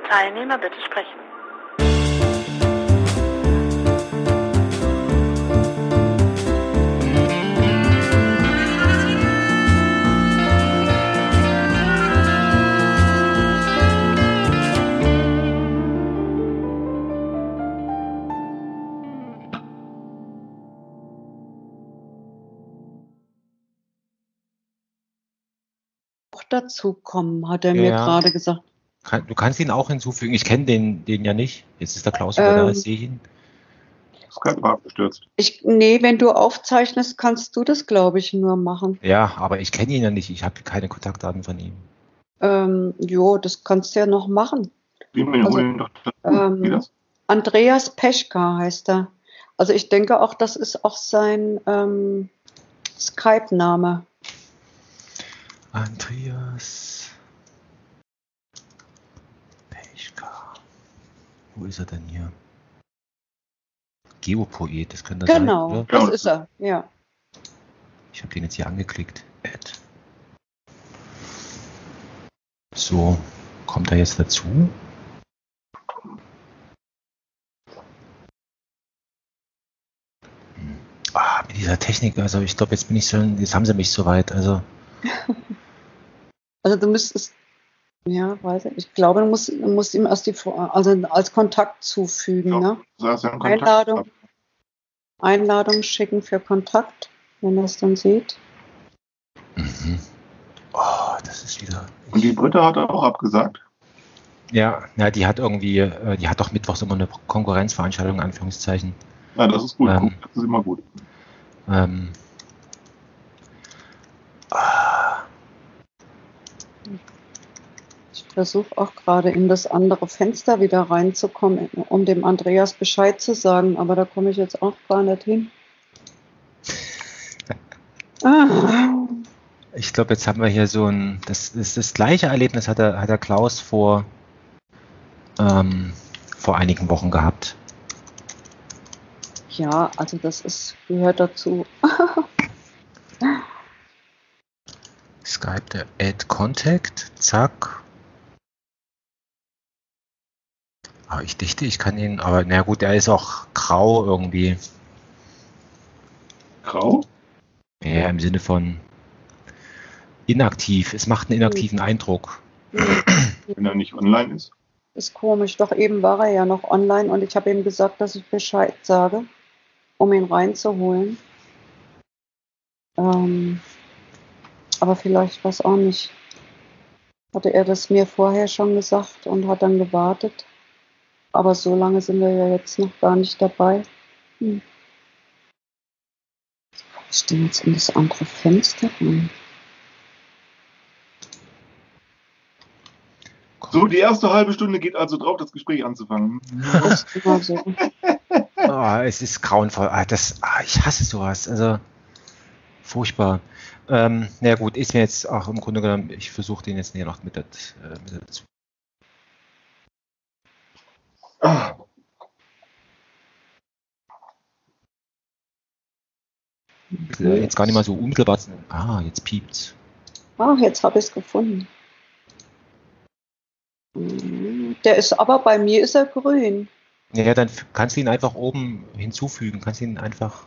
Teilnehmer bitte sprechen. Dazu kommen, hat er mir gerade gesagt. Du kannst ihn auch hinzufügen. Ich kenne den ja nicht. Jetzt ist der Klaus wieder da, ich sehe ihn. Skype war abgestürzt. Nee, wenn du aufzeichnest, kannst du das, glaube ich, nur machen. Ja, aber ich kenne ihn ja nicht. Ich habe keine Kontaktdaten von ihm. Das kannst du ja noch machen. Wie das? Andreas Peschka heißt er. Also ich denke auch, das ist auch sein Skype-Name. Andreas Peschka. Wo ist er denn hier? Geopoet, das könnte sein, oder? Genau, das ist er, ja. Ich habe den jetzt hier angeklickt. So, kommt er jetzt dazu? Mit dieser Technik, also ich glaube, jetzt haben sie mich soweit, also. Also du müsstest, weiß ich glaube, du musst ihm erst als Kontakt zufügen, ne? Einladung schicken für Kontakt, wenn er es dann sieht. Mhm. Oh, das ist wieder. Und die Britta hat auch abgesagt. Ja, die hat doch mittwochs immer eine Konkurrenzveranstaltung, in Anführungszeichen. Ja, das ist gut, das ist immer gut. Ich versuche auch gerade in das andere Fenster wieder reinzukommen, um dem Andreas Bescheid zu sagen, aber da komme ich jetzt auch gar nicht hin. Ich glaube, jetzt haben wir hier das gleiche Erlebnis hat der Klaus vor einigen Wochen gehabt. Ja, also das gehört dazu. Skype, der Add Contact, zack. Aber ich kann ihn, aber na gut, er ist auch grau irgendwie. Grau? Ja, im Sinne von inaktiv. Es macht einen inaktiven Eindruck. Wenn er nicht online ist? Ist komisch, doch eben war er ja noch online und ich habe ihm gesagt, dass ich Bescheid sage, um ihn reinzuholen. Aber vielleicht was auch nicht. Hatte er das mir vorher schon gesagt und hat dann gewartet. Aber so lange sind wir ja jetzt noch gar nicht dabei. Ich stehe jetzt in das andere Fenster rein. So, die erste halbe Stunde geht also drauf, das Gespräch anzufangen. Das ist immer so. Es ist grauenvoll. Ich hasse sowas. Also furchtbar. Na gut, ist mir jetzt auch im Grunde genommen, ich versuche den jetzt hier noch mit dazu. Jetzt gar nicht mal so unmittelbar. Jetzt piept's. Jetzt habe ich es gefunden. Bei mir ist er grün. Ja, dann kannst du ihn einfach oben hinzufügen. Kannst ihn einfach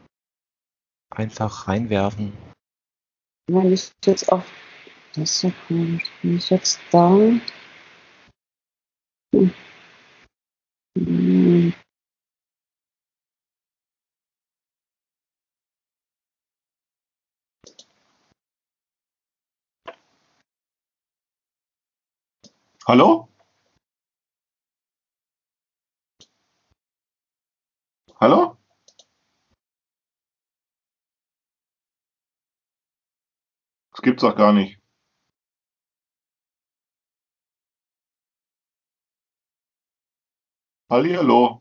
reinwerfen. Wenn ich jetzt auf das ist wenn ich jetzt da. Hallo? Hallo? Das gibt's doch gar nicht. Hallihallo.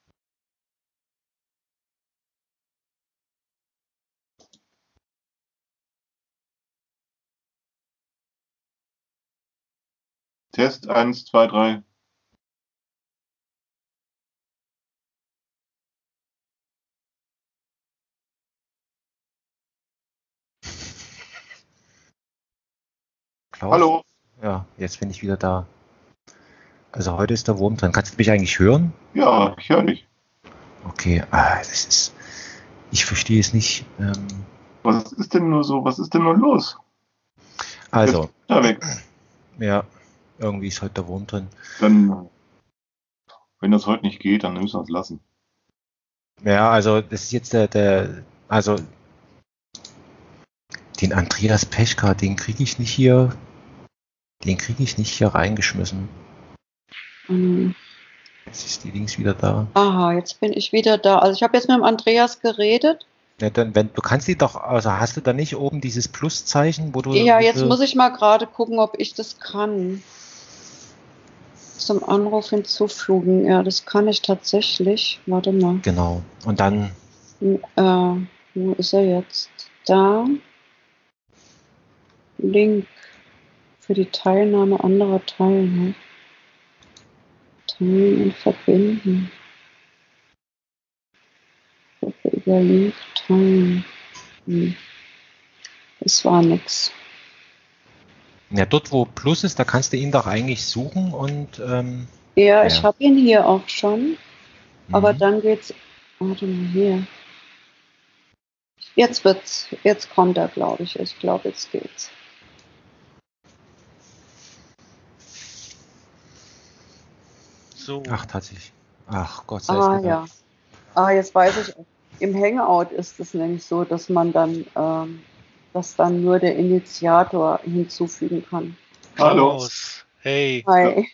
Test 1, 2, 3. Klaus? Hallo. Ja, jetzt bin ich wieder da. Also heute ist der Wurm drin. Kannst du mich eigentlich hören? Ja, ich höre dich. Okay, ich verstehe es nicht. Was ist denn nur los? Also, Da weg. ja, irgendwie ist heute der Wurm drin. Dann, wenn das heute nicht geht, dann müssen wir es lassen. Ja, also das ist jetzt also den Andreas Peschka, den kriege ich nicht hier reingeschmissen. Jetzt ist die Links wieder da. Aha, jetzt bin ich wieder da. Also ich habe jetzt mit dem Andreas geredet. Ja, dann, du kannst die doch, also hast du da nicht oben dieses Pluszeichen, wo du... Ja, jetzt muss ich mal gerade gucken, ob ich das kann. Zum Anruf hinzufügen. Ja, das kann ich tatsächlich. Warte mal. Genau. Und dann... Wo ist er jetzt? Da. Link für die Teilnahme anderer Teilnehmer. Teilen und verbinden. Gruppe über Link teilen. Das war nix. Ja, dort wo Plus ist, da kannst du ihn doch eigentlich suchen und... Ja, ich habe ihn hier auch schon. Aber dann geht's... Warte mal, hier. Jetzt kommt er, glaube ich. Ich glaube, jetzt geht's. So. Ach, tatsächlich. Ach, Gott sei Dank. Ja. Jetzt weiß ich, im Hangout ist es nämlich so, dass man dann, dass dann nur der Initiator hinzufügen kann. Hallo. Hey. Hi.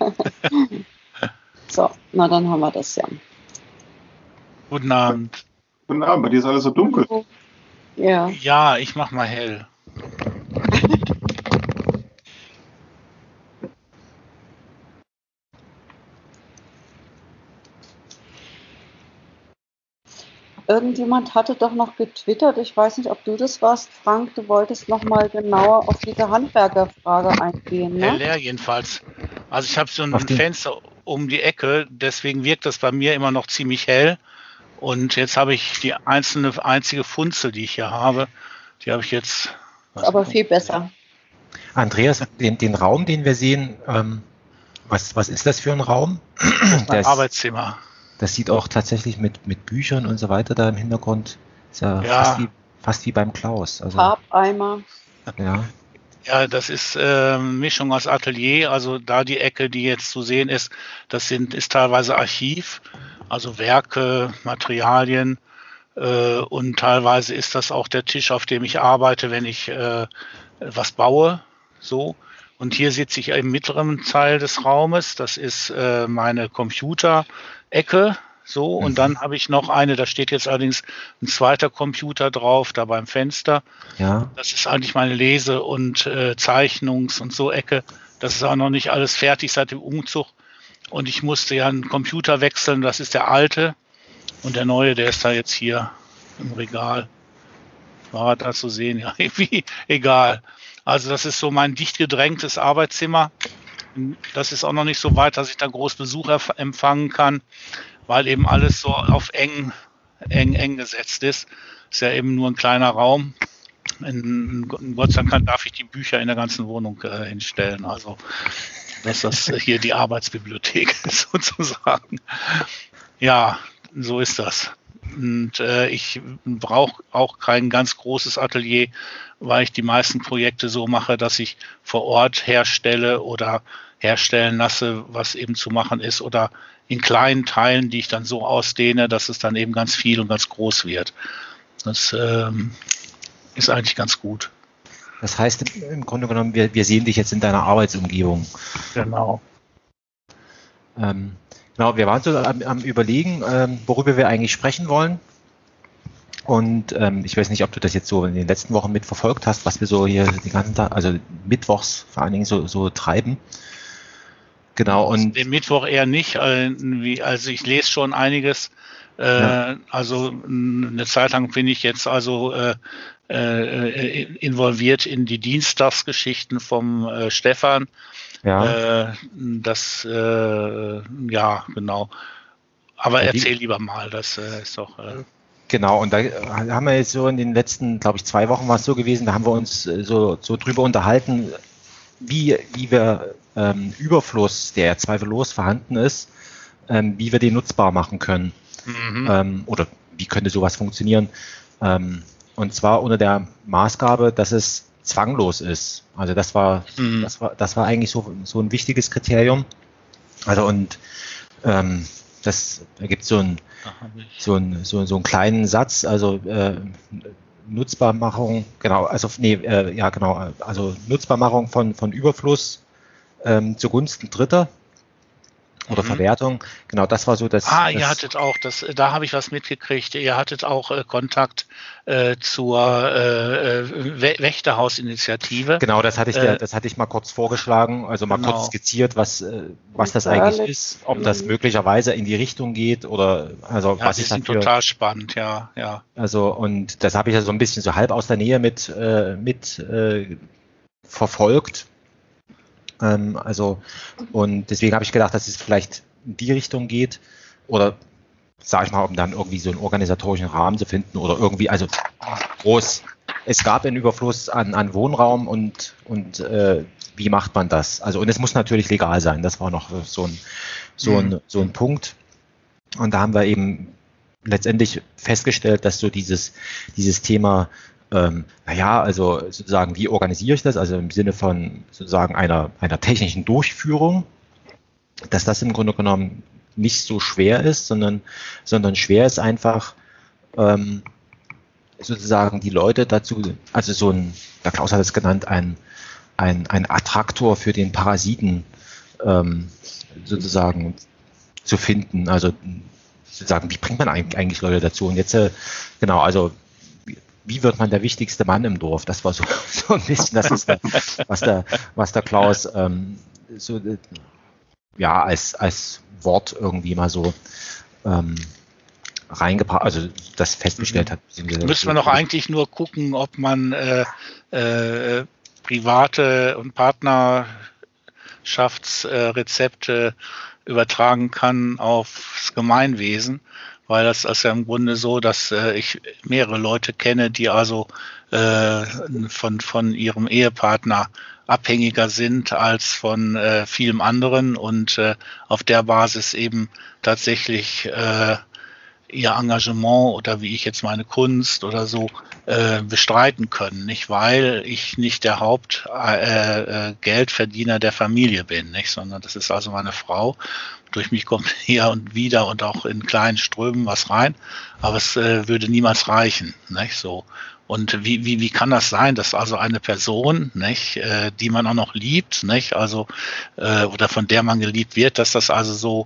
So, na dann haben wir das ja. Guten Abend. Guten Abend, bei dir ist alles so dunkel. Ja. Ja, ich mach mal hell. Irgendjemand hatte doch noch getwittert, ich weiß nicht, ob du das warst, Frank, du wolltest noch mal genauer auf diese Handwerkerfrage eingehen, ne? Hell jedenfalls. Also ich habe so ein Fenster um die Ecke, deswegen wirkt das bei mir immer noch ziemlich hell. Und jetzt habe ich die einzige Funzel, die ich hier habe, die habe ich jetzt... Ist aber viel besser. Andreas, den Raum, den wir sehen, was ist das für ein Raum? Das Arbeitszimmer. Das sieht auch tatsächlich mit Büchern und so weiter da im Hintergrund. Ist ja, fast wie beim Klaus. Also, Farbeimer. Ja. Ja, das ist Mischung aus Atelier. Also da die Ecke, die jetzt zu sehen ist, ist teilweise Archiv, also Werke, Materialien. Und teilweise ist das auch der Tisch, auf dem ich arbeite, wenn ich was baue. So. Und hier sitze ich im mittleren Teil des Raumes. Das ist meine Computerecke. So. Und dann habe ich noch eine, da steht jetzt allerdings ein zweiter Computer drauf, da beim Fenster. Ja. Das ist eigentlich meine Lese- und Zeichnungs- und so Ecke. Das ist auch noch nicht alles fertig seit dem Umzug. Und ich musste ja einen Computer wechseln. Das ist der alte. Und der neue, der ist da jetzt hier im Regal. War da zu sehen, ja, irgendwie egal. Also das ist so mein dicht gedrängtes Arbeitszimmer. Das ist auch noch nicht so weit, dass ich da groß Besuch empfangen kann, weil eben alles so auf eng gesetzt ist. Ist ja eben nur ein kleiner Raum. In Gott sei Dank darf ich die Bücher in der ganzen Wohnung hinstellen. Also dass das hier die Arbeitsbibliothek ist sozusagen. Ja, so ist das. Und ich brauche auch kein ganz großes Atelier, weil ich die meisten Projekte so mache, dass ich vor Ort herstelle oder herstellen lasse, was eben zu machen ist, oder in kleinen Teilen, die ich dann so ausdehne, dass es dann eben ganz viel und ganz groß wird. Das ist eigentlich ganz gut. Das heißt im Grunde genommen, wir sehen dich jetzt in deiner Arbeitsumgebung. Genau. Genau, wir waren so am Überlegen, worüber wir eigentlich sprechen wollen. Und ich weiß nicht, ob du das jetzt so in den letzten Wochen mitverfolgt hast, was wir so hier den ganzen Tag, also mittwochs vor allen Dingen so treiben. Genau. Und den Mittwoch eher nicht. Also ich lese schon einiges. Also eine Zeit lang bin ich jetzt also involviert in die Dienstagsgeschichten vom Stefan. Ja. Ja, genau. Aber erzähl lieber mal, das ist doch... Genau, und da haben wir jetzt so in den letzten, glaube ich, 2 Wochen war es so gewesen, da haben wir uns so drüber unterhalten, wie wir Überfluss, der zweifellos vorhanden ist, wie wir den nutzbar machen können. Oder wie könnte sowas funktionieren? Und zwar unter der Maßgabe, dass es zwanglos ist. Also das war eigentlich so ein wichtiges Kriterium. Also und das ergibt so einen kleinen Satz, also Nutzbarmachung, genau, also also Nutzbarmachung von Überfluss zugunsten Dritter oder Verwertung. Genau, das war so das. Ihr hattet auch, da habe ich was mitgekriegt, ihr hattet auch Kontakt zur Wächterhausinitiative. Genau, das hatte ich mal kurz vorgeschlagen, also mal kurz skizziert, was das eigentlich ist, ob das möglicherweise in die Richtung geht oder also was ist dafür. Total spannend, ja. Also und das habe ich ja so ein bisschen so halb aus der Nähe mit verfolgt. Also und deswegen habe ich gedacht, dass es vielleicht in die Richtung geht oder sage ich mal, um dann irgendwie so einen organisatorischen Rahmen zu finden oder irgendwie, also groß. Es gab einen Überfluss an Wohnraum und wie macht man das? Also und es muss natürlich legal sein. Das war noch so ein Punkt. Und da haben wir eben letztendlich festgestellt, dass so dieses Thema also sozusagen, wie organisiere ich das? Also im Sinne von sozusagen einer technischen Durchführung, dass das im Grunde genommen nicht so schwer ist, sondern schwer ist einfach sozusagen die Leute dazu, also der Klaus hat es genannt, ein Attraktor für den Parasiten sozusagen zu finden. Also sozusagen, wie bringt man eigentlich Leute dazu? Und jetzt, genau, also wie wird man der wichtigste Mann im Dorf? Das war so ein bisschen, das ist was der Klaus als Wort irgendwie mal so reingebracht, also das festgestellt hat. Müsste man doch eigentlich nur gucken, ob man private und Partnerschaftsrezepte übertragen kann aufs Gemeinwesen. Weil das ist ja im Grunde so, dass ich mehrere Leute kenne, die also von ihrem Ehepartner abhängiger sind als von vielem anderen und auf der Basis eben tatsächlich ihr Engagement oder wie ich jetzt meine Kunst oder so bestreiten können, nicht weil ich nicht der Hauptgeldverdiener der Familie bin, nicht, sondern das ist also meine Frau. Durch mich kommt hier und wieder und auch in kleinen Strömen was rein, aber es würde niemals reichen, nicht so. Und wie kann das sein, dass also eine Person, nicht, die man auch noch liebt, nicht, also oder von der man geliebt wird, dass das also so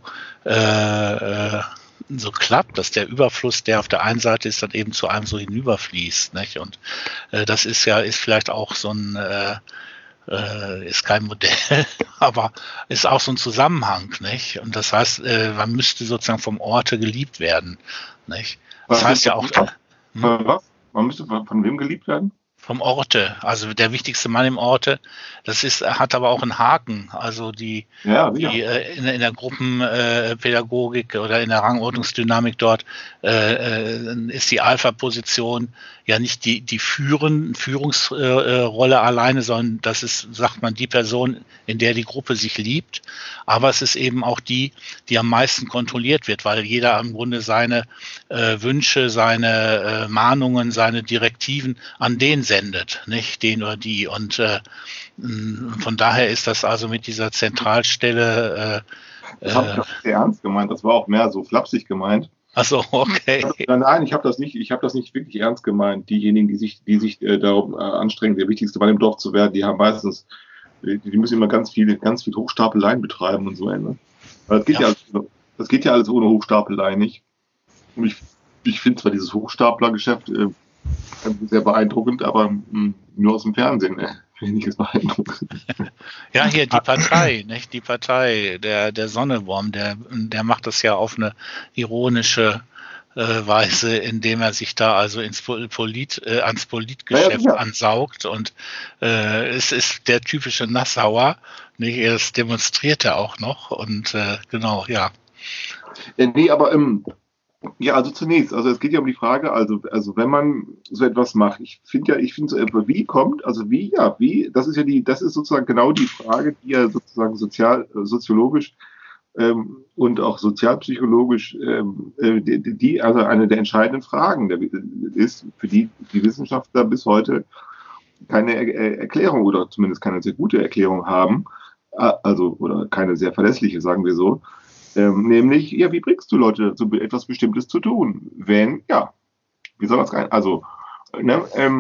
klappt, dass der Überfluss, der auf der einen Seite ist, dann eben zu einem so hinüberfließt, nicht? Und das ist vielleicht auch so ein ist kein Modell, aber ist auch so ein Zusammenhang, nicht? Und das heißt, man müsste sozusagen vom Orte geliebt werden, nicht? Das heißt ja auch. Was? Man müsste von wem geliebt werden? Vom Orte, also der wichtigste Mann im Orte, hat aber auch einen Haken, also die in der Gruppenpädagogik oder in der Rangordnungsdynamik dort ist die Alpha-Position ja nicht die Führungsrolle alleine, sondern das ist, sagt man, die Person, in der die Gruppe sich liebt, aber es ist eben auch die am meisten kontrolliert wird, weil jeder im Grunde seine Wünsche, seine Mahnungen, seine Direktiven an den sendet, nicht den oder die. Und von daher ist das also mit dieser Zentralstelle. Das habe ich doch sehr ernst gemeint. Das war auch mehr so flapsig gemeint. Ach so, okay. Nein, ich habe das nicht wirklich ernst gemeint. Diejenigen, die sich darum anstrengen, der wichtigste Mann im Dorf zu werden, die haben meistens, die müssen immer ganz viel Hochstapeleien betreiben und so. Ne? Das geht ja alles ohne Hochstapelei nicht. Und ich finde zwar dieses Hochstaplergeschäft sehr beeindruckend, aber nur aus dem Fernsehen, finde ich es beeindruckend. Ja, hier die Partei, nicht? Die Partei, der Sonnewurm, der macht das ja auf eine ironische Weise, indem er sich da also ans Politgeschäft ansaugt und es ist der typische Nassauer, nicht? Das demonstriert er auch noch und genau, ja. Nee, aber Ja, also zunächst, also es geht ja um die Frage, also wenn man so etwas macht, ich finde so etwas, das ist ja das ist sozusagen genau die Frage, die ja sozusagen soziologisch und auch sozialpsychologisch also eine der entscheidenden Fragen ist, für die Wissenschaftler bis heute keine Erklärung oder zumindest keine sehr gute Erklärung haben, also oder keine sehr verlässliche, sagen wir so. Nämlich, ja, wie bringst du Leute dazu, etwas Bestimmtes zu tun? Wenn, ja, wie soll das rein? Also, ne,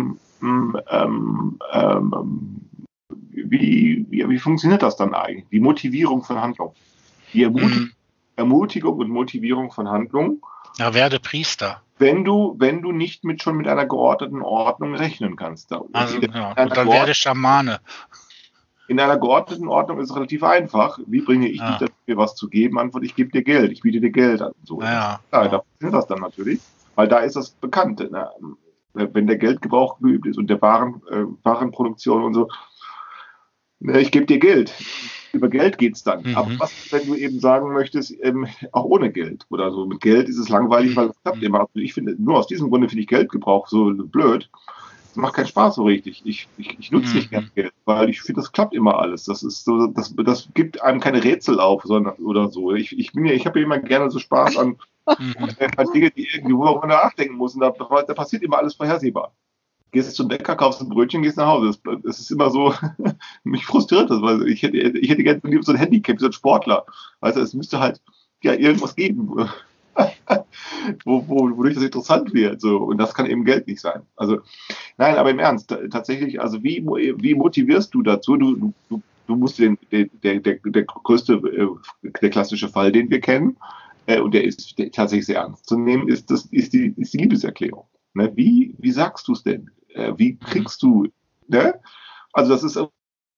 wie funktioniert das dann eigentlich? Die Motivierung von Handlung. Die Ermutigung und Motivierung von Handlung. Ja, werde Priester. Wenn du nicht schon mit einer geordneten Ordnung rechnen kannst. Also, ja, und dann werde Schamane. In einer geordneten Ordnung ist es relativ einfach. Wie bringe ich dich dazu, mir was zu geben? Antwort, ich gebe dir Geld, ich biete dir Geld an. So. Ja. Da funktioniert das dann natürlich, weil da ist das bekannt. Ne? Wenn der Geldgebrauch geübt ist und der Warenproduktion und so. Ne, ich gebe dir Geld. Über Geld geht's dann. Aber was, wenn du eben sagen möchtest, auch ohne Geld oder so? Mit Geld ist es langweilig, weil es klappt immer. Also ich finde, nur aus diesem Grunde finde ich Geldgebrauch so blöd. Das macht keinen Spaß so richtig. Ich nutze nicht gern Geld, weil ich finde, das klappt immer alles. Das ist so, das gibt einem keine Rätsel auf, sondern oder so. Ich habe ja immer gerne so Spaß an Dinge, die irgendwie, wo man nachdenken muss. Und da passiert immer alles vorhersehbar. Gehst zum Bäcker, kaufst ein Brötchen, gehst nach Hause. Das ist immer so, mich frustriert das, weil ich hätte gerne so ein Handicap, so ein Sportler. Also es müsste halt ja irgendwas geben, wodurch das interessant wird. So. Und das kann eben Geld nicht sein. Also, nein, aber im Ernst, tatsächlich, also wie motivierst du dazu? Du musst der größte, der klassische Fall, den wir kennen, und der ist tatsächlich sehr ernst zu nehmen, ist die Liebeserklärung. Ne? Wie sagst du es denn? Wie kriegst du, ne? Also das ist...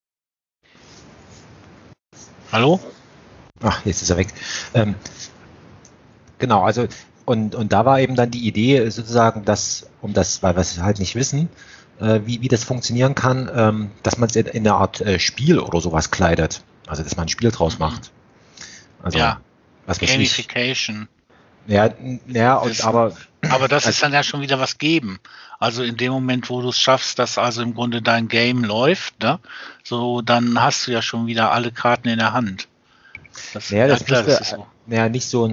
Hallo? Ach, jetzt ist er weg. Genau, also und da war eben dann die Idee sozusagen, weil wir es halt nicht wissen, wie das funktionieren kann, dass man es in eine Art Spiel oder sowas kleidet. Also dass man ein Spiel draus macht. Also ja, was Gamification. Aber das ist dann ja schon wieder was geben. Also in dem Moment, wo du es schaffst, dass also im Grunde dein Game läuft, ne? So, dann hast du ja schon wieder alle Karten in der Hand. Nicht so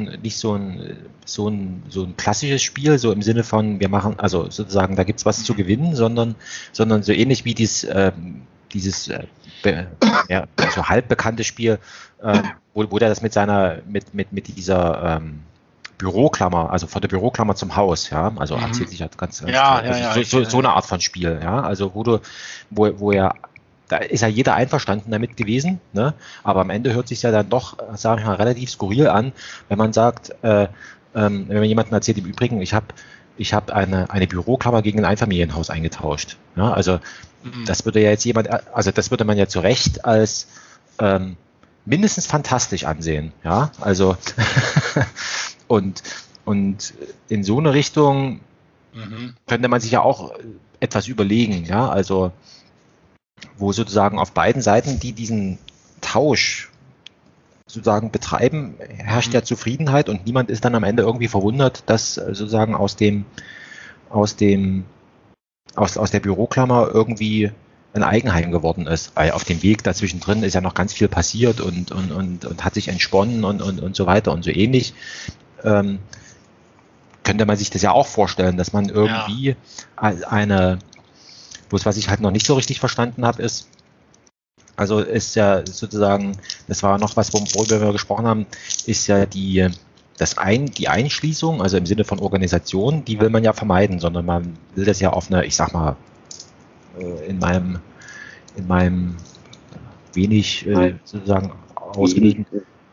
ein klassisches Spiel, so im Sinne von, wir machen, also sozusagen, da gibt's was zu gewinnen, sondern so ähnlich wie dieses so halb bekannte Spiel, wo der das mit dieser Büroklammer, also von der Büroklammer zum Haus, ja, also erzählt sich halt ganz so eine Art von Spiel, ja, also wo er, da ist ja jeder einverstanden damit gewesen, ne? Aber am Ende hört sich ja dann doch, sage ich mal, relativ skurril an, wenn man sagt, wenn man jemandem erzählt, im Übrigen, ich habe eine Büroklammer gegen ein Einfamilienhaus eingetauscht, ja, also das würde ja jetzt das würde man ja zu Recht als mindestens fantastisch ansehen, ja, also und in so eine Richtung könnte man sich ja auch etwas überlegen, ja, also wo sozusagen auf beiden Seiten, die diesen Tausch sozusagen betreiben, herrscht ja Zufriedenheit und niemand ist dann am Ende irgendwie verwundert, dass sozusagen aus der Büroklammer irgendwie ein Eigenheim geworden ist. Weil auf dem Weg dazwischen drin ist ja noch ganz viel passiert und hat sich entsponnen und so weiter und so ähnlich. Könnte man sich das ja auch vorstellen, dass man irgendwie bloß was ich halt noch nicht so richtig verstanden habe, ist, also ist ja sozusagen, das war noch was, worüber wir gesprochen haben, ist ja die Einschließung, also im Sinne von Organisation, die will man ja vermeiden, sondern man will das ja auf eine, ich sag mal, in meinem wenig sozusagen ausgelegen,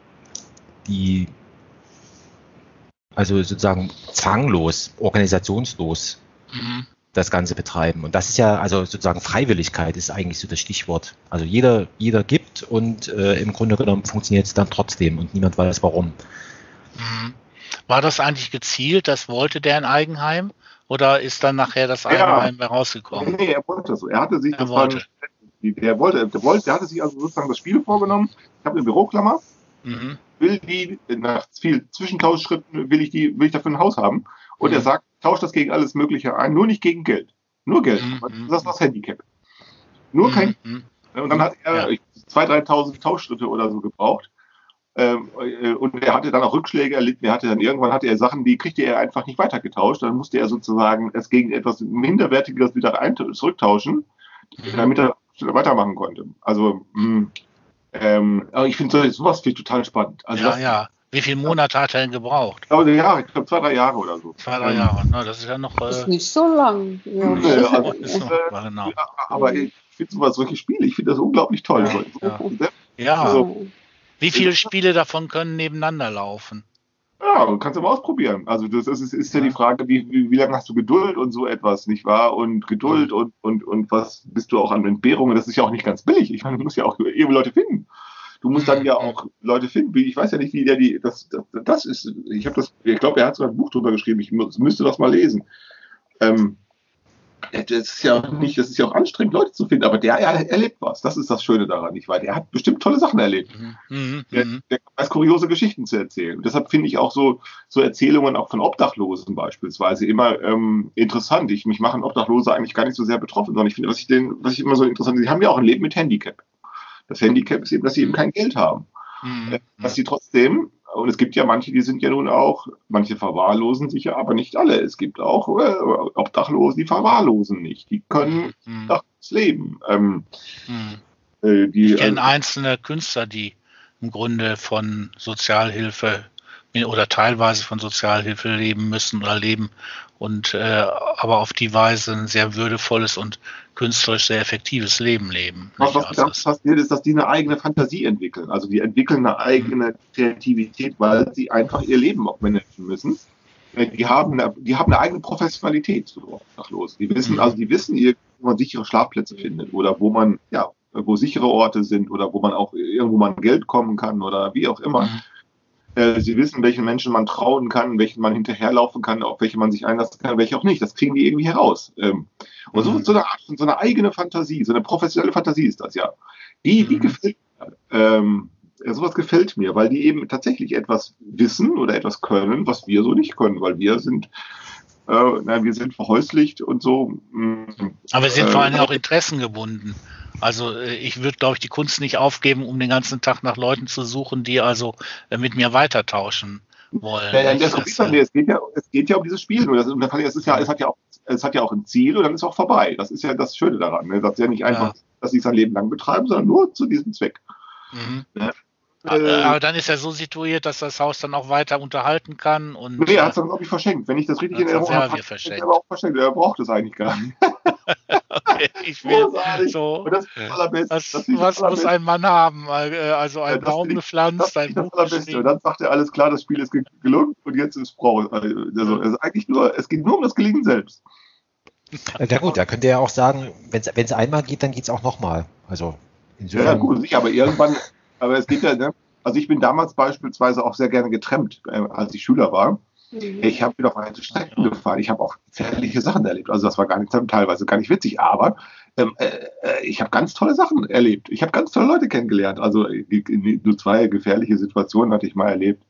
also sozusagen zwanglos, organisationslos das Ganze betreiben. Und das ist ja, also sozusagen Freiwilligkeit ist eigentlich so das Stichwort. Also jeder gibt und im Grunde genommen funktioniert es dann trotzdem und niemand weiß warum. War das eigentlich gezielt, das wollte der ein Eigenheim? Oder ist dann nachher das Eigenheim herausgekommen? Nee, er wollte das so. Er hatte sich der hatte sich also sozusagen das Spiel vorgenommen. Ich habe eine Büroklammer Mhm. Will die, nach viel Zwischentauschschritten, will ich dafür ein Haus haben. Und er sagt, tauscht das gegen alles Mögliche ein, nur nicht gegen Geld. Nur Geld. Das ist das Handicap. Nur kein. Und dann hat er 2.000, 3.000 Tauschschritte oder so gebraucht. Und er hatte dann auch Rückschläge erlitten. Irgendwann hatte er Sachen, die kriegte er einfach nicht weitergetauscht. Dann musste er sozusagen es gegen etwas Minderwertigeres wieder zurücktauschen, damit er weitermachen konnte. Also, aber ich finde sowas total spannend. Also Wie viele Monate hat er denn gebraucht? Ich glaube 2, 3 Jahre oder so. 2, 3 Jahre. Na, das ist ja noch. Ist nicht so lang. Ja. Genau. Aber ich finde solche Spiele, ich finde das unglaublich toll. Wie viele Spiele davon können nebeneinander laufen? Ja, kannst du mal ausprobieren. Also das ist ja die Frage, wie lange hast du Geduld und so etwas, nicht wahr? Und Geduld und was bist du auch an Entbehrungen? Das ist ja auch nicht ganz billig. Ich meine, du musst ja auch irgendwie Leute finden. Du musst dann ja auch Leute finden. Ich weiß ja nicht, wie der das ist. Ich glaube, er hat so ein Buch drüber geschrieben. Ich müsste das mal lesen. Das ist ja auch anstrengend, Leute zu finden, aber der erlebt was. Das ist das Schöne daran, nicht wahr? Der hat bestimmt tolle Sachen erlebt. Der weiß kuriose Geschichten zu erzählen. Und deshalb finde ich auch so Erzählungen auch von Obdachlosen beispielsweise immer interessant. Mich machen Obdachlose eigentlich gar nicht so sehr betroffen, sondern ich finde, was ich immer so interessant finde, sie haben ja auch ein Leben mit Handicap. Das Handicap ist eben, dass sie eben kein Geld haben. Dass sie trotzdem, und es gibt ja manche, die sind ja nun auch, manche verwahrlosen sich ja, aber nicht alle. Es gibt auch Obdachlose, die verwahrlosen nicht. Die können das leben. Ich kenne einzelne Künstler, die im Grunde von Sozialhilfe oder teilweise von Sozialhilfe leben müssen oder leben und aber auf die Weise ein sehr würdevolles und künstlerisch sehr effektives Leben leben. Was ganz fasziniert ist, dass die eine eigene Fantasie entwickeln. Also die entwickeln eine eigene Kreativität, weil sie einfach ihr Leben auch managen müssen. Die haben eine eigene Professionalität, so obdachlos. Die wissen, wo man sichere Schlafplätze findet oder wo sichere Orte sind oder wo man auch irgendwo mal an Geld kommen kann oder wie auch immer. Sie wissen, welchen Menschen man trauen kann, welchen man hinterherlaufen kann, auf welche man sich einlassen kann, welche auch nicht. Das kriegen die irgendwie heraus. Und so eine eigene Fantasie, so eine professionelle Fantasie ist das ja. Die gefällt mir. Sowas gefällt mir, weil die eben tatsächlich etwas wissen oder etwas können, was wir so nicht können, weil wir sind verhäuslicht und so. Aber wir sind vor allem auch interessengebunden. Also ich würde, glaube ich, die Kunst nicht aufgeben, um den ganzen Tag nach Leuten zu suchen, die also mit mir weitertauschen wollen. Es geht ja um dieses Spiel. Es hat ja auch ein Ziel und dann ist es auch vorbei. Das ist ja das Schöne daran. Ne? Das ist ja nicht einfach, dass sie es ein Leben lang betreiben, sondern nur zu diesem Zweck. Ja. Aber dann ist er so situiert, dass das Haus dann auch weiter unterhalten kann. Und, er hat es dann, glaube ich, verschenkt. Wenn ich das richtig in Erinnerung habe, hat er aber auch verschenkt. Er braucht es eigentlich gar nicht. Okay, ich will so. Das ist das Allerbeste. Was muss ein Mann haben? Also ein Baum gepflanzt, ein Buch geschrieben. Und dann sagt er, alles klar, das Spiel ist gelungen und jetzt ist Frau. Also eigentlich es geht nur um das Gelingen selbst. Na gut, da könnt ihr ja auch sagen, wenn es einmal geht, dann geht es auch nochmal. Also insofern. Ja, gut, sicher, aber irgendwann. Aber es geht ja, ne? Also ich bin damals beispielsweise auch sehr gerne getrennt, als ich Schüler war. Ich habe wieder auf weite Strecken gefahren. Ich habe auch gefährliche Sachen erlebt. Also das war teilweise gar nicht witzig, aber ich habe ganz tolle Sachen erlebt. Ich habe ganz tolle Leute kennengelernt. Also nur 2 gefährliche Situationen hatte ich mal erlebt.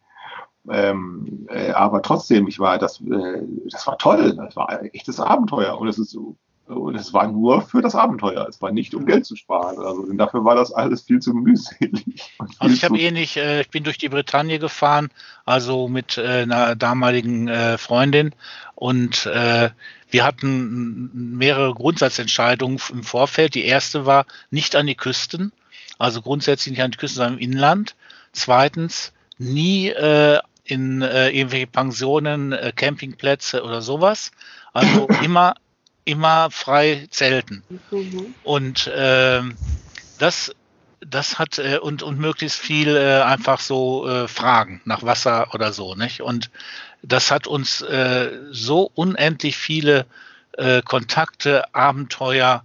Aber trotzdem, das war toll. Das war ein echtes Abenteuer. Und es war nur für das Abenteuer. Es war nicht, um Geld zu sparen oder so. Denn dafür war das alles viel zu mühselig. Also ich bin durch die Bretagne gefahren, also mit einer damaligen Freundin. Und wir hatten mehrere Grundsatzentscheidungen im Vorfeld. Die erste war, nicht an die Küsten. Also grundsätzlich nicht an die Küsten, sondern im Inland. Zweitens, nie in irgendwelche Pensionen, Campingplätze oder sowas. Also immer frei zelten. Und das hat und möglichst viel einfach so Fragen nach Wasser oder so, nicht? Und das hat uns so unendlich viele Kontakte, Abenteuer,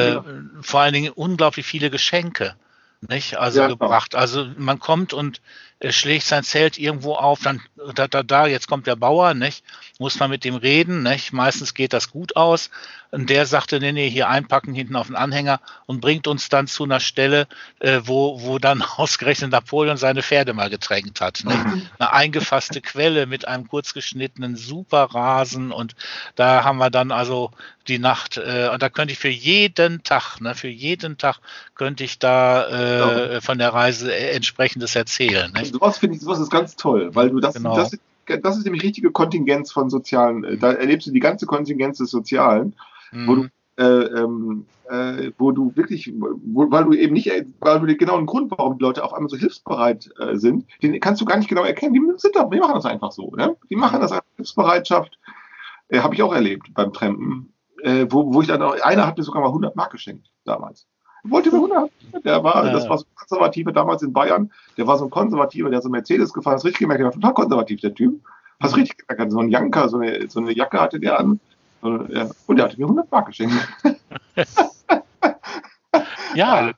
vor allen Dingen unglaublich viele Geschenke, nicht? Also gebracht. Also man kommt und schlägt sein Zelt irgendwo auf, dann jetzt kommt der Bauer, nicht? Muss man mit dem reden, nicht? Meistens geht das gut aus. Und der sagte, nee, hier einpacken hinten auf den Anhänger und bringt uns dann zu einer Stelle, wo dann ausgerechnet Napoleon seine Pferde mal getränkt hat. Nicht? Eine eingefasste Quelle mit einem kurzgeschnittenen Superrasen, und da haben wir dann also die Nacht, und da könnte ich für jeden Tag könnte ich da von der Reise entsprechendes erzählen. Nicht? Sowas finde ich, sowas ist ganz toll, weil du das ist nämlich richtige Kontingenz von Sozialen. Da erlebst du die ganze Kontingenz des Sozialen, wo du wirklich, weil du eben nicht, weil du den genauen Grund, warum die Leute auf einmal so hilfsbereit sind, den kannst du gar nicht genau erkennen. Die machen das einfach so. Ne? Die machen das einfach. Hilfsbereitschaft habe ich auch erlebt beim Trampen, wo ich dann auch, einer hat mir sogar mal 100 Mark geschenkt damals. Wollte mir 100. Das war so ein Konservativer damals in Bayern. Der war so ein Konservativer, der hat so Mercedes gefahren, hast richtig gemerkt, der war total konservativ, der Typ. Hast richtig gemerkt, so ein Janker, so eine Jacke hatte der an. Und der hatte mir 100 Mark geschenkt. Ja.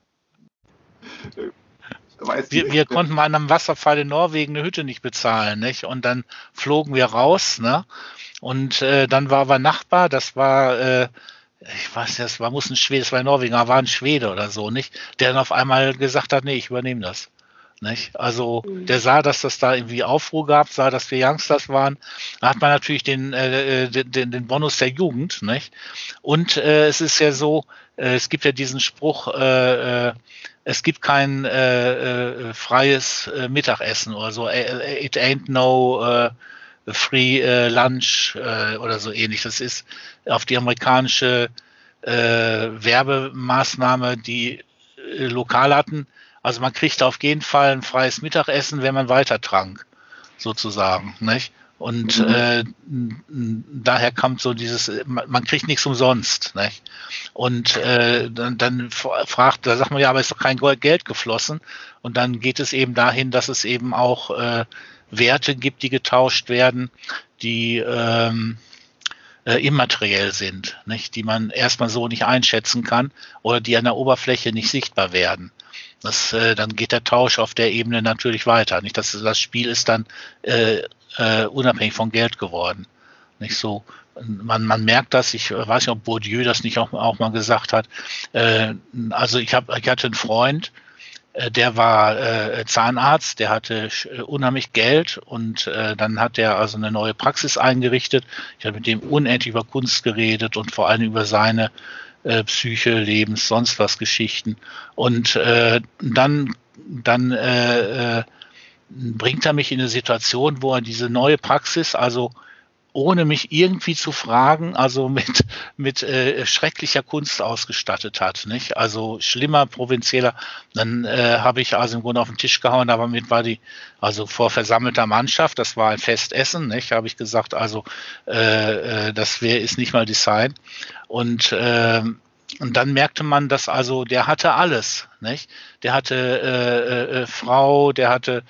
Wir konnten mal an einem Wasserfall in Norwegen eine Hütte nicht bezahlen, nicht? Und dann flogen wir raus, ne? Und dann war aber Nachbar, das war ich weiß, das war ein Schwede, das war in Norwegen, aber war ein Schwede oder so, nicht? Der dann auf einmal gesagt hat, nee, ich übernehme das. Nicht? Also der sah, dass das da irgendwie Aufruhr gab, sah, dass wir Youngsters waren. Da hat man natürlich den Bonus der Jugend, nicht? Und es ist ja so, es gibt ja diesen Spruch, es gibt kein freies Mittagessen oder so. It ain't no Free Lunch oder so ähnlich. Das ist auf die amerikanische Werbemaßnahme, die lokal hatten. Also man kriegt auf jeden Fall ein freies Mittagessen, wenn man weiter trank, sozusagen. Nicht? Und daher kommt so dieses, man kriegt nichts umsonst. Nicht? Und dann da sagt man, ja, aber ist doch kein Geld geflossen. Und dann geht es eben dahin, dass es eben auch Werte gibt, die getauscht werden, die immateriell sind, nicht? Die man erstmal so nicht einschätzen kann oder die an der Oberfläche nicht sichtbar werden. Dann geht der Tausch auf der Ebene natürlich weiter. Nicht? Das Spiel ist dann unabhängig von Geld geworden. Nicht so. Man merkt das, ich weiß nicht, ob Bourdieu das nicht auch mal gesagt hat. Also ich hatte einen Freund, der war Zahnarzt, der hatte unheimlich Geld, und dann hat er also eine neue Praxis eingerichtet. Ich habe mit dem unendlich über Kunst geredet und vor allem über seine Psyche, Lebens, sonst was Geschichten. Und dann bringt er mich in eine Situation, wo er diese neue Praxis, also ohne mich irgendwie zu fragen, also mit schrecklicher Kunst ausgestattet hat, nicht? Also schlimmer, provinzieller. Dann habe ich also im Grunde auf den Tisch gehauen, damit war also vor versammelter Mannschaft, das war ein Festessen, nicht? Habe ich gesagt, also das ist nicht mal Design. Und dann merkte man, dass also der hatte alles, nicht? Der hatte Frau, der hatte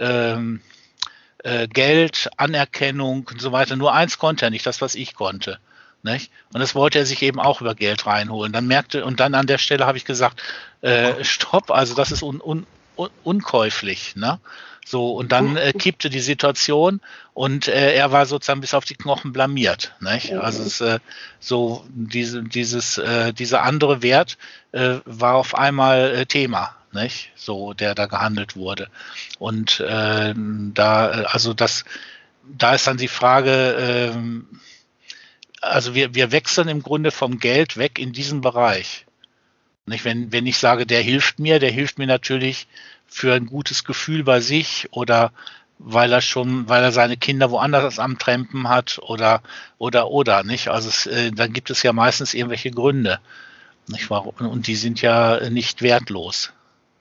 Geld, Anerkennung und so weiter. Nur eins konnte er nicht, das, was ich konnte. Nicht? Und das wollte er sich eben auch über Geld reinholen. Und dann an der Stelle habe ich gesagt, stopp, also das ist unkäuflich. Ne? So, und dann kippte die Situation, und er war sozusagen bis auf die Knochen blamiert. Nicht? Also so dieser andere Wert war auf einmal Thema. Nicht? So, der da gehandelt wurde. Und da ist dann die Frage, also wir wechseln im Grunde vom Geld weg in diesen Bereich. Nicht? Wenn ich sage, der hilft mir natürlich für ein gutes Gefühl bei sich, oder weil er seine Kinder woanders am Trampen hat, oder, nicht? Also dann gibt es ja meistens irgendwelche Gründe. Nicht? Und die sind ja nicht wertlos.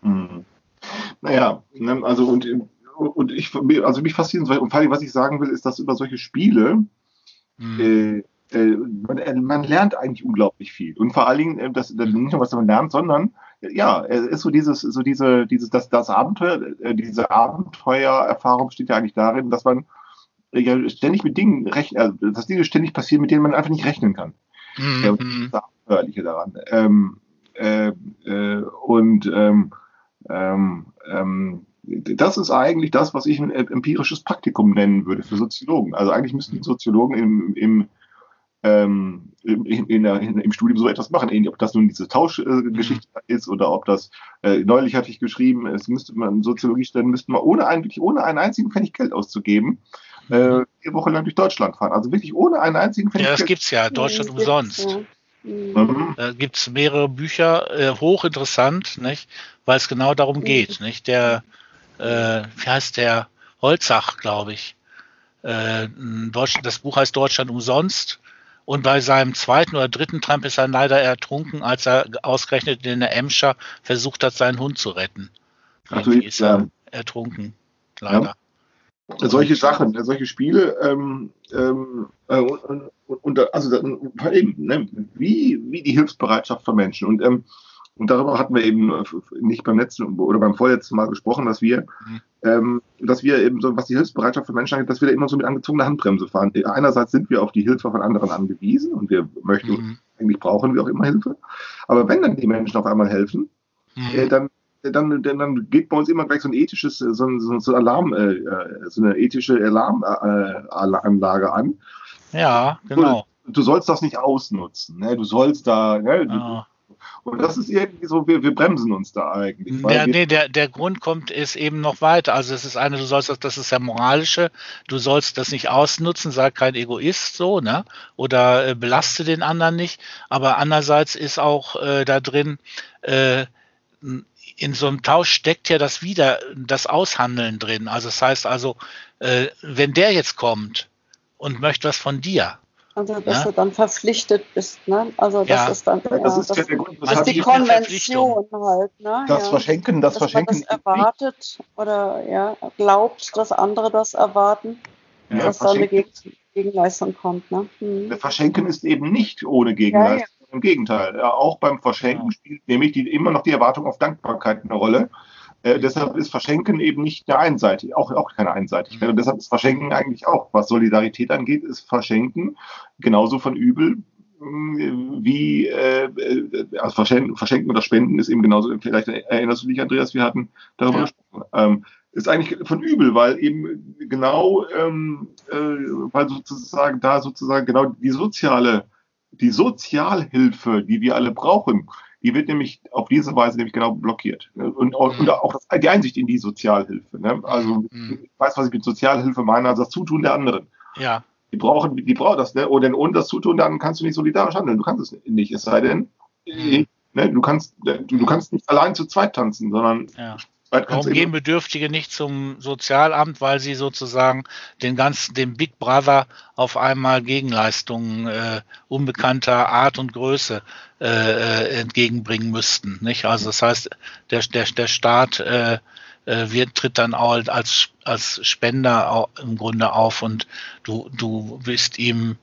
Naja, also mich fasziniert, und vor allem, was ich sagen will, ist, dass über solche Spiele man lernt eigentlich unglaublich viel. Und vor allen Dingen, nicht nur, was man lernt, sondern ja, es ist das Abenteuer, diese Abenteuererfahrung besteht ja eigentlich darin, dass man ja ständig mit Dingen dass Dinge ständig passieren, mit denen man einfach nicht rechnen kann. Und das ist das Abenteuerliche daran. das ist eigentlich das, was ich ein empirisches Praktikum nennen würde für Soziologen. Also eigentlich müssten die Soziologen im Studium so etwas machen, ob das nun diese Tauschgeschichte ist oder ob das, neulich hatte ich geschrieben, es müsste man Soziologie stellen, müsste man ohne einen einzigen Pfennig Geld auszugeben, 4 Wochen lang durch Deutschland fahren. Also wirklich ohne einen einzigen Pfennig Ja, das Geld. gibt's ja, Deutschland umsonst. Ja. Da gibt's mehrere Bücher, hochinteressant, nicht? Weil es genau darum geht, nicht? Der, wie heißt der? Holzach, glaube ich. Das Buch heißt Deutschland umsonst. Und bei seinem zweiten oder dritten Trump ist er leider ertrunken, als er ausgerechnet in der Emscher versucht hat, seinen Hund zu retten. Irgendwie ist er ertrunken, leider. Ja. Solche Sachen, solche Spiele, wie die Hilfsbereitschaft von Menschen. Und darüber hatten wir eben nicht beim letzten oder beim vorletzten Mal gesprochen, dass wir eben so, was die Hilfsbereitschaft von Menschen angeht, dass wir da immer so mit angezogener Handbremse fahren. Einerseits sind wir auf die Hilfe von anderen angewiesen und wir möchten, eigentlich brauchen wir auch immer Hilfe. Aber wenn dann die Menschen auf einmal helfen, dann geht bei uns immer gleich so ein ethisches, so eine ethische Alarmanlage an. Ja, genau. Du sollst das nicht ausnutzen, ne? Du sollst da, ne? Und das ist irgendwie so, wir bremsen uns da eigentlich. Der Grund ist eben noch weiter. Also es ist das ist ja moralische, du sollst das nicht ausnutzen, sei kein Egoist so, ne? Oder belaste den anderen nicht. Aber andererseits ist auch da drin, in so einem Tausch steckt ja das Aushandeln drin. Also das heißt also, wenn der jetzt kommt und möchte was von dir. Also, dass du dann verpflichtet bist, ne? Also, das ist dann, das ist die Konvention halt, ne? Das Verschenken, dass man das erwartet oder glaubt, dass andere das erwarten, dass da eine Gegenleistung kommt, ne? Verschenken ist eben nicht ohne Gegenleistung. Im Gegenteil, auch beim Verschenken spielt nämlich immer noch die Erwartung auf Dankbarkeit eine Rolle. Deshalb ist Verschenken eben nicht eine einseitig, auch keine Einseitigkeit. Und deshalb ist Verschenken eigentlich auch, was Solidarität angeht, ist Verschenken genauso von übel wie also Verschenken oder Spenden ist eben genauso, vielleicht erinnerst du dich, Andreas, wir hatten darüber gesprochen, ist eigentlich von übel, weil eben genau, weil sozusagen genau die Sozialhilfe, die wir alle brauchen, die wird nämlich auf diese Weise nämlich genau blockiert. Und auch die Einsicht in die Sozialhilfe. Ne? Also ich weiß, was ich mit Sozialhilfe meine, also das Zutun der anderen. Ja. Die brauchen das, ne? Denn ohne das Zutun der anderen kannst du nicht solidarisch handeln. Du kannst es nicht. Es sei denn, ne? du kannst nicht allein zu zweit tanzen, sondern warum gehen Bedürftige nicht zum Sozialamt? Weil sie sozusagen dem Big Brother auf einmal Gegenleistungen unbekannter Art und Größe entgegenbringen müssten. Nicht? Also das heißt, der Staat tritt dann auch als Spender im Grunde auf und du bist ihm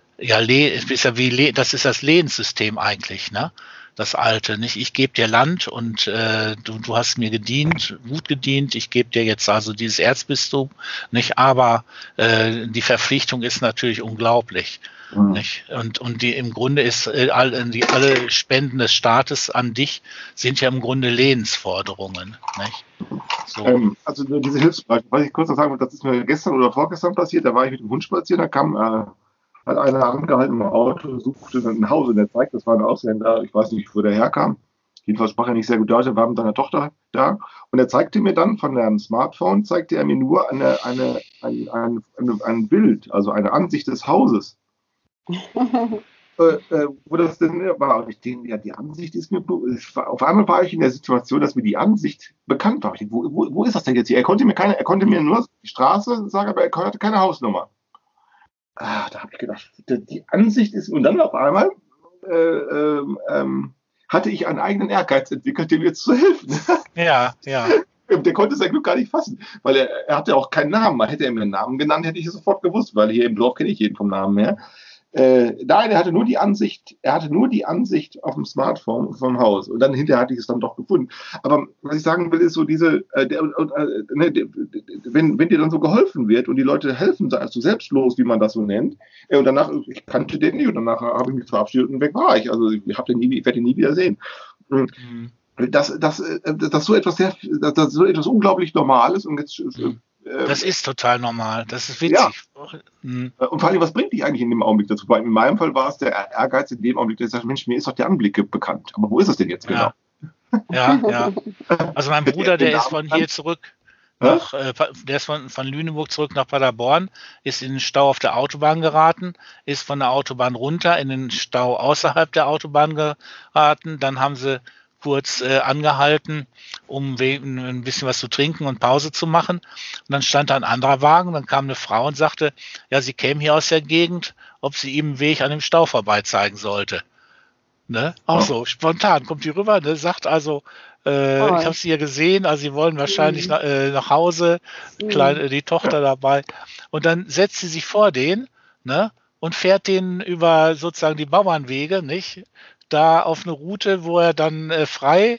das ist das Lehenssystem eigentlich, ne? Das alte, nicht? Ich gebe dir Land und du hast mir gut gedient, ich gebe dir jetzt also dieses Erzbistum, nicht? Aber die Verpflichtung ist natürlich unglaublich. Nicht? Und im Grunde ist alle Spenden des Staates an dich sind ja im Grunde Lehensforderungen. Nicht? So. Also diese Hilfsbereitschaft, was ich kurz noch sagen wollte, das ist mir gestern oder vorgestern passiert, da war ich mit dem Hund spazieren, da kam hat einer angehalten im Auto, suchte ein Haus und er zeigt, das war ein Ausländer, ich weiß nicht, wo der herkam. Jedenfalls sprach er nicht sehr gut Deutsch, er war mit seiner Tochter da. Und er zeigte mir dann von einem Smartphone, zeigte er mir nur ein Bild, also eine Ansicht des Hauses. Wo das denn war. Und ich denke, die Ansicht ist mir, auf einmal war ich in der Situation, dass mir die Ansicht bekannt war. Ich denke, wo ist das denn jetzt hier? Er konnte mir nur die Straße sagen, aber er hatte keine Hausnummer. Da habe ich gedacht, die Ansicht ist, und dann auf einmal hatte ich einen eigenen Ehrgeiz entwickelt, dem jetzt zu helfen. Ja. Der konnte sein Glück gar nicht fassen, weil er hatte auch keinen Namen. Hätte er mir einen Namen genannt, hätte ich es sofort gewusst, weil hier im Dorf kenne ich jeden vom Namen her. Nein, er hatte nur die Ansicht auf dem Smartphone vom Haus und dann hinterher hatte ich es dann doch gefunden. Aber was ich sagen will, ist so wenn dir dann so geholfen wird und die Leute helfen, also selbstlos, wie man das so nennt, und danach, ich kannte den nicht und danach habe ich mich verabschiedet und weg war ich. Also ich werde den nie wieder sehen. dass so etwas dass so etwas unglaublich Normales und jetzt Das ist total normal. Das ist ja. witzig. Mhm. Und vor allem, was bringt dich eigentlich in dem Augenblick dazu? Weil in meinem Fall war es der Ehrgeiz in dem Augenblick, dass ich sage, Mensch, mir ist doch der Anblick bekannt. Aber wo ist es denn jetzt genau? Ja. Also mein Bruder, der ist von hier zurück Hä? der ist von Lüneburg zurück nach Paderborn, ist in den Stau auf der Autobahn geraten, ist von der Autobahn runter in den Stau außerhalb der Autobahn geraten. Dann haben sie kurz angehalten, um ein bisschen was zu trinken und Pause zu machen. Und dann stand da ein anderer Wagen, dann kam eine Frau und sagte, ja, sie käme hier aus der Gegend, ob sie ihm einen Weg an dem Stau vorbei zeigen sollte. Ne? Auch so, spontan kommt die rüber, ne? Sagt also, ich habe sie ja gesehen, also sie wollen wahrscheinlich nach Hause, die Tochter dabei. Und dann setzt sie sich vor den, ne? Und fährt den über sozusagen die Bauernwege, nicht? Da auf eine Route, wo er dann frei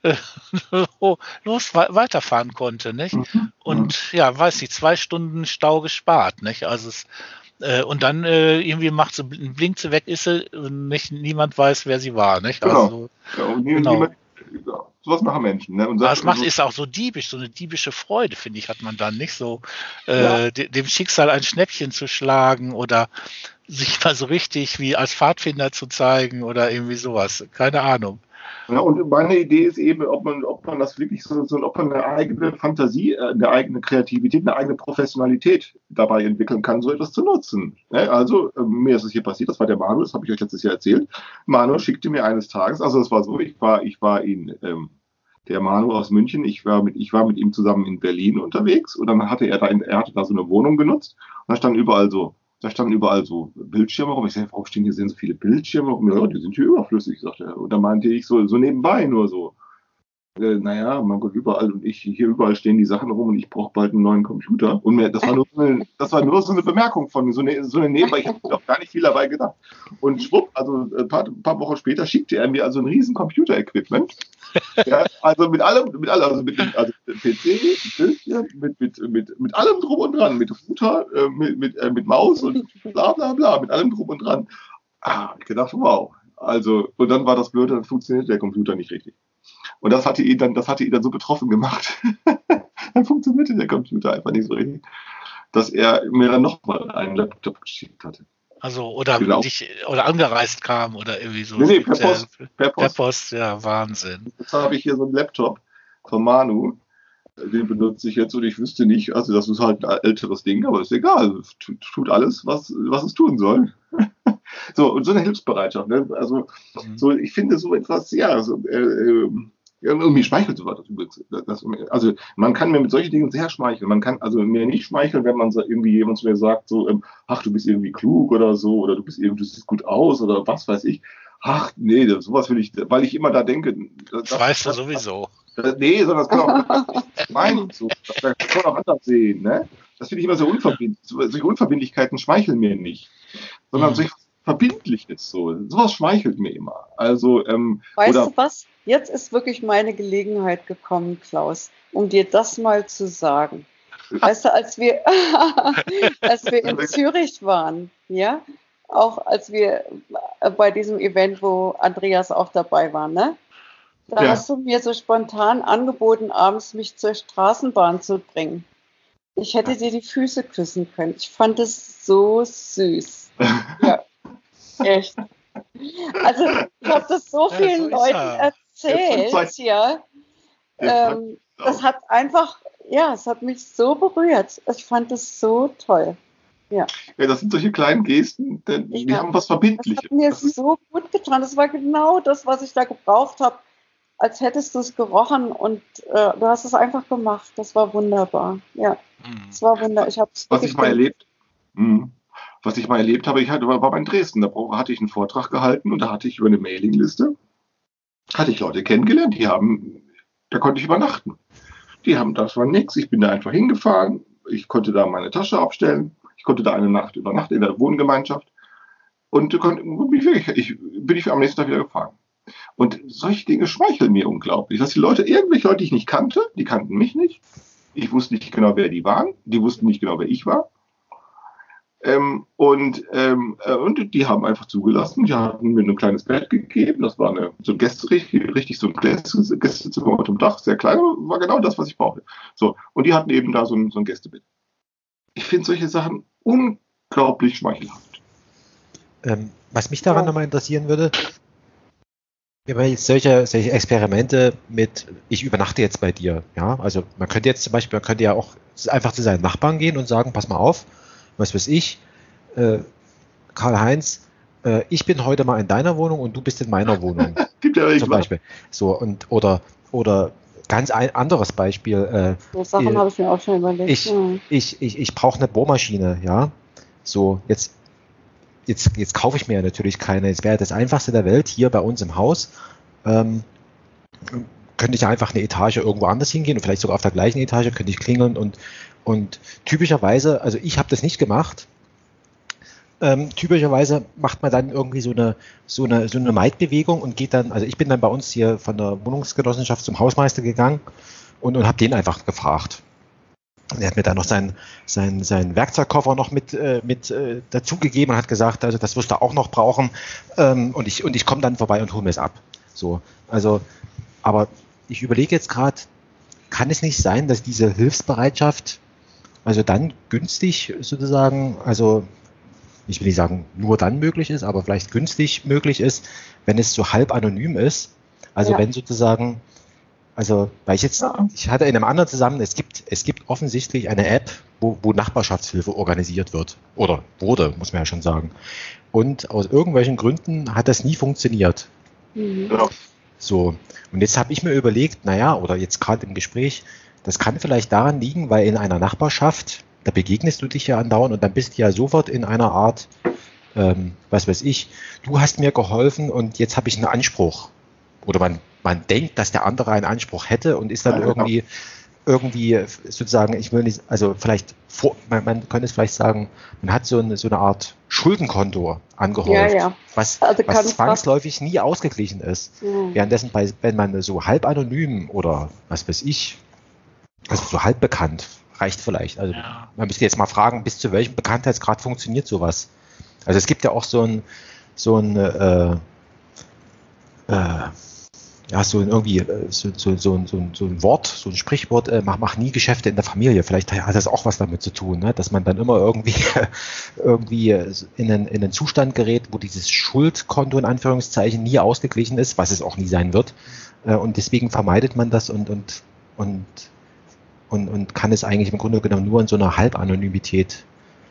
weiterfahren konnte, nicht? Und ja, weiß ich, 2 Stunden Stau gespart, nicht? Also und dann irgendwie blinkt sie weg, ist sie, und niemand weiß, wer sie war, nicht? Genau. Also, Ja, und genau. Sowas machen Menschen. Ne? Und Was macht, ist auch so diebisch, so eine diebische Freude, finde ich, hat man dann nicht so, dem Schicksal ein Schnäppchen zu schlagen oder sich mal so richtig wie als Pfadfinder zu zeigen oder irgendwie sowas. Keine Ahnung. Ja, und meine Idee ist eben, ob man das wirklich ob man eine eigene Fantasie, eine eigene Kreativität, eine eigene Professionalität dabei entwickeln kann, so etwas zu nutzen. Also, mir ist es hier passiert, das war der Manu, das habe ich euch letztes Jahr erzählt. Manu schickte mir eines Tages, also es war so, ich war der Manu aus München, ich war mit ihm zusammen in Berlin unterwegs und dann hatte er hatte da so eine Wohnung genutzt und da standen überall so Bildschirme rum. Ich sage, warum stehen hier so viele Bildschirme rum? Ja, die sind hier überflüssig, sagte er. Und dann meinte ich so nebenbei nur so. Naja, mein Gott, hier überall stehen die Sachen rum und ich brauche bald einen neuen Computer. Und das war nur so eine Bemerkung von mir, so eine Nebenbei, ich habe auch gar nicht viel dabei gedacht. Und schwupp, also ein paar Wochen später schickte er mir also ein riesen Computer-Equipment. Ja, also mit allem, also mit PC, Bildschirm, mit allem drum und dran, mit Router, mit Maus und bla bla bla, mit allem drum und dran. Ich gedacht, wow. Also, und dann war das Blöde, dann funktioniert der Computer nicht richtig. Und das hatte ihn dann so betroffen gemacht. Dann funktionierte der Computer einfach nicht so richtig, dass er mir dann nochmal einen Laptop geschickt hatte. Also, oder angereist kam oder irgendwie so. Nee, per Post. Per Post, ja, Wahnsinn. Jetzt habe ich hier so einen Laptop von Manu, den benutze ich jetzt und ich wüsste nicht, also das ist halt ein älteres Ding, aber ist egal, es tut alles, was es tun soll. So, und so eine Hilfsbereitschaft, ne? Also, so, ich finde so etwas, irgendwie schmeichelt sowas übrigens. Also, man kann mir mit solchen Dingen sehr schmeicheln. Man kann also mir nicht schmeicheln, wenn man irgendwie jemand zu mir sagt, so, ach, du bist irgendwie klug oder so, oder du siehst gut aus oder was weiß ich. Ach, nee, sowas will ich, weil ich immer da denke. Das weißt du sowieso. Nee, sondern das kann auch meinen, so. Das kann auch anders sehen, ne? Das finde ich immer so unverbindlich. Solche Unverbindlichkeiten schmeicheln mir nicht. Sondern solche Verbindliches, so. Sowas schmeichelt mir immer. Also, weißt du was? Jetzt ist wirklich meine Gelegenheit gekommen, Klaus, um dir das mal zu sagen. Weißt du, als wir in Zürich waren, ja, auch als wir bei diesem Event, wo Andreas auch dabei war, ne? Da hast du mir so spontan angeboten, abends mich zur Straßenbahn zu bringen. Ich hätte dir die Füße küssen können. Ich fand es so süß. Ja, echt. Also ich habe das so vielen Leuten erzählt, ja. Das hat einfach, es hat mich so berührt. Ich fand es so toll. Ja, das sind solche kleinen Gesten, die haben was Verbindliches. Das hat mir so gut getan. Das war genau das, was ich da gebraucht habe, als hättest du es gerochen und du hast es einfach gemacht. Das war wunderbar. Ja, es war wunderbar. Was ich mal erlebt habe, war in Dresden. Da hatte ich einen Vortrag gehalten und da hatte ich über eine Mailingliste Leute kennengelernt, da konnte ich übernachten. Das war nix. Ich bin da einfach hingefahren. Ich konnte da meine Tasche abstellen. Ich konnte da eine Nacht übernachten in der Wohngemeinschaft und bin ich am nächsten Tag wieder gefahren. Und solche Dinge schmeicheln mir unglaublich. Dass irgendwelche Leute, die ich nicht kannte, die kannten mich nicht. Ich wusste nicht genau, wer die waren. Die wussten nicht genau, wer ich war. Und die haben einfach zugelassen. Die hatten mir ein kleines Bett gegeben. Das war so ein richtig so ein Gästezimmer unter dem Dach, sehr klein, aber war genau das, was ich brauchte. So, und die hatten eben da so ein Gästebett. Ich finde solche Sachen unglaublich schmeichelhaft. Was mich daran nochmal interessieren würde, wenn jetzt solche Experimente mit, ich übernachte jetzt bei dir, ja, also man könnte jetzt zum Beispiel, ja auch einfach zu seinen Nachbarn gehen und sagen, pass mal auf, was weiß ich, Karl-Heinz, ich bin heute mal in deiner Wohnung und du bist in meiner Wohnung. Gibt ja zum Beispiel. So, oder ganz ein anderes Beispiel. So Sachen habe ich mir auch schon überlegt. Ich brauche eine Bohrmaschine, ja. So, jetzt kaufe ich mir ja natürlich keine. Jetzt wäre das Einfachste der Welt, hier bei uns im Haus, könnte ich einfach eine Etage irgendwo anders hingehen und vielleicht sogar auf der gleichen Etage könnte ich klingeln und typischerweise, also ich habe das nicht gemacht, typischerweise macht man dann irgendwie so eine Maidbewegung und geht dann, also ich bin dann bei uns hier von der Wohnungsgenossenschaft zum Hausmeister gegangen und habe den einfach gefragt. Er hat mir dann noch seinen Werkzeugkoffer noch mit dazugegeben und hat gesagt, also das wirst du auch noch brauchen und ich komme dann vorbei und hole mir es ab. So, also, aber ich überlege jetzt gerade, kann es nicht sein, dass diese Hilfsbereitschaft also dann günstig sozusagen, also ich will nicht sagen nur dann möglich ist, aber vielleicht günstig möglich ist, wenn es so halb anonym ist. Also wenn sozusagen, also weil ich hatte in einem anderen zusammen, es gibt offensichtlich eine App, wo Nachbarschaftshilfe organisiert wird. Oder wurde, muss man ja schon sagen. Und aus irgendwelchen Gründen hat das nie funktioniert. Ja. So, und jetzt habe ich mir überlegt, naja, oder jetzt gerade im Gespräch, das kann vielleicht daran liegen, weil in einer Nachbarschaft, da begegnest du dich ja andauernd und dann bist du ja sofort in einer Art, was weiß ich, du hast mir geholfen und jetzt habe ich einen Anspruch. Oder man denkt, dass der andere einen Anspruch hätte und ist dann irgendwie sozusagen, ich will nicht, also vielleicht, man könnte es vielleicht sagen, man hat so eine Art Schuldenkonto angehäuft, was zwangsläufig nie ausgeglichen ist. Währenddessen, wenn man so halb anonym oder was weiß ich, also so halb bekannt, reicht vielleicht. Also man müsste jetzt mal fragen, bis zu welchem Bekanntheitsgrad funktioniert sowas. Also es gibt ja auch so ein Wort, so ein Sprichwort, mach nie Geschäfte in der Familie. Vielleicht hat das auch was damit zu tun, ne? Dass man dann immer irgendwie in einen Zustand gerät, wo dieses Schuldkonto in Anführungszeichen nie ausgeglichen ist, was es auch nie sein wird. Und deswegen vermeidet man das und kann es eigentlich im Grunde genommen nur in so einer Halbanonymität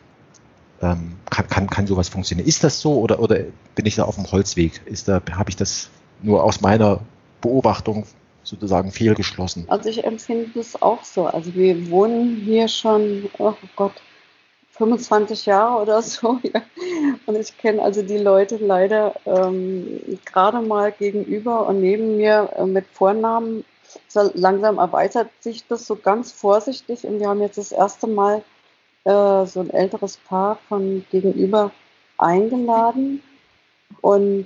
kann sowas funktionieren. Ist das so oder bin ich da auf dem Holzweg? Habe ich das nur aus meiner Beobachtung sozusagen fehlgeschlossen? Also ich empfinde das auch so. Also wir wohnen hier schon, oh Gott, 25 Jahre oder so. Ja. Und ich kenne also die Leute leider gerade mal gegenüber und neben mir mit Vornamen. So langsam erweitert sich das so ganz vorsichtig und wir haben jetzt das erste Mal so ein älteres Paar von gegenüber eingeladen und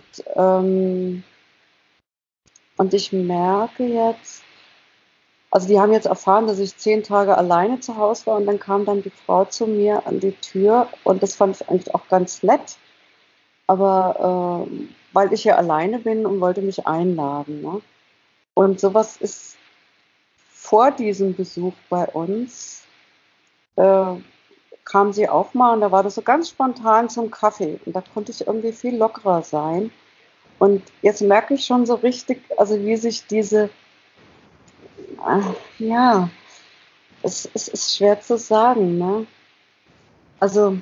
ich merke jetzt, also die haben jetzt erfahren, dass ich 10 Tage alleine zu Hause war und dann kam dann die Frau zu mir an die Tür und das fand ich eigentlich auch ganz nett, aber weil ich ja alleine bin und wollte mich einladen. Ne? Und sowas ist vor diesem Besuch bei uns, kam sie auch mal und da war das so ganz spontan zum Kaffee und da konnte ich irgendwie viel lockerer sein. Und jetzt merke ich schon so richtig, also wie sich diese, es ist schwer zu sagen, ne? Also,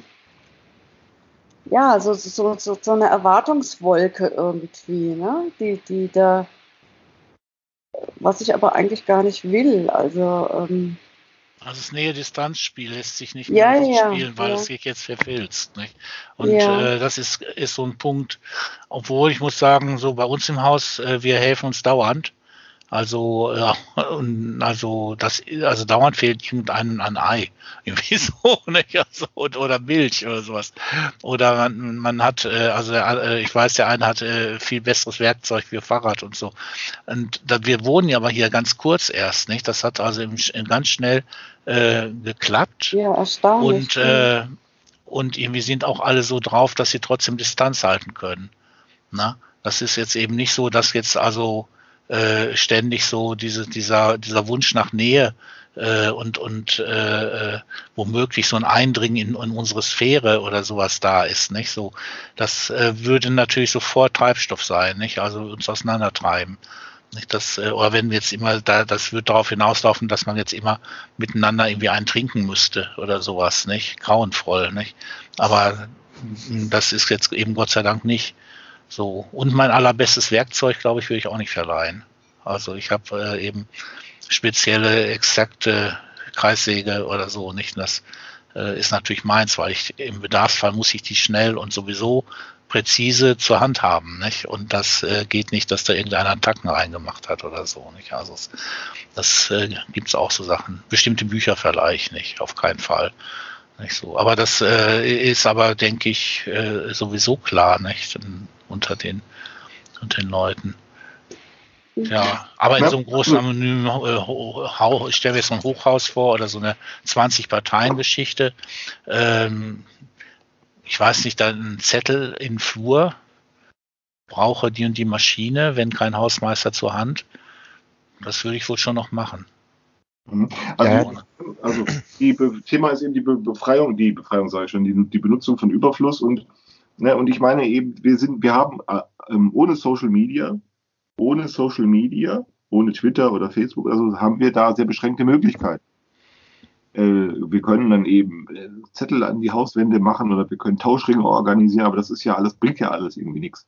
ja, so eine Erwartungswolke irgendwie, ne? Die da, was ich aber eigentlich gar nicht will, also, das Nähe-Distanz-Spiel lässt sich nicht mehr spielen, weil es sich jetzt verfilzt. Nicht? Und das ist so ein Punkt, obwohl ich muss sagen, so bei uns im Haus, wir helfen uns dauernd. Also, also dauernd fehlt irgendeinem ein Ei. Irgendwie so, nicht? Also, oder Milch oder sowas. Oder man hat, ich weiß, der eine hat viel besseres Werkzeug für Fahrrad und so. Und wir wohnen ja aber hier ganz kurz erst, nicht? Das hat also ganz schnell geklappt. Ja, erstaunlich. und irgendwie sind auch alle so drauf, dass sie trotzdem Distanz halten können. Na? Das ist jetzt eben nicht so, dass jetzt also ständig so dieser Wunsch nach Nähe und womöglich so ein Eindringen in unsere Sphäre oder sowas da ist, nicht so. Das würde natürlich sofort Treibstoff sein, nicht? Also uns auseinandertreiben. Nicht? Oder wenn wir jetzt immer das wird darauf hinauslaufen, dass man jetzt immer miteinander irgendwie einen trinken müsste oder sowas, nicht? Grauenvoll, nicht? Aber das ist jetzt eben Gott sei Dank nicht so. Und mein allerbestes Werkzeug, glaube ich, würde ich auch nicht verleihen. Also ich habe eben spezielle, exakte Kreissäge oder so, nicht? Das ist natürlich meins, weil im Bedarfsfall muss ich die schnell und sowieso präzise zur Hand haben, nicht? Und das geht nicht, dass da irgendeiner einen Tacken reingemacht hat oder so, nicht? Also das gibt's auch so Sachen. Bestimmte Bücher verleihe ich nicht, auf keinen Fall. Nicht so. Aber das ist aber, denke ich, sowieso klar, nicht? Unter den Leuten. Ja, aber in so einem großen anonymen ich stelle mir jetzt so ein Hochhaus vor oder so eine 20-Parteien-Geschichte. Ich weiß nicht, dann ein Zettel in Flur, brauche die und die Maschine, wenn kein Hausmeister zur Hand. Das würde ich wohl schon noch machen. Also Thema ist eben die Befreiung sage ich schon, die Benutzung von Überfluss und ich meine eben, wir haben ohne Social Media, ohne Twitter oder Facebook, also haben wir da sehr beschränkte Möglichkeiten. Wir können dann eben Zettel an die Hauswände machen oder wir können Tauschringe organisieren, aber das ist ja alles, bringt ja alles irgendwie nichts.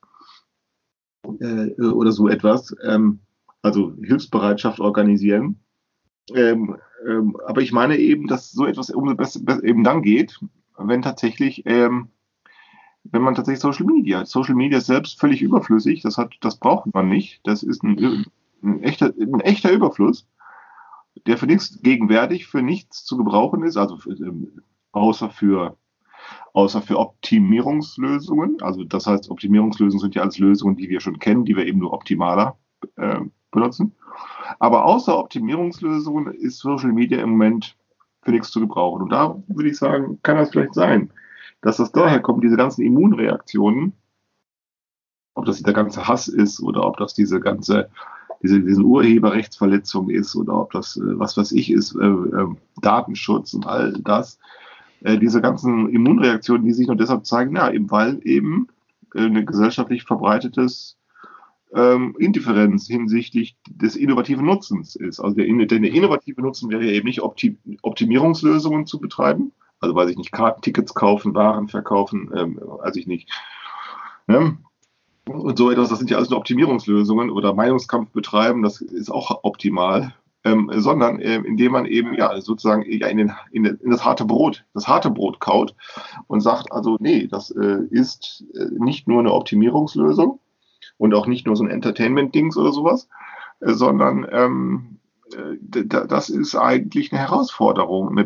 Oder so etwas. Also Hilfsbereitschaft organisieren. Aber ich meine eben, dass so etwas umso besser eben dann geht, wenn man tatsächlich Social Media ist selbst völlig überflüssig, das braucht man nicht, das ist ein echter Überfluss, der gegenwärtig für nichts zu gebrauchen ist, also außer für Optimierungslösungen, also das heißt, Optimierungslösungen sind ja alles Lösungen, die wir schon kennen, die wir eben nur optimaler benutzen, aber außer Optimierungslösungen ist Social Media im Moment für nichts zu gebrauchen und da würde ich sagen, kann das vielleicht sein, dass das daher kommt, diese ganzen Immunreaktionen, ob das der ganze Hass ist oder ob das diese Urheberrechtsverletzung ist oder ob das, was weiß ich, ist, Datenschutz und all das, diese ganzen Immunreaktionen, die sich nur deshalb zeigen, ja, eben weil eben eine gesellschaftlich verbreitetes Indifferenz hinsichtlich des innovativen Nutzens ist. Also der innovative Nutzen wäre eben nicht Optimierungslösungen zu betreiben, also weiß ich nicht, Kartentickets kaufen, Waren verkaufen, weiß ich nicht. Ne? Und so etwas, das sind ja alles nur Optimierungslösungen oder Meinungskampf betreiben, das ist auch optimal, sondern indem man eben ja sozusagen in das harte Brot kaut und sagt, also nee, das ist nicht nur eine Optimierungslösung und auch nicht nur so ein Entertainment-Dings oder sowas, sondern das ist eigentlich eine Herausforderung. Das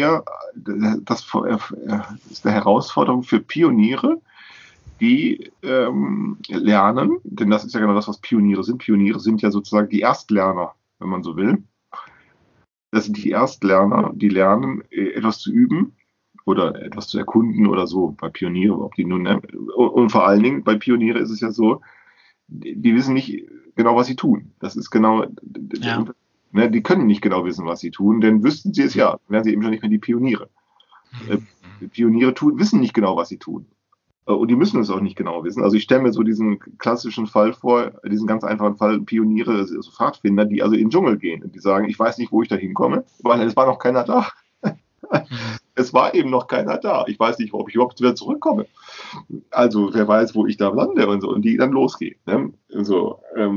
ist eine Herausforderung für Pioniere, die lernen, denn das ist ja genau das, was Pioniere sind. Pioniere sind ja sozusagen die Erstlerner, wenn man so will. Das sind die Erstlerner, die lernen, etwas zu üben oder etwas zu erkunden oder so. Bei Pioniere, und vor allen Dingen bei Pioniere ist es ja so, die wissen nicht genau, was sie tun. Das ist genau, ja. Die können nicht genau wissen, was sie tun, denn wüssten sie es ja, wären sie eben schon nicht mehr die Pioniere. Pioniere wissen nicht genau, was sie tun. Und die müssen es auch nicht genau wissen. Also ich stelle mir so diesen klassischen Fall vor, diesen ganz einfachen Fall, Pioniere, also Pfadfinder, die also in den Dschungel gehen und die sagen, ich weiß nicht, wo ich da hinkomme, weil es war noch keiner da. Es war eben noch keiner da. Ich weiß nicht, ob ich überhaupt wieder zurückkomme. Also wer weiß, wo ich da lande und so. Und die dann losgehen. Ne? So,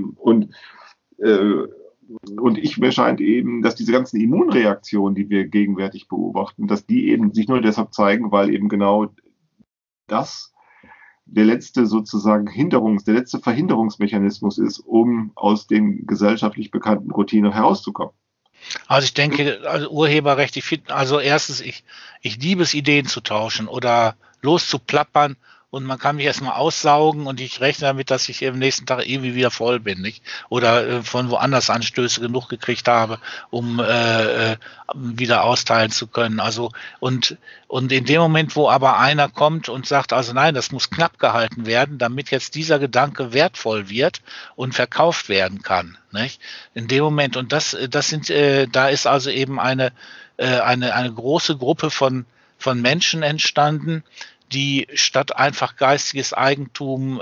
und mir scheint eben, dass diese ganzen Immunreaktionen, die wir gegenwärtig beobachten, dass die eben sich nur deshalb zeigen, weil eben genau das der letzte Verhinderungsmechanismus ist, um aus den gesellschaftlich bekannten Routinen herauszukommen. Also ich denke, also Urheberrecht, erstens, ich liebe es, Ideen zu tauschen oder loszuplappern und man kann mich erstmal aussaugen und ich rechne damit, dass ich am nächsten Tag irgendwie wieder voll bin, nicht? Oder von woanders Anstöße genug gekriegt habe, um wieder austeilen zu können. Also und in dem Moment, wo aber einer kommt und sagt, also nein, das muss knapp gehalten werden, damit jetzt dieser Gedanke wertvoll wird und verkauft werden kann, nicht? In dem Moment, und da ist also eben eine große Gruppe von Menschen entstanden, die statt einfach geistiges Eigentum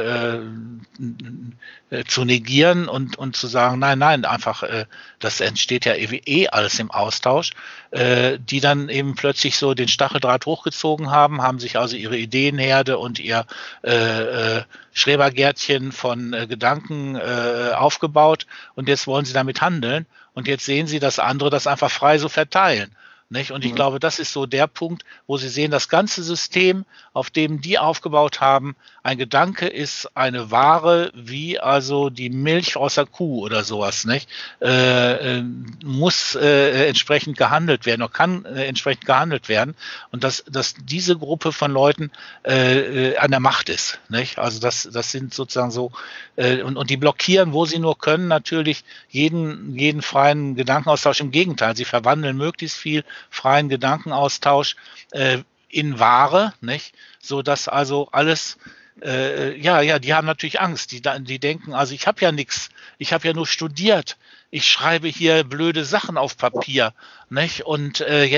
zu negieren und zu sagen, nein, einfach, das entsteht ja alles im Austausch, die dann eben plötzlich so den Stacheldraht hochgezogen haben sich also ihre Ideenherde und ihr Schrebergärtchen von Gedanken aufgebaut und jetzt wollen sie damit handeln und jetzt sehen sie, dass andere das einfach frei so verteilen. Nicht? Und ich glaube, das ist so der Punkt, wo Sie sehen, das ganze System, auf dem die aufgebaut haben, ein Gedanke ist eine Ware, wie also die Milch aus der Kuh oder sowas, nicht? Muss entsprechend gehandelt werden oder kann entsprechend gehandelt werden. Und dass diese Gruppe von Leuten an der Macht ist. Nicht? Also das sind sozusagen so, und die blockieren, wo sie nur können, natürlich jeden freien Gedankenaustausch. Im Gegenteil, sie verwandeln möglichst viel freien Gedankenaustausch in Ware, nicht? So dass also alles, die haben natürlich Angst. Die denken, also ich habe ja nichts, ich habe ja nur studiert. Ich schreibe hier blöde Sachen auf Papier, nicht? Und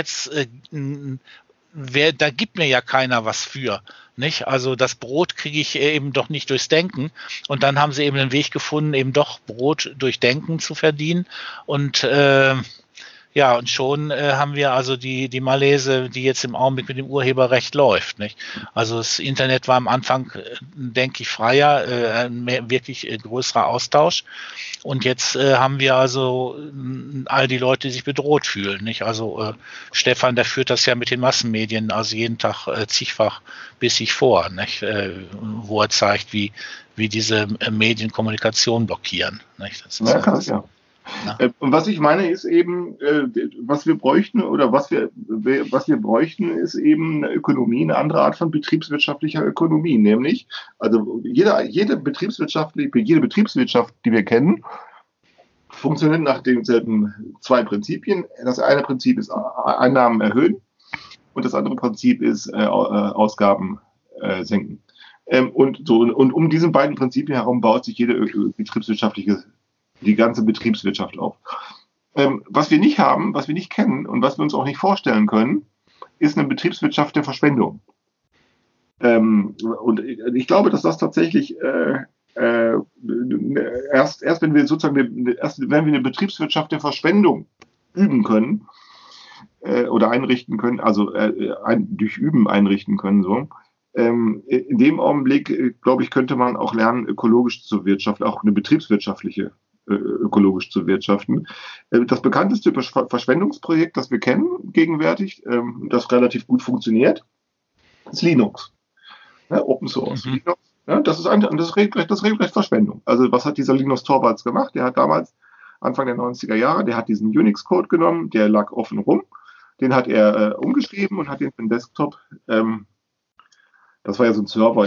da gibt mir ja keiner was für, nicht? Also das Brot kriege ich eben doch nicht durchs Denken. Und dann haben sie eben den Weg gefunden, eben doch Brot durch Denken zu verdienen. Und und schon haben wir also die Malaise, die jetzt im Augenblick mit dem Urheberrecht läuft, nicht? Also das Internet war am Anfang, denke ich, freier, wirklich größerer Austausch. Und jetzt haben wir also all die Leute, die sich bedroht fühlen, nicht? Also Stefan, der führt das ja mit den Massenmedien, also jeden Tag zigfach bissig vor, nicht? Wo er zeigt, wie diese Medien Kommunikation blockieren, nicht? Das ist krass, ja. Und was ich meine ist eben, was wir bräuchten oder was wir bräuchten, ist eben eine Ökonomie, eine andere Art von betriebswirtschaftlicher Ökonomie, nämlich, also jede Betriebswirtschaft, die wir kennen, funktioniert nach denselben zwei Prinzipien. Das eine Prinzip ist Einnahmen erhöhen und das andere Prinzip ist Ausgaben senken. Und um diesen beiden Prinzipien herum baut sich die ganze Betriebswirtschaft auf. Was wir nicht haben, was wir nicht kennen und was wir uns auch nicht vorstellen können, ist eine Betriebswirtschaft der Verschwendung. Und ich glaube, dass das tatsächlich erst wenn wir eine Betriebswirtschaft der Verschwendung üben können oder einrichten können, also durch Üben einrichten können, so. In dem Augenblick, glaube ich, könnte man auch lernen, ökologisch zu wirtschaften, auch eine betriebswirtschaftliche ökologisch zu wirtschaften. Das bekannteste Verschwendungsprojekt, das wir kennen gegenwärtig, das relativ gut funktioniert, ist Linux. Open Source. Linux, das ist regelrecht Verschwendung. Also was hat dieser Linus Torvalds gemacht? Der hat damals, Anfang der 90er Jahre, der hat diesen Unix-Code genommen, der lag offen rum, den hat er umgeschrieben und hat den für den Desktop, das war ja so ein Server,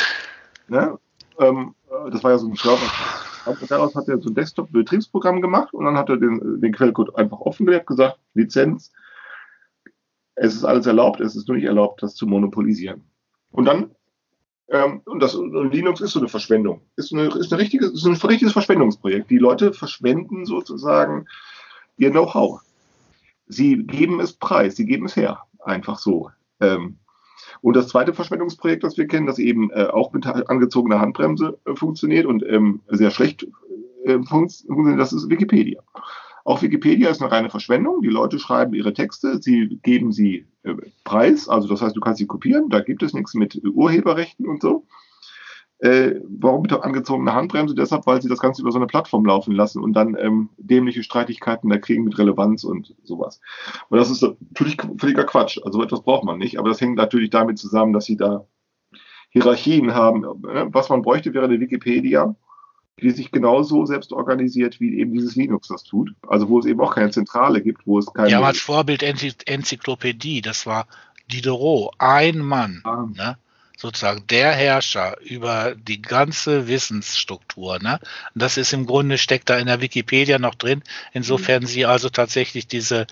das war ja so ein Server. Und daraus hat er so ein Desktop-Betriebsprogramm gemacht und dann hat er den Quellcode einfach offengelegt, gesagt, Lizenz, es ist alles erlaubt, es ist nur nicht erlaubt, das zu monopolisieren. Und dann, und Linux ist so eine Verschwendung, ist ein richtiges Verschwendungsprojekt. Die Leute verschwenden sozusagen ihr Know-how. Sie geben es preis, sie geben es her, einfach so. Und das zweite Verschwendungsprojekt, das wir kennen, das eben auch mit angezogener Handbremse funktioniert und sehr schlecht funktioniert, das ist Wikipedia. Auch Wikipedia ist eine reine Verschwendung. Die Leute schreiben ihre Texte, sie geben sie preis, also das heißt, du kannst sie kopieren, da gibt es nichts mit Urheberrechten und so. Warum mit angezogener Handbremse? Deshalb, weil sie das Ganze über so eine Plattform laufen lassen und dann dämliche Streitigkeiten da kriegen mit Relevanz und sowas. Und das ist natürlich völliger Quatsch. Also etwas braucht man nicht, aber das hängt natürlich damit zusammen, dass sie da Hierarchien haben. Was man bräuchte, wäre eine Wikipedia, die sich genauso selbst organisiert, wie eben dieses Linux das tut. Also wo es eben auch keine Zentrale gibt, wo es keine... Ja, als Vorbild Enzyklopädie, das war Diderot, ein Mann. Ne? sozusagen der Herrscher über die ganze Wissensstruktur. Ne? Und das ist im Grunde, steckt da in der Wikipedia noch drin, insofern sie also tatsächlich diese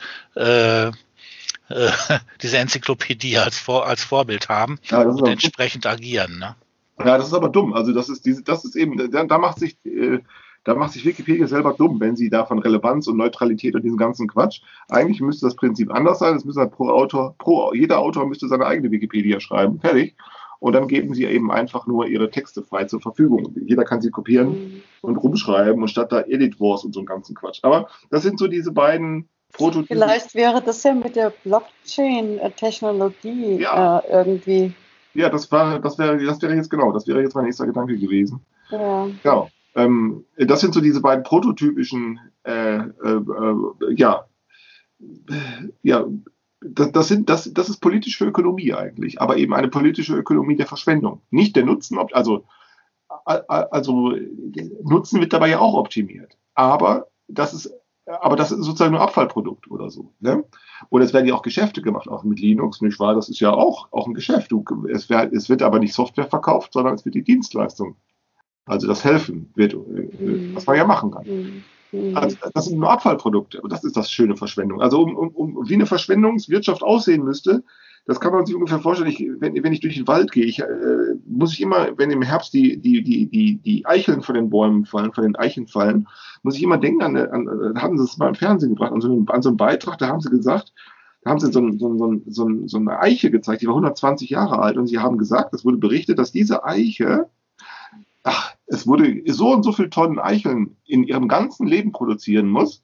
diese Enzyklopädie als Vorbild haben und entsprechend agieren. Ne? Ja, das ist aber dumm. Also das ist eben, da macht sich Wikipedia selber dumm, wenn sie da von Relevanz und Neutralität und diesen ganzen Quatsch. Eigentlich müsste das Prinzip anders sein. Es müsste halt jeder Autor müsste seine eigene Wikipedia schreiben. Fertig. Und dann geben sie eben einfach nur ihre Texte frei zur Verfügung. Jeder kann sie kopieren und rumschreiben und statt da Edit Wars und so einen ganzen Quatsch. Aber das sind so diese beiden Prototypen. Vielleicht wäre das ja mit der Blockchain-Technologie irgendwie. Ja, das wäre jetzt mein nächster Gedanke gewesen. Ja. Genau. Das sind so diese beiden prototypischen, das ist politische Ökonomie eigentlich, aber eben eine politische Ökonomie der Verschwendung. Nicht der Nutzen, also Nutzen wird dabei ja auch optimiert. Aber das ist sozusagen nur Abfallprodukt oder so. Ne? Oder es werden ja auch Geschäfte gemacht, auch mit Linux, nicht wahr? Das ist ja auch ein Geschäft. Es wird aber nicht Software verkauft, sondern es wird die Dienstleistung. Also das Helfen wird, was man ja machen kann. Also das sind nur Abfallprodukte. Und das ist das schöne Verschwendung. Also wie eine Verschwendungswirtschaft aussehen müsste, das kann man sich ungefähr vorstellen. Wenn ich durch den Wald gehe, muss ich immer, wenn im Herbst die Eicheln von den Bäumen fallen, von den Eichen fallen, muss ich immer denken hatten sie es mal im Fernsehen gebracht, an so einem Beitrag, da haben sie gesagt, da haben sie so eine Eiche gezeigt, die war 120 Jahre alt und sie haben gesagt, es wurde berichtet, dass diese Eiche, es wurde so und so viel Tonnen Eicheln in ihrem ganzen Leben produzieren muss,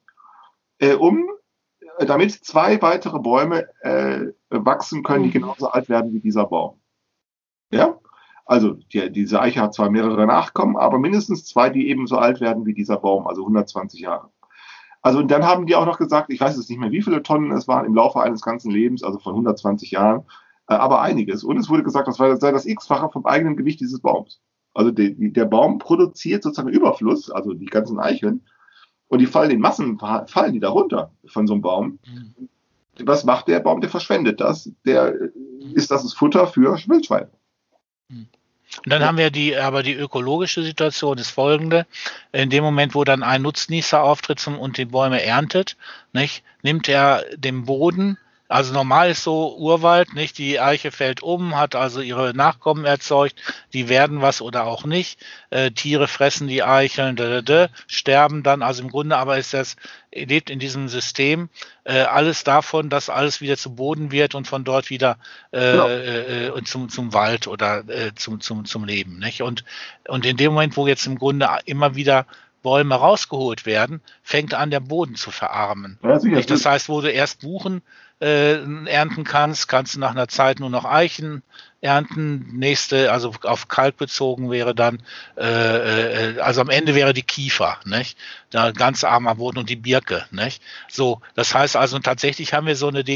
damit 2 weitere Bäume wachsen können, die genauso alt werden wie dieser Baum. Ja? Also diese Eiche hat zwar mehrere Nachkommen, aber mindestens 2, die ebenso alt werden wie dieser Baum, also 120 Jahre. Also und dann haben die auch noch gesagt, ich weiß jetzt nicht mehr, wie viele Tonnen es waren im Laufe eines ganzen Lebens, also von 120 Jahren, aber einiges. Und es wurde gesagt, das sei das X-fache vom eigenen Gewicht dieses Baums. Also der Baum produziert sozusagen Überfluss, also die ganzen Eicheln, und die fallen in Massen, fallen die da runter von so einem Baum. Was macht der Baum? Der verschwendet das. Das ist Futter für Wildschweine. Und dann haben wir aber die ökologische Situation ist folgende. In dem Moment, wo dann ein Nutznießer auftritt und die Bäume erntet, nicht, nimmt er den Boden. Also normal ist so Urwald, nicht? Die Eiche fällt um, hat also ihre Nachkommen erzeugt, die werden was oder auch nicht. Tiere fressen die Eicheln, sterben dann. Also im Grunde aber lebt in diesem System alles davon, dass alles wieder zu Boden wird und von dort wieder zum Wald oder zum Leben, nicht? Und in dem Moment, wo jetzt im Grunde immer wieder Bäume rausgeholt werden, fängt an, der Boden zu verarmen. Ja, das heißt, wo du erst Buchen ernten kannst du nach einer Zeit nur noch Eichen ernten. Nächste, also auf Kalk bezogen wäre dann, also am Ende wäre die Kiefer, nicht? Da ganz armer Boden und die Birke, nicht? So, das heißt also tatsächlich haben wir so eine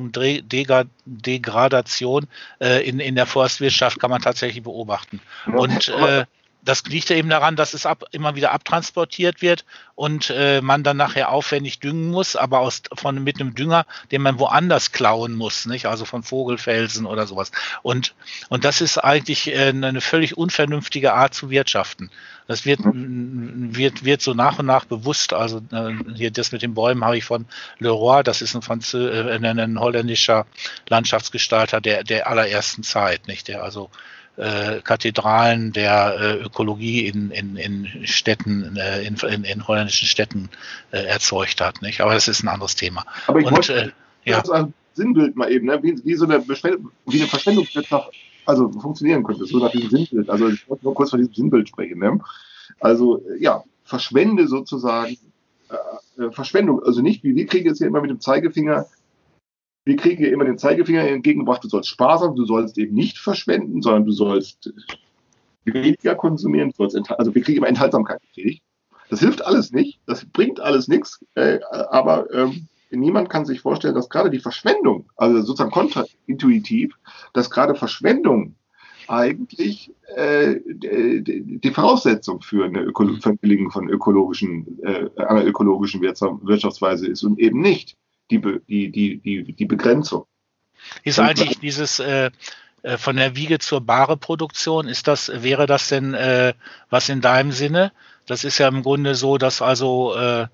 Degradation in der Forstwirtschaft, kann man tatsächlich beobachten. Und das liegt ja eben daran, dass es immer wieder abtransportiert wird und man dann nachher aufwendig düngen muss, aber mit einem Dünger, den man woanders klauen muss, nicht? Also von Vogelfelsen oder sowas. Und das ist eigentlich eine völlig unvernünftige Art zu wirtschaften. Das wird so nach und nach bewusst. Also hier das mit den Bäumen habe ich von Leroy, das ist ein holländischer Landschaftsgestalter der allerersten Zeit, nicht? Der also Kathedralen der Ökologie in Städten, in holländischen Städten erzeugt hat, nicht? Aber das ist ein anderes Thema. Aber ich wollte das ein Sinnbild mal eben, ne? wie eine Verschwendungswirtschaft also funktionieren könnte, so nach diesem Sinnbild. Also ich wollte nur kurz von diesem Sinnbild sprechen. Ne? Also verschwende sozusagen Verschwendung. Also nicht, wie wir kriegen jetzt hier immer mit dem Zeigefinger. Wir kriegen ja immer den Zeigefinger entgegengebracht, du sollst sparsam, du sollst eben nicht verschwenden, sondern du sollst weniger konsumieren. Also wir kriegen immer Enthaltsamkeit gefähigt. Das hilft alles nicht, das bringt alles nichts, aber niemand kann sich vorstellen, dass gerade die Verschwendung, also sozusagen kontraintuitiv, dass gerade Verschwendung eigentlich die Voraussetzung für eine Gelingen von einer ökologischen Wirtschaftsweise ist und eben nicht die Begrenzung. Ist eigentlich dieses von der Wiege zur Bahre-Produktion, wäre das denn was in deinem Sinne? Das ist ja im Grunde so, dass also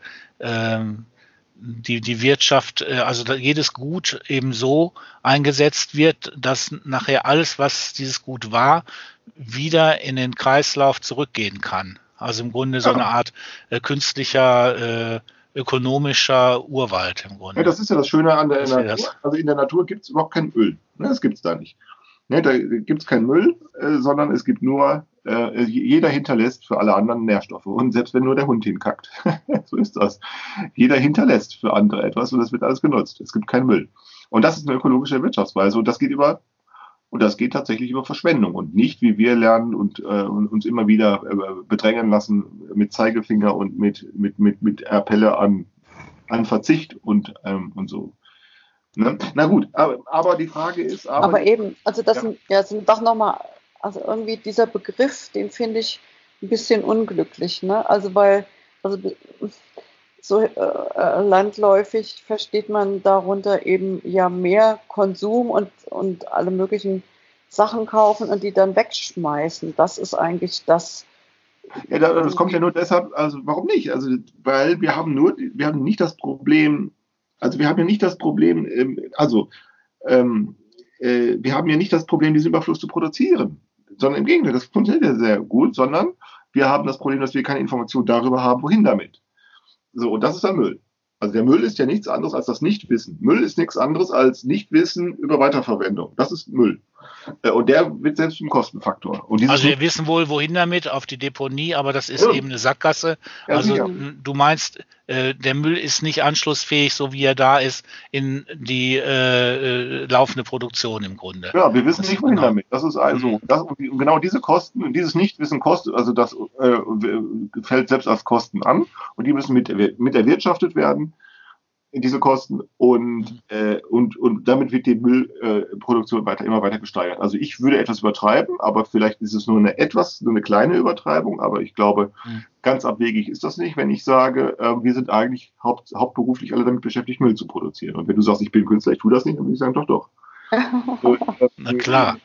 die Wirtschaft, jedes Gut eben so eingesetzt wird, dass nachher alles, was dieses Gut war, wieder in den Kreislauf zurückgehen kann. Also im Grunde so eine Art künstlicher, ökonomischer Urwald im Grunde. Ja, das ist ja das Schöne an der Natur. Also in der Natur gibt es überhaupt keinen Müll. Ne, das gibt es da nicht. Ne, da gibt es keinen Müll, sondern es gibt nur, jeder hinterlässt für alle anderen Nährstoffe. Und selbst wenn nur der Hund hinkackt, so ist das. Jeder hinterlässt für andere etwas und das wird alles genutzt. Es gibt keinen Müll. Und das ist eine ökologische Wirtschaftsweise. Und das geht tatsächlich über Verschwendung und nicht, wie wir lernen und uns immer wieder bedrängen lassen mit Zeigefinger und mit Appelle an Verzicht und so. Ne? Na gut, aber die Frage ist... Aber eben, also das sind doch nochmal, also irgendwie dieser Begriff, den finde ich ein bisschen unglücklich, ne? Also weil, so landläufig versteht man darunter eben ja mehr Konsum und alle möglichen Sachen kaufen und die dann wegschmeißen. Das ist eigentlich das. Ja, das kommt ja nur deshalb, also warum nicht? Also, weil wir haben nicht das Problem, wir haben ja nicht das Problem, diesen Überfluss zu produzieren, sondern im Gegenteil, das funktioniert ja sehr gut, sondern wir haben das Problem, dass wir keine Information darüber haben, wohin damit. So, und das ist der Müll. Also der Müll ist ja nichts anderes als das Nichtwissen. Müll ist nichts anderes als Nichtwissen über Weiterverwendung. Das ist Müll. Und der wird selbst ein Kostenfaktor. Und also wir wissen wohl, wohin damit, auf die Deponie, aber das ist eben eine Sackgasse. Ja, also sicher. Du meinst, der Müll ist nicht anschlussfähig, so wie er da ist, in die laufende Produktion im Grunde. Ja, wir wissen nicht, wohin damit. Das ist also, genau diese Kosten, dieses Nichtwissen kostet, also das fällt selbst als Kosten an und die müssen mit erwirtschaftet werden. Diese Kosten und damit wird die Müllproduktion immer weiter gesteigert. Also ich würde etwas übertreiben, aber vielleicht ist es nur eine kleine Übertreibung, aber ich glaube, ganz abwegig ist das nicht, wenn ich sage, wir sind eigentlich hauptberuflich alle damit beschäftigt, Müll zu produzieren. Und wenn du sagst, ich bin Künstler, ich tue das nicht, dann würde ich sagen, doch, doch. Na klar.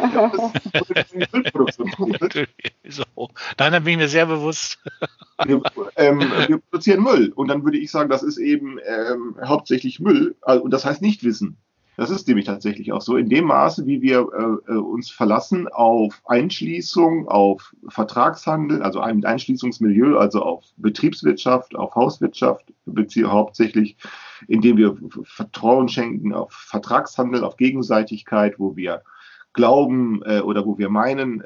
So. Nein, bin ich mir sehr bewusst. Wir produzieren Müll und dann würde ich sagen, das ist eben hauptsächlich Müll und das heißt Nichtwissen. Das ist nämlich tatsächlich auch so. In dem Maße, wie wir uns verlassen auf Einschließung, auf Vertragshandel, also ein Einschließungsmilieu, also auf Betriebswirtschaft, auf Hauswirtschaft, hauptsächlich, indem wir Vertrauen schenken auf Vertragshandel, auf Gegenseitigkeit, wo wir glauben oder wo wir meinen,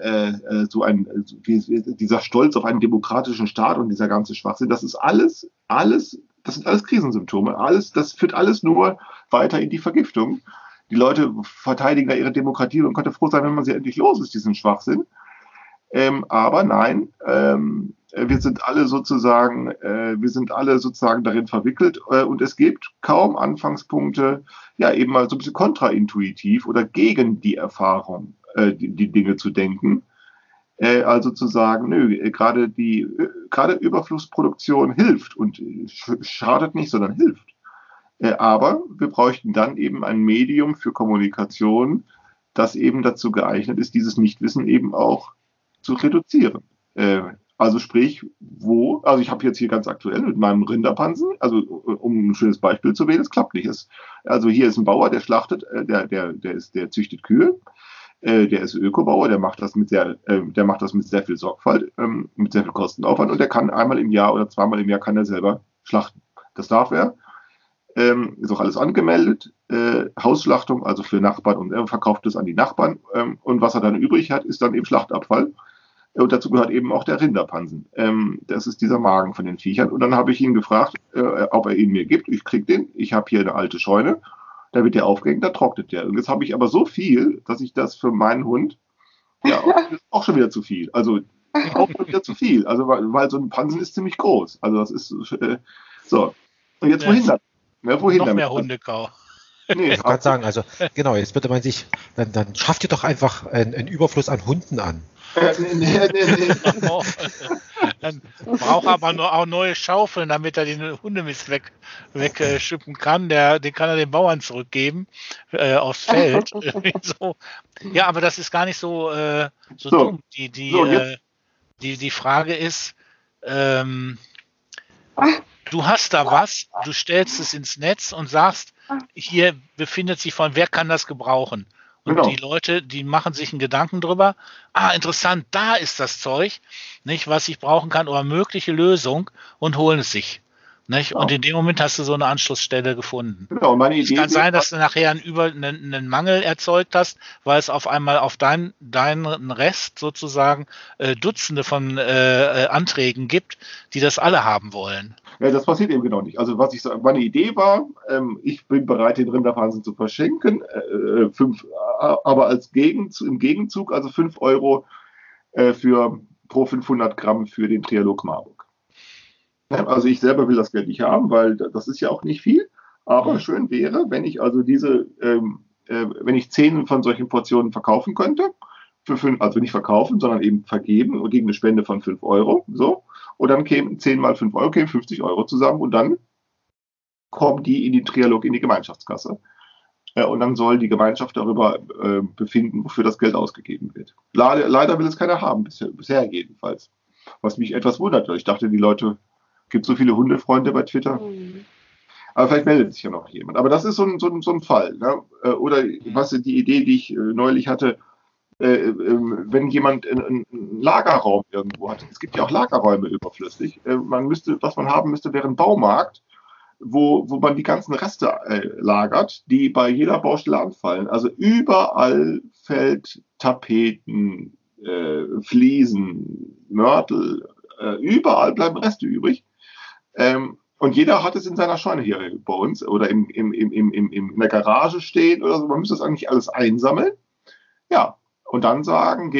dieser Stolz auf einen demokratischen Staat und dieser ganze Schwachsinn, das ist alles, das sind alles Krisensymptome. Das führt alles nur weiter in die Vergiftung. Die Leute verteidigen da ihre Demokratie und könnte froh sein, wenn man sie endlich los ist, diesen Schwachsinn. Aber nein, wir sind alle sozusagen darin verwickelt und es gibt kaum Anfangspunkte, ja eben mal so ein bisschen kontraintuitiv oder gegen die Erfahrung, die Dinge zu denken. Also zu sagen, gerade Überflussproduktion hilft und schadet nicht, sondern hilft. Aber wir bräuchten dann eben ein Medium für Kommunikation, das eben dazu geeignet ist, dieses Nichtwissen eben auch zu reduzieren. Also sprich, also ich habe jetzt hier ganz aktuell mit meinem Rinderpansen, also um ein schönes Beispiel zu wählen, es klappt nicht. Also hier ist ein Bauer, der schlachtet, der züchtet Kühe. Der ist Ökobauer, der macht das mit sehr viel Sorgfalt, mit sehr viel Kostenaufwand und der kann einmal im Jahr oder zweimal im Jahr kann er selber schlachten. Das darf er. Ist auch alles angemeldet. Hausschlachtung, also für Nachbarn und er verkauft es an die Nachbarn. Und was er dann übrig hat, ist dann eben Schlachtabfall. Und dazu gehört eben auch der Rinderpansen. Das ist dieser Magen von den Viechern. Und dann habe ich ihn gefragt, ob er ihn mir gibt. Ich kriege den. Ich habe hier eine alte Scheune. Da wird der aufgehängt, da trocknet der. Und jetzt habe ich aber so viel, dass ich das für meinen Hund, ja, auch schon wieder zu viel. Also auch schon wieder zu viel. Also weil so ein Pansen ist ziemlich groß. Also das ist so. Und jetzt wohin damit? Wohin noch damit? Mehr Hundekau. Nee, Ich kann sagen, also genau, jetzt würde man sich, dann schafft ihr doch einfach einen Überfluss an Hunden an. nee. Oh, dann braucht er aber auch neue Schaufeln, damit er den Hundemist wegschippen kann. Den kann er den Bauern zurückgeben aufs Feld. So. Ja, aber das ist gar nicht so So. dumm. So, jetzt. Die Frage ist, du hast da was, du stellst es ins Netz und sagst, hier befindet sich wer kann das gebrauchen? Und Genau. die Leute, die machen sich einen Gedanken drüber, interessant, da ist das Zeug, nicht, was ich brauchen kann oder mögliche Lösung und holen es sich. Nicht? Genau. Und in dem Moment hast du so eine Anschlussstelle gefunden. Genau, meine Es Idee kann sein, dass du nachher einen Mangel erzeugt hast, weil es auf einmal auf deinen Rest sozusagen Dutzende von Anträgen gibt, die das alle haben wollen. Ja, das passiert eben genau nicht. Also meine Idee war, ich bin bereit, den Rinderwahnsinn zu verschenken, aber im Gegenzug also 5 Euro pro 500 Gramm für den Trialog Marburg. Also ich selber will das Geld nicht haben, weil das ist ja auch nicht viel. Aber schön wäre, wenn ich also wenn ich 10 von solchen Portionen verkaufen könnte, also nicht verkaufen, sondern eben vergeben und gegen eine Spende von 5 Euro, so. Und dann kämen 10 mal 5 Euro, kämen 50 Euro zusammen und dann kommen die in den Trialog, in die Gemeinschaftskasse. Und dann soll die Gemeinschaft darüber befinden, wofür das Geld ausgegeben wird. Leider will es keiner haben, bisher jedenfalls. Was mich etwas wundert, weil ich dachte, gibt so viele Hundefreunde bei Twitter. Aber vielleicht meldet sich ja noch jemand. Aber das ist so ein Fall. Ne? Oder die Idee, die ich neulich hatte, wenn jemand einen Lagerraum irgendwo hat. Es gibt ja auch Lagerräume überflüssig. Was man haben müsste, wäre ein Baumarkt, wo man die ganzen Reste lagert, die bei jeder Baustelle anfallen. Also überall fällt Tapeten, Fliesen, Mörtel, überall bleiben Reste übrig. Und jeder hat es in seiner Scheune hier bei uns oder in der Garage stehen oder so. Man müsste das eigentlich alles einsammeln. Ja. Und dann sagen,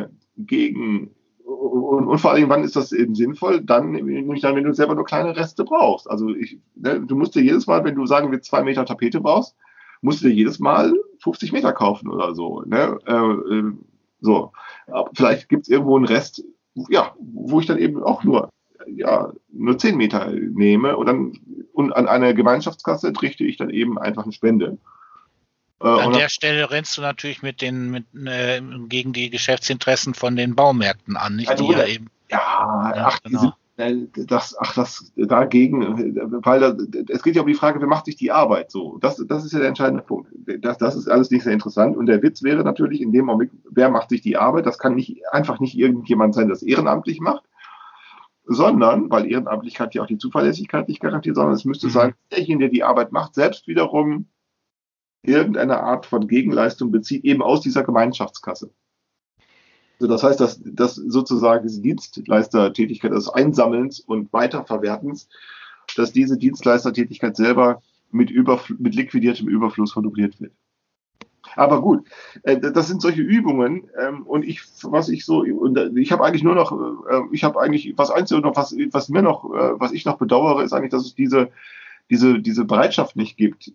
und vor allem, wann ist das eben sinnvoll? Nämlich dann, wenn du selber nur kleine Reste brauchst. Also du musst dir jedes Mal, wenn du, sagen wir, 2 Meter Tapete brauchst, musst du dir jedes Mal 50 Meter kaufen oder so. Ne? So. Aber vielleicht gibt es irgendwo einen Rest, ja, wo ich dann eben auch nur 10 Meter nehme und an eine Gemeinschaftskasse richte ich dann eben einfach eine Spende. An der Stelle rennst du natürlich gegen die Geschäftsinteressen von den Baumärkten an, nicht? Also, es geht ja um die Frage, wer macht sich die Arbeit so? Das ist ja der entscheidende Punkt. Das ist alles nicht sehr interessant. Und der Witz wäre natürlich in dem Augenblick, wer macht sich die Arbeit? Das kann einfach nicht irgendjemand sein, der das ehrenamtlich macht, sondern, weil Ehrenamtlichkeit ja auch die Zuverlässigkeit nicht garantiert, sondern es müsste sein, derjenige, der die Arbeit macht, selbst wiederum irgendeine Art von Gegenleistung bezieht, eben aus dieser Gemeinschaftskasse. Also das heißt, dass sozusagen diese Dienstleistertätigkeit des Einsammelns und Weiterverwertens, dass diese Dienstleistertätigkeit selber mit liquidiertem Überfluss honoriert wird. Aber gut, das sind solche Übungen und ich habe eigentlich nur noch, was ich noch bedauere, ist eigentlich, dass es diese Bereitschaft nicht gibt,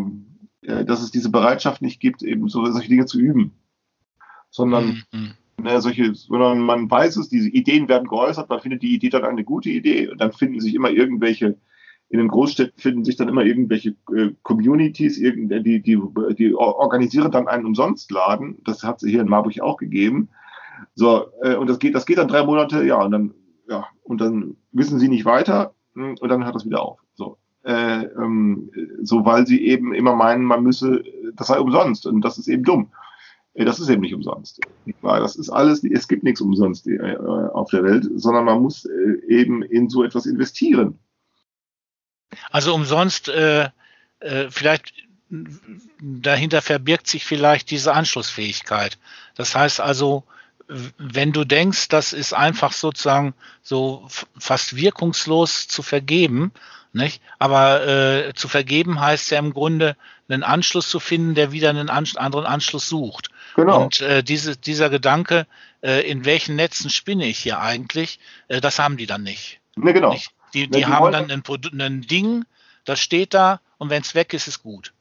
eben solche Dinge zu üben, sondern man weiß es, diese Ideen werden geäußert, man findet die Idee dann eine gute Idee und dann finden sich immer in den Großstädten finden sich dann immer irgendwelche Communities, die organisieren dann einen Umsonstladen, das hat es hier in Marburg auch gegeben, so, und das geht dann 3 Monate, und dann wissen sie nicht weiter und dann hört das wieder auf, so. Weil sie eben immer meinen, das sei umsonst und das ist eben dumm. Das ist eben nicht umsonst. Das ist alles, es gibt nichts umsonst auf der Welt, sondern man muss eben in so etwas investieren. Also umsonst, vielleicht dahinter verbirgt sich vielleicht diese Anschlussfähigkeit. Das heißt also, wenn du denkst, das ist einfach sozusagen so fast wirkungslos zu vergeben, nicht? Aber zu vergeben heißt ja im Grunde, einen Anschluss zu finden, der wieder einen anderen Anschluss sucht. Genau. Und dieser Gedanke, in welchen Netzen spinne ich hier eigentlich, das haben die dann nicht. Ne, genau. Nicht? Die haben dann ein Ding, das steht da und wenn es weg ist, ist gut.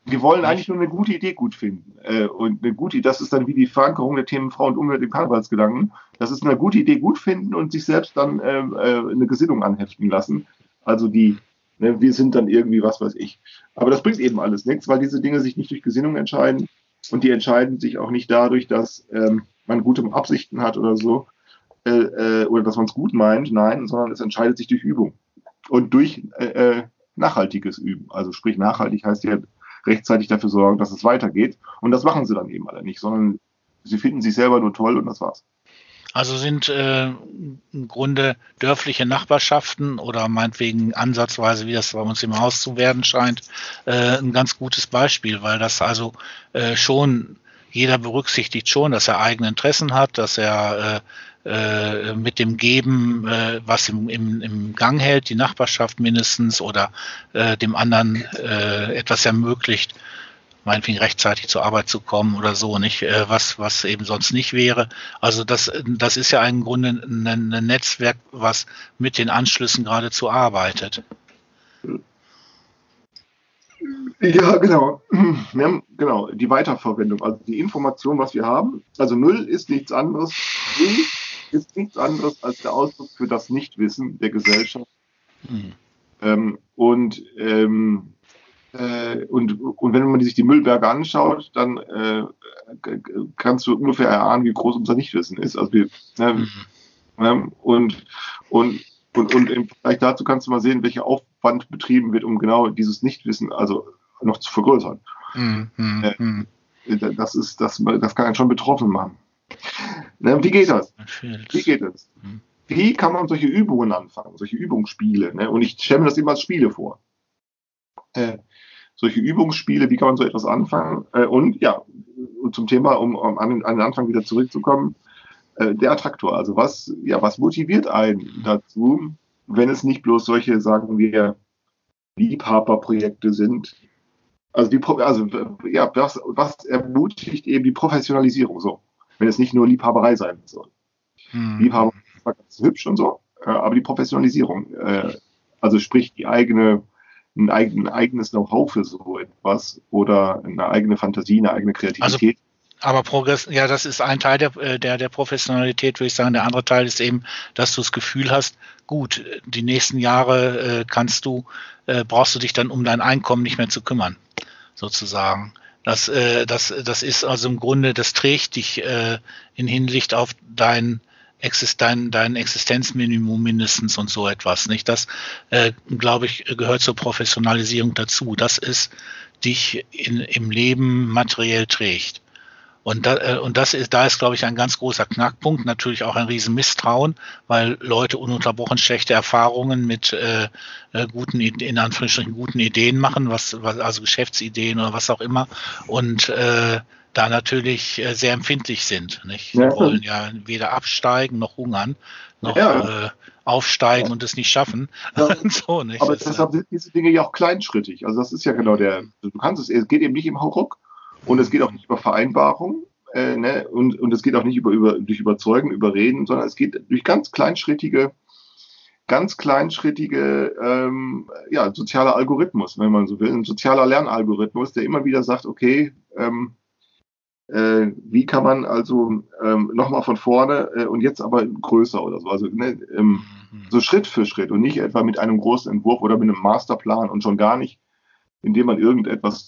Wir wollen eigentlich nur eine gute Idee gut finden. Und eine gute, das ist dann wie die Verankerung der Themen Frau und Umwelt im Karnevalsgedanken. Das ist eine gute Idee gut finden und sich selbst dann eine Gesinnung anheften lassen. Also wir sind dann irgendwie was weiß ich. Aber das bringt eben alles nichts, weil diese Dinge sich nicht durch Gesinnung entscheiden und die entscheiden sich auch nicht dadurch, dass man gute Absichten hat oder so oder dass man es gut meint, nein, sondern es entscheidet sich durch Übung und durch nachhaltiges Üben. Also sprich nachhaltig heißt ja rechtzeitig dafür sorgen, dass es weitergeht. Und das machen sie dann eben alle nicht, sondern sie finden sich selber nur toll und das war's. Also sind im Grunde dörfliche Nachbarschaften oder meinetwegen ansatzweise, wie das bei uns im Haus zu werden scheint, ein ganz gutes Beispiel, weil das also schon, jeder berücksichtigt schon, dass er eigene Interessen hat, dass er mit dem Geben, was im Gang hält, die Nachbarschaft mindestens oder dem anderen etwas ermöglicht, meinetwegen rechtzeitig zur Arbeit zu kommen oder so, nicht, was eben sonst nicht wäre. Also das ist ja im Grunde ein Netzwerk, was mit den Anschlüssen geradezu arbeitet. Ja, genau. Genau, die Weiterverwendung, also die Information, was wir haben. Also Null ist nichts anderes. Null ist nichts anderes als der Ausdruck für das Nichtwissen der Gesellschaft. Und wenn man sich die Müllberge anschaut, dann kannst du ungefähr erahnen, wie groß unser Nichtwissen ist. Also und im Vergleich dazu kannst du mal sehen, welcher Aufwand betrieben wird, um genau dieses Nichtwissen also noch zu vergrößern. Das kann einen schon betroffen machen. Wie geht das? Wie kann man solche Übungen anfangen, solche Übungsspiele? Ne? Und ich stelle mir das immer als Spiele vor. Solche Übungsspiele, wie kann man so etwas anfangen? Und zum Thema, um an den Anfang wieder zurückzukommen, der Attraktor. Also was motiviert einen dazu, wenn es nicht bloß solche, sagen wir, Liebhaberprojekte sind? Also was ermutigt eben die Professionalisierung so, wenn es nicht nur Liebhaberei sein soll. Liebhaber ist ganz hübsch und so, aber die Professionalisierung, also sprich ein eigenes Know-how für so etwas oder eine eigene Fantasie, eine eigene Kreativität. Aber das ist ein Teil der Professionalität, würde ich sagen. Der andere Teil ist eben, dass du das Gefühl hast, gut, die nächsten Jahre brauchst du dich dann um dein Einkommen nicht mehr zu kümmern, sozusagen. Das ist also im Grunde, das trägt dich in Hinsicht auf dein Existenzminimum mindestens und so etwas, nicht? Das, glaube ich, gehört zur Professionalisierung dazu, dass es dich im Leben materiell trägt. Und da ist, glaube ich, ein ganz großer Knackpunkt, natürlich auch ein riesen Misstrauen, weil Leute ununterbrochen schlechte Erfahrungen mit in Anführungsstrichen guten Ideen machen, also Geschäftsideen oder was auch immer, und da natürlich sehr empfindlich sind. Nicht? Sie wollen ja weder absteigen noch hungern, noch aufsteigen und es nicht schaffen. So, nicht? Aber deshalb sind diese Dinge ja auch kleinschrittig. Also das ist ja genau es geht eben nicht im Hauruck und es geht auch nicht über Vereinbarung und es geht auch nicht durch Überzeugen, Überreden, sondern es geht durch ganz kleinschrittige sozialer Algorithmus, wenn man so will, ein sozialer Lernalgorithmus, der immer wieder sagt, okay, wie kann man also nochmal von vorne und jetzt aber größer oder so, also so Schritt für Schritt und nicht etwa mit einem großen Entwurf oder mit einem Masterplan und schon gar nicht, indem man irgendetwas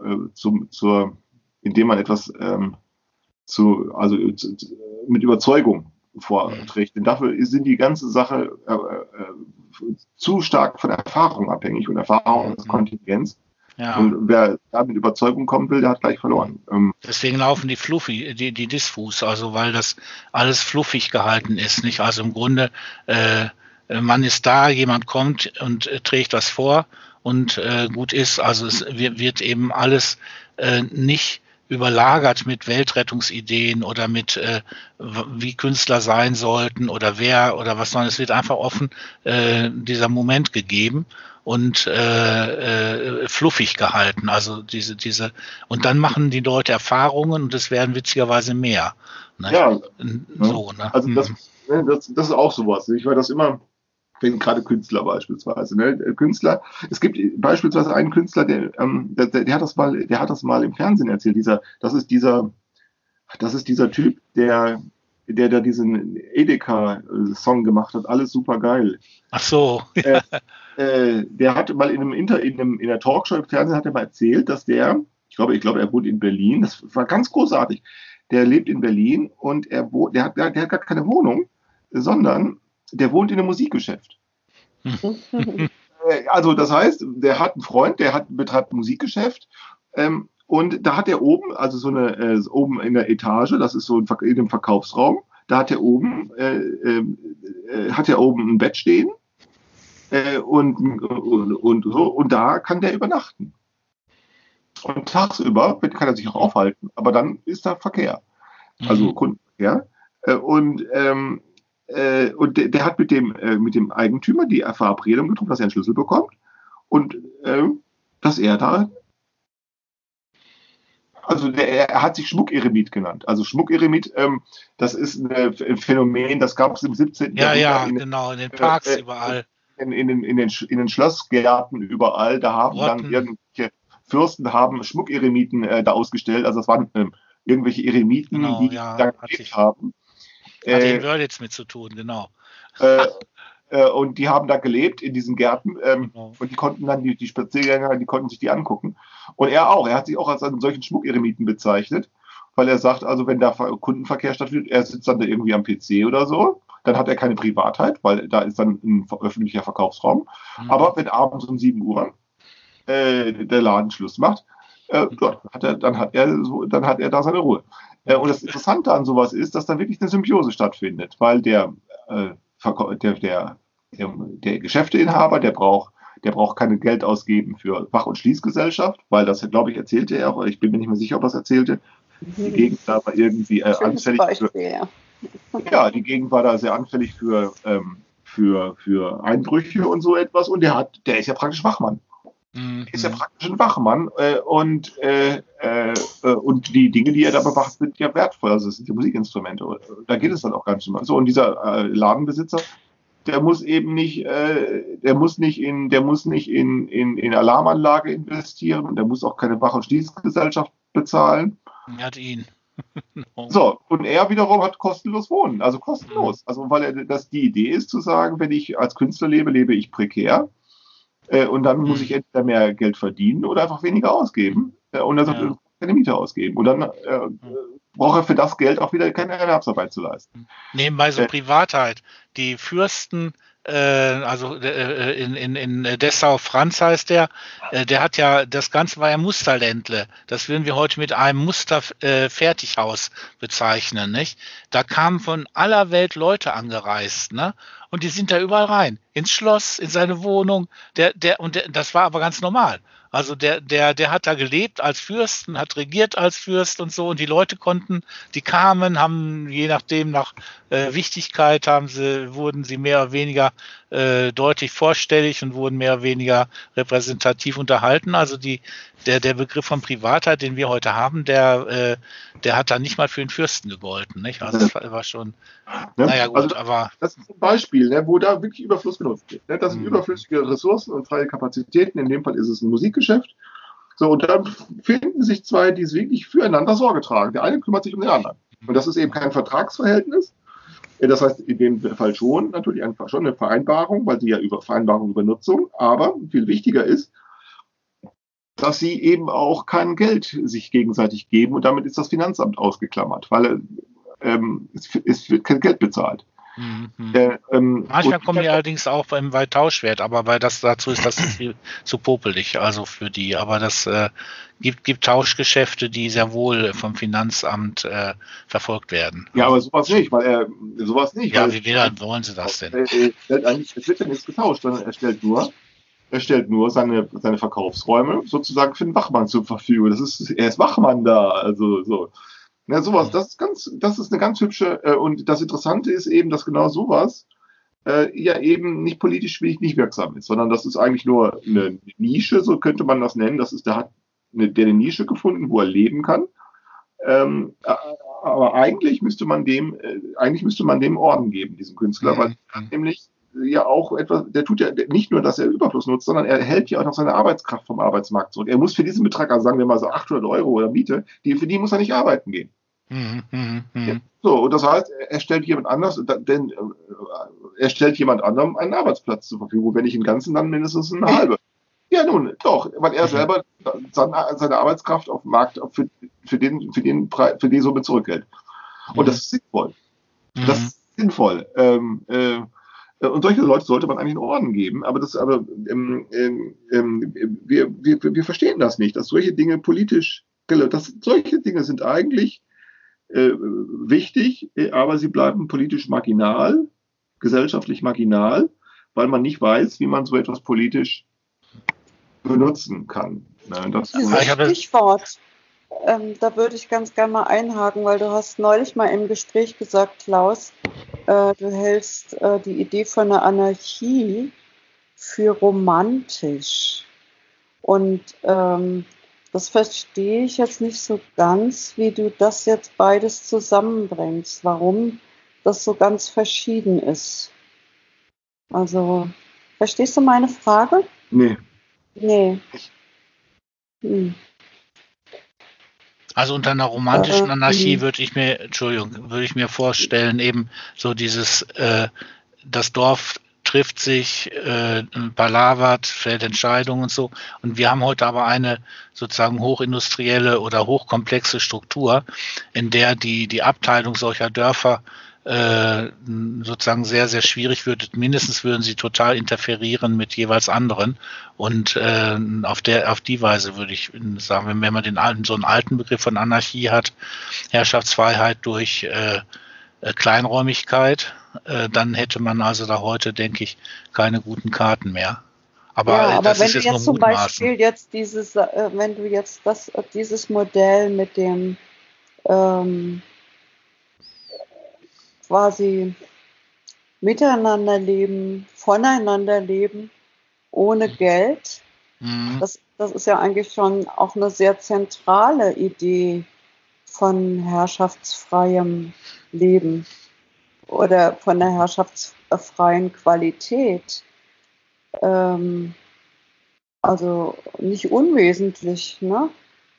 mit Überzeugung vorträgt. Denn dafür sind die ganze Sache zu stark von Erfahrung abhängig und Erfahrung ist Kontingenz. Ja. Und wer da mit Überzeugung kommen will, der hat gleich verloren. Deswegen laufen die diffus, also weil das alles fluffig gehalten ist, nicht? Also im Grunde, man ist da, jemand kommt und trägt was vor und gut ist. Also es wird eben alles nicht überlagert mit Weltrettungsideen oder mit wie Künstler sein sollten oder wer oder was, sondern es wird einfach offen dieser Moment gegeben und fluffig gehalten. Also diese und dann machen die Leute Erfahrungen und es werden witzigerweise mehr. Ne? Ja. So, ne? Also das ist auch sowas. Ich war das immer wenn gerade Künstler beispielsweise. Ne? Künstler, es gibt beispielsweise einen Künstler, der hat das mal im Fernsehen erzählt. Das ist dieser Typ, der da diesen Edeka-Song gemacht hat. Alles super geil. Ach so. Der hatte mal in der Talkshow im Fernsehen hat er mal erzählt, dass ich glaube, er wohnt in Berlin. Das war ganz großartig. Der lebt in Berlin und der hat gar keine Wohnung, sondern der wohnt in einem Musikgeschäft. Also das heißt, der hat einen Freund, betreibt ein Musikgeschäft und da hat er oben, also oben in der Etage, das ist so in dem Verkaufsraum, da hat er oben ein Bett stehen und da kann der übernachten. Und tagsüber kann er sich auch aufhalten, aber dann ist da Verkehr, also Kundenverkehr. Und der hat mit dem Eigentümer die Verabredung getroffen, dass er einen Schlüssel bekommt und dass er da, also er hat sich Schmuckeremit genannt. Also Schmuckeremit, das ist ein Phänomen, das gab es im 17. Jahrhundert. Ja, genau, in den Parks überall. In den Schlossgärten überall, da haben dann irgendwelche Fürsten Schmuckeremiten da ausgestellt. Also das waren irgendwelche Eremiten, die da gelebt haben. Hat in Wörlitz mit zu tun, genau. Und die haben da gelebt in diesen Gärten und die konnten dann die Spaziergänger, die konnten sich die angucken. Und er auch. Er hat sich auch als einen solchen Schmuckeremiten bezeichnet, weil er sagt, also wenn da Kundenverkehr stattfindet, er sitzt dann da irgendwie am PC oder so, dann hat er keine Privatheit, weil da ist dann ein öffentlicher Verkaufsraum. Aber wenn abends um 7 Uhr der Laden Schluss macht, dann hat er da seine Ruhe. Und das Interessante an sowas ist, dass da wirklich eine Symbiose stattfindet, weil der Geschäfteinhaber, der braucht kein Geld ausgeben für Wach- und Schließgesellschaft, weil das, glaube ich, erzählte er auch, ich bin mir nicht mehr sicher, ob er es erzählte. Die Gegend da war irgendwie anfällig für, die Gegend war da sehr anfällig für Einbrüche und so etwas und der ist ja praktisch Wachmann. Ist ja praktisch ein Wachmann und die Dinge, die er da bewacht, sind ja wertvoll. Also es sind ja Musikinstrumente. Da geht es dann auch ganz normal. So, und dieser Ladenbesitzer, der muss nicht in Alarmanlage investieren und der muss auch keine Wach- und Schließgesellschaft bezahlen. Er hat ihn. So, und er wiederum hat kostenlos Wohnen, also kostenlos. Also weil die Idee ist zu sagen, wenn ich als Künstler lebe ich prekär. Und dann muss ich entweder mehr Geld verdienen oder einfach weniger ausgeben. Und dann sagt er, keine Miete ausgeben. Und dann braucht er für das Geld auch wieder keine Erwerbsarbeit zu leisten. Nebenbei so Privatheit. Die Fürsten, in Dessau, Franz heißt der hat ja, das Ganze war ja Musterländle. Das würden wir heute mit einem Musterfertighaus bezeichnen, nicht? Da kamen von aller Welt Leute angereist, ne? Und die sind da überall rein. Ins Schloss, in seine Wohnung. Das war aber ganz normal. Also der hat da gelebt als Fürsten, hat regiert als Fürst und so. Und die Leute die kamen, haben je nachdem nach Wichtigkeit wurden sie mehr oder weniger deutlich vorstellig und wurden mehr oder weniger repräsentativ unterhalten. Also der Begriff von Privatheit, den wir heute haben, der hat da nicht mal für den Fürsten gegolten, nicht? Also das war schon, naja gut, also, aber... Das ist ein Beispiel, ne, wo da wirklich Überfluss genutzt wird. Ne? Das sind überflüssige Ressourcen und freie Kapazitäten. In dem Fall ist es ein Musikgeschäft. So, und dann finden sich zwei, die wirklich füreinander Sorge tragen. Der eine kümmert sich um den anderen. Und das ist eben kein Vertragsverhältnis. Das heißt, in dem Fall schon, natürlich einfach schon eine Vereinbarung, weil sie ja Vereinbarung über Nutzung, aber viel wichtiger ist, dass sie eben auch kein Geld sich gegenseitig geben und damit ist das Finanzamt ausgeklammert, weil es wird kein Geld bezahlt. Manchmal kommen die allerdings auch bei Tauschwert, aber dazu ist das viel zu popelig, also für die. Aber das gibt Tauschgeschäfte, die sehr wohl vom Finanzamt verfolgt werden. Ja, aber sowas nicht, sowas nicht. Ja, wie wollen sie das denn? Es wird ja nichts getauscht, sondern er stellt nur seine Verkaufsräume sozusagen für den Wachmann zur Verfügung. Er ist Wachmann da, also so. Ja, sowas, das ist eine ganz hübsche, und das Interessante ist eben, dass genau sowas ja eben nicht politisch nicht wirksam ist, sondern das ist eigentlich nur eine Nische, so könnte man das nennen. Der hat eine Nische gefunden, wo er leben kann. Aber eigentlich müsste man dem Orden geben, diesem Künstler, weil er hat nämlich ja auch etwas, der tut ja nicht nur, dass er Überfluss nutzt, sondern er hält ja auch noch seine Arbeitskraft vom Arbeitsmarkt zurück. Er muss für diesen Betrag, also sagen wir mal so 800 Euro oder Miete, für die muss er nicht arbeiten gehen. So, und das heißt, er stellt jemand anders, er stellt jemand anderem einen Arbeitsplatz zur Verfügung, wenn nicht im Ganzen, dann mindestens eine halbe. Ja, nun, doch, weil er selber seine Arbeitskraft auf dem Markt für die Summe zurückhält. Und das ist sinnvoll. Das ist sinnvoll. Und solche Leute sollte man eigentlich in Orden geben, aber wir verstehen das nicht, dass solche Dinge solche Dinge sind eigentlich wichtig, aber sie bleiben politisch marginal, gesellschaftlich marginal, weil man nicht weiß, wie man so etwas politisch benutzen kann. Dieses Stichwort, da würde ich ganz gerne mal einhaken, weil du hast neulich mal im Gespräch gesagt, Klaus, du hältst die Idee von der Anarchie für romantisch. Und das verstehe ich jetzt nicht so ganz, wie du das jetzt beides zusammenbringst, warum das so ganz verschieden ist. Also, verstehst du meine Frage? Nee. Also unter einer romantischen Anarchie würde ich mir vorstellen, eben so dieses, das Dorf trifft sich, palavert, fällt Entscheidungen und so. Und wir haben heute aber eine sozusagen hochindustrielle oder hochkomplexe Struktur, in der die Abteilung solcher Dörfer sozusagen sehr, sehr schwierig wird. Mindestens würden sie total interferieren mit jeweils anderen. Und auf die Weise würde ich sagen, wenn man so einen alten Begriff von Anarchie hat, Herrschaftsfreiheit durch Kleinräumigkeit, dann hätte man also da heute, denke ich, keine guten Karten mehr. Aber das wenn ist du jetzt jetzt nur zum Mutmaßen. Beispiel wenn du jetzt dieses Modell mit dem quasi miteinander leben, voneinander leben, ohne Geld, das ist ja eigentlich schon auch eine sehr zentrale Idee von herrschaftsfreiem Leben oder von der herrschaftsfreien Qualität. Also nicht unwesentlich, ne?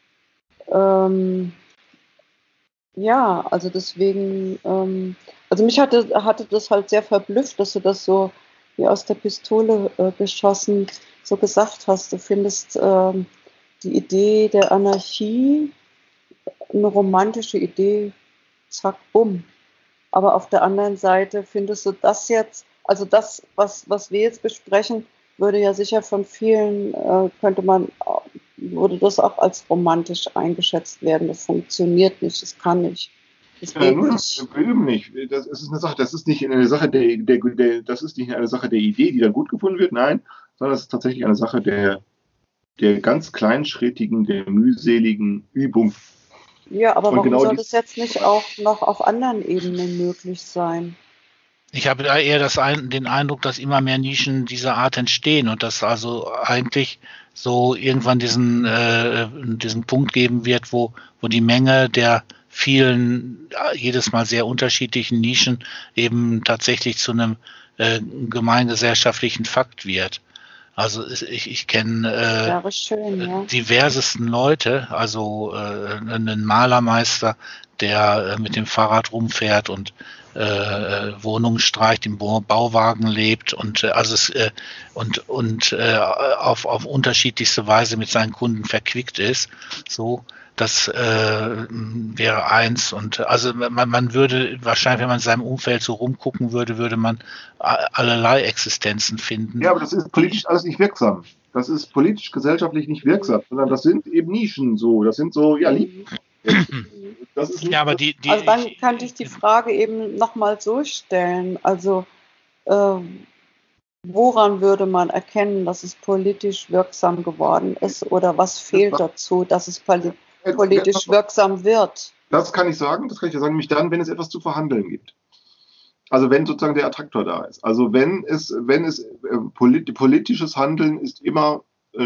Ja, also deswegen, also mich hatte das halt sehr verblüfft, dass du das so wie aus der Pistole geschossen so gesagt hast. Du findest die Idee der Anarchie eine romantische Idee, zack, bumm. Aber auf der anderen Seite findest du das jetzt, also das, was wir jetzt besprechen, würde ja sicher von vielen, würde das auch als romantisch eingeschätzt werden. Das funktioniert nicht, das kann nicht. Das geht nicht. Eben nicht. Das ist eine Sache, das ist nicht eine Sache das ist nicht eine Sache der Idee, die dann gut gefunden wird, nein, sondern es ist tatsächlich eine Sache der ganz kleinschrittigen, der mühseligen Übung. Ja, aber warum soll das jetzt nicht auch noch auf anderen Ebenen möglich sein? Ich habe da eher den Eindruck, dass immer mehr Nischen dieser Art entstehen und dass also eigentlich so irgendwann diesen Punkt geben wird, wo die Menge der vielen, jedes Mal sehr unterschiedlichen Nischen eben tatsächlich zu einem gemeingesellschaftlichen Fakt wird. Also ich kenne diversesten Leute, also einen Malermeister, der mit dem Fahrrad rumfährt und Wohnungen streicht, im Bauwagen lebt und auf unterschiedlichste Weise mit seinen Kunden verquickt ist. So, das wäre eins. Und also man würde wahrscheinlich, wenn man in seinem Umfeld so rumgucken würde, würde man allerlei Existenzen finden. Ja, aber das ist politisch alles nicht wirksam. Das ist politisch, gesellschaftlich nicht wirksam, sondern das sind eben Nischen so. Das sind so, ja, das ist nicht, ja, aber also dann könnte ich die Frage eben nochmal so stellen. Also woran würde man erkennen, dass es politisch wirksam geworden ist oder was fehlt dazu, dass es politisch wirksam wird? Das kann ich sagen, nämlich dann, wenn es etwas zu verhandeln gibt. Also wenn sozusagen der Attraktor da ist. Also wenn es politisches Handeln ist immer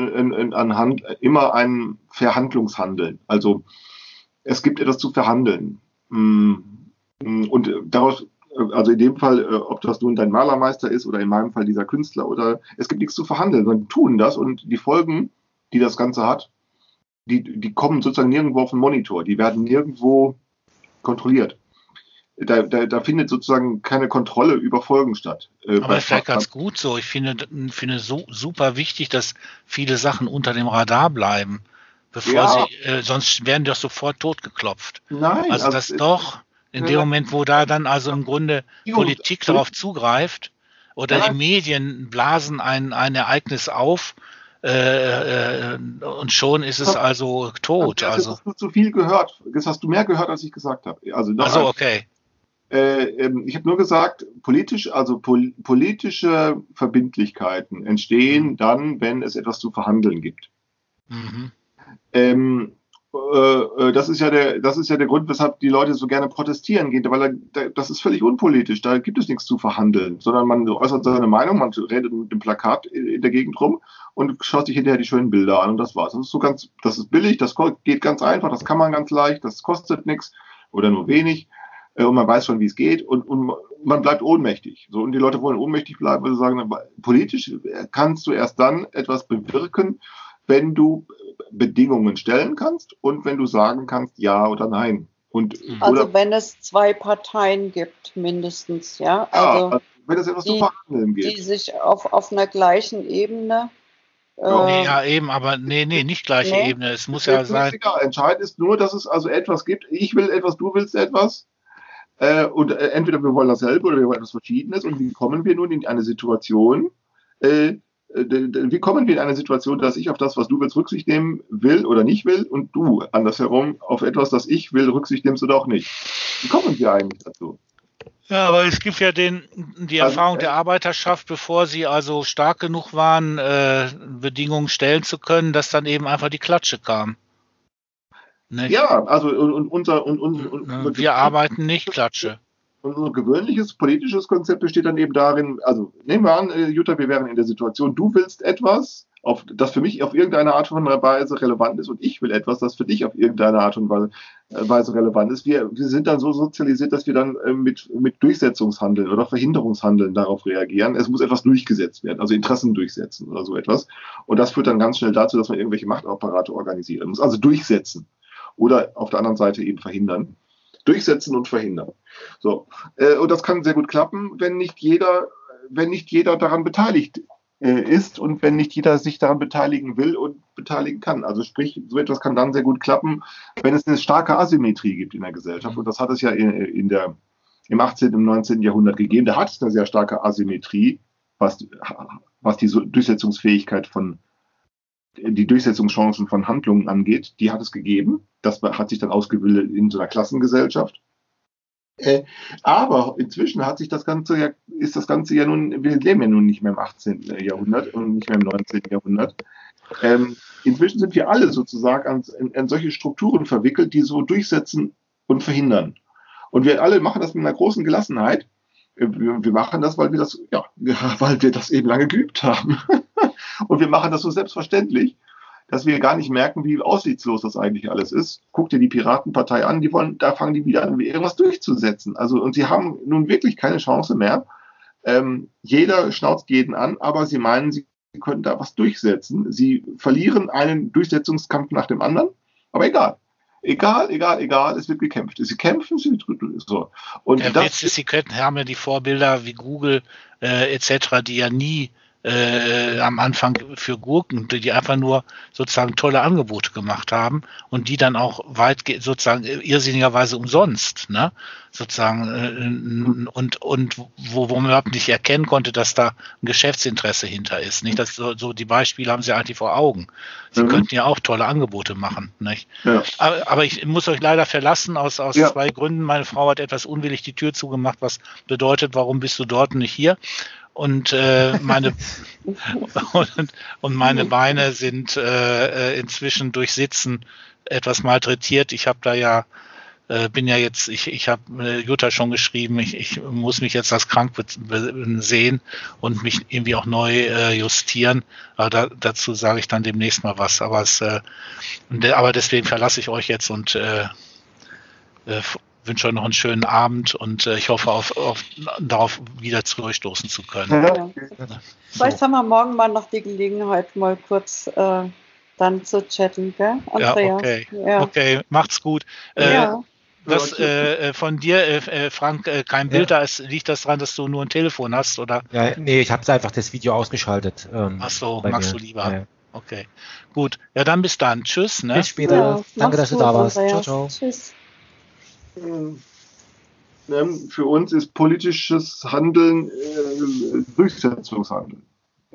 ein Verhandlungshandeln. Also es gibt etwas zu verhandeln. Und daraus also in dem Fall, ob das nun dein Malermeister ist oder in meinem Fall dieser Künstler, oder es gibt nichts zu verhandeln, sondern tun das, und die Folgen, die das Ganze hat, die kommen sozusagen nirgendwo auf den Monitor, die werden nirgendwo kontrolliert. Da findet sozusagen keine Kontrolle über Folgen statt. Aber es wäre ganz gut so. Ich finde so super wichtig, dass viele Sachen unter dem Radar bleiben, bevor sonst werden die doch sofort totgeklopft. Nein. Also das doch, in dem Moment, wo da dann also im Grunde Politik darauf zugreift oder die Medien blasen ein Ereignis auf, und schon ist es also tot. Also hast du zu viel gehört. Das hast du mehr gehört, als ich gesagt habe. Also okay. Ich habe nur gesagt, politische Verbindlichkeiten entstehen dann, wenn es etwas zu verhandeln gibt. Mhm. Das ist ja der Grund, weshalb die Leute so gerne protestieren gehen, weil das ist völlig unpolitisch. Da gibt es nichts zu verhandeln, sondern man äußert seine Meinung, man redet mit dem Plakat in der Gegend rum und schaut sich hinterher die schönen Bilder an, und das war's. Das ist billig, das geht ganz einfach, das kann man ganz leicht, das kostet nichts oder nur wenig, und man weiß schon, wie es geht, und man bleibt ohnmächtig. So, und die Leute wollen ohnmächtig bleiben, weil sie sagen, politisch kannst du erst dann etwas bewirken, wenn du Bedingungen stellen kannst und wenn du sagen kannst, ja oder nein. Also wenn es 2 Parteien gibt, mindestens, ja. Also wenn es etwas zu verhandeln gibt. Die sich auf einer gleichen Ebene. Eben, aber nee, nicht gleiche Ebene. Es muss ja sein. Egal. Entscheidend ist nur, dass es also etwas gibt. Ich will etwas, du willst etwas. Und entweder wir wollen dasselbe oder wir wollen etwas Verschiedenes. Und wie kommen wir nun in eine Situation, dass ich auf das, was du willst, Rücksicht nehmen will oder nicht will, und du andersherum auf etwas, das ich will, Rücksicht nimmst oder auch nicht? Wie kommen wir eigentlich dazu? Ja, aber es gibt ja die Erfahrung der Arbeiterschaft, bevor sie also stark genug waren, Bedingungen stellen zu können, dass dann eben einfach die Klatsche kam. Nicht? Ja, also wir arbeiten nicht Klatsche. Unser gewöhnliches politisches Konzept besteht dann eben darin, also nehmen wir an, Jutta, wir wären in der Situation, du willst etwas, das für mich auf irgendeine Art und Weise relevant ist, und ich will etwas, das für dich auf irgendeine Art und Weise relevant ist. Wir sind dann so sozialisiert, dass wir dann mit Durchsetzungshandeln oder Verhinderungshandeln darauf reagieren. Es muss etwas durchgesetzt werden, also Interessen durchsetzen oder so etwas. Und das führt dann ganz schnell dazu, dass man irgendwelche Machtapparate organisieren muss. Also durchsetzen oder auf der anderen Seite eben verhindern. Durchsetzen und verhindern. So. Und das kann sehr gut klappen, wenn nicht jeder daran beteiligt ist und wenn nicht jeder sich daran beteiligen will und beteiligen kann. Also sprich, so etwas kann dann sehr gut klappen, wenn es eine starke Asymmetrie gibt in der Gesellschaft. Und das hat es ja im 18. und 19. Jahrhundert gegeben. Da hat es eine sehr starke Asymmetrie, was die Durchsetzungsfähigkeit die Durchsetzungschancen von Handlungen angeht. Die hat es gegeben. Das hat sich dann ausgebildet in so einer Klassengesellschaft. Aber inzwischen ist das Ganze ja nun, wir leben ja nun nicht mehr im 18. Jahrhundert und nicht mehr im 19. Jahrhundert. Inzwischen sind wir alle sozusagen an solche Strukturen verwickelt, die so durchsetzen und verhindern. Und wir alle machen das mit einer großen Gelassenheit. Wir machen das, weil wir das eben lange geübt haben. Und wir machen das so selbstverständlich, dass wir gar nicht merken, wie aussichtslos das eigentlich alles ist. Guck dir die Piratenpartei an, da fangen die wieder an, irgendwas durchzusetzen. Und sie haben nun wirklich keine Chance mehr. Jeder schnauzt jeden an, aber sie meinen, sie können da was durchsetzen. Sie verlieren einen Durchsetzungskampf nach dem anderen, aber egal. Egal, es wird gekämpft. Sie kämpfen, so. Und der Witz ist, sie haben ja die Vorbilder wie Google etc., die ja nie am Anfang für Gurken, die einfach nur sozusagen tolle Angebote gemacht haben und die dann auch sozusagen irrsinnigerweise umsonst, ne? Sozusagen und wo man überhaupt nicht erkennen konnte, dass da ein Geschäftsinteresse hinter ist. Nicht, dass so die Beispiele haben sie eigentlich vor Augen. Sie könnten ja auch tolle Angebote machen, nicht? Ja. Aber ich muss euch leider verlassen aus 2 Gründen. Meine Frau hat etwas unwillig die Tür zugemacht, was bedeutet, warum bist du dort und nicht hier? Und meine Beine sind inzwischen durch Sitzen etwas malträtiert. Ich habe da ja ich habe Jutta schon geschrieben, ich muss mich jetzt als krank sehen und mich irgendwie auch neu justieren. Aber dazu sage ich dann demnächst mal was. Aber deswegen verlasse ich euch jetzt und wünsche euch noch einen schönen Abend und ich hoffe darauf wieder durchstoßen zu können. Ja. Vielleicht haben wir morgen mal noch die Gelegenheit, mal kurz dann zu chatten, gell, Andreas? Ja, okay, macht's gut. Was von dir, Frank, kein Bild da ist, liegt das daran, dass du nur ein Telefon hast, oder? Ja, nee, ich habe einfach das Video ausgeschaltet. Ach so, magst du lieber? Ja. Okay, gut. Ja, dann bis dann. Tschüss. Ne? Bis später. Ja, Danke, dass du da warst. Ciao, ciao. Tschüss. Für uns ist politisches Handeln Durchsetzungshandeln.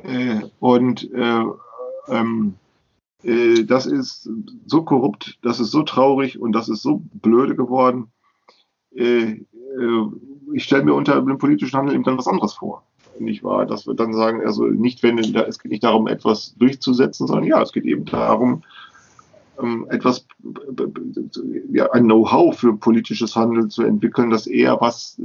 Das ist so korrupt, das ist so traurig und das ist so blöde geworden. Ich stelle mir unter dem politischen Handeln eben dann was anderes vor. Nicht wahr? Dass wir dann sagen, also nicht, es geht nicht darum, etwas durchzusetzen, sondern ja, es geht eben darum, ein Know-how für politisches Handeln zu entwickeln, das eher was.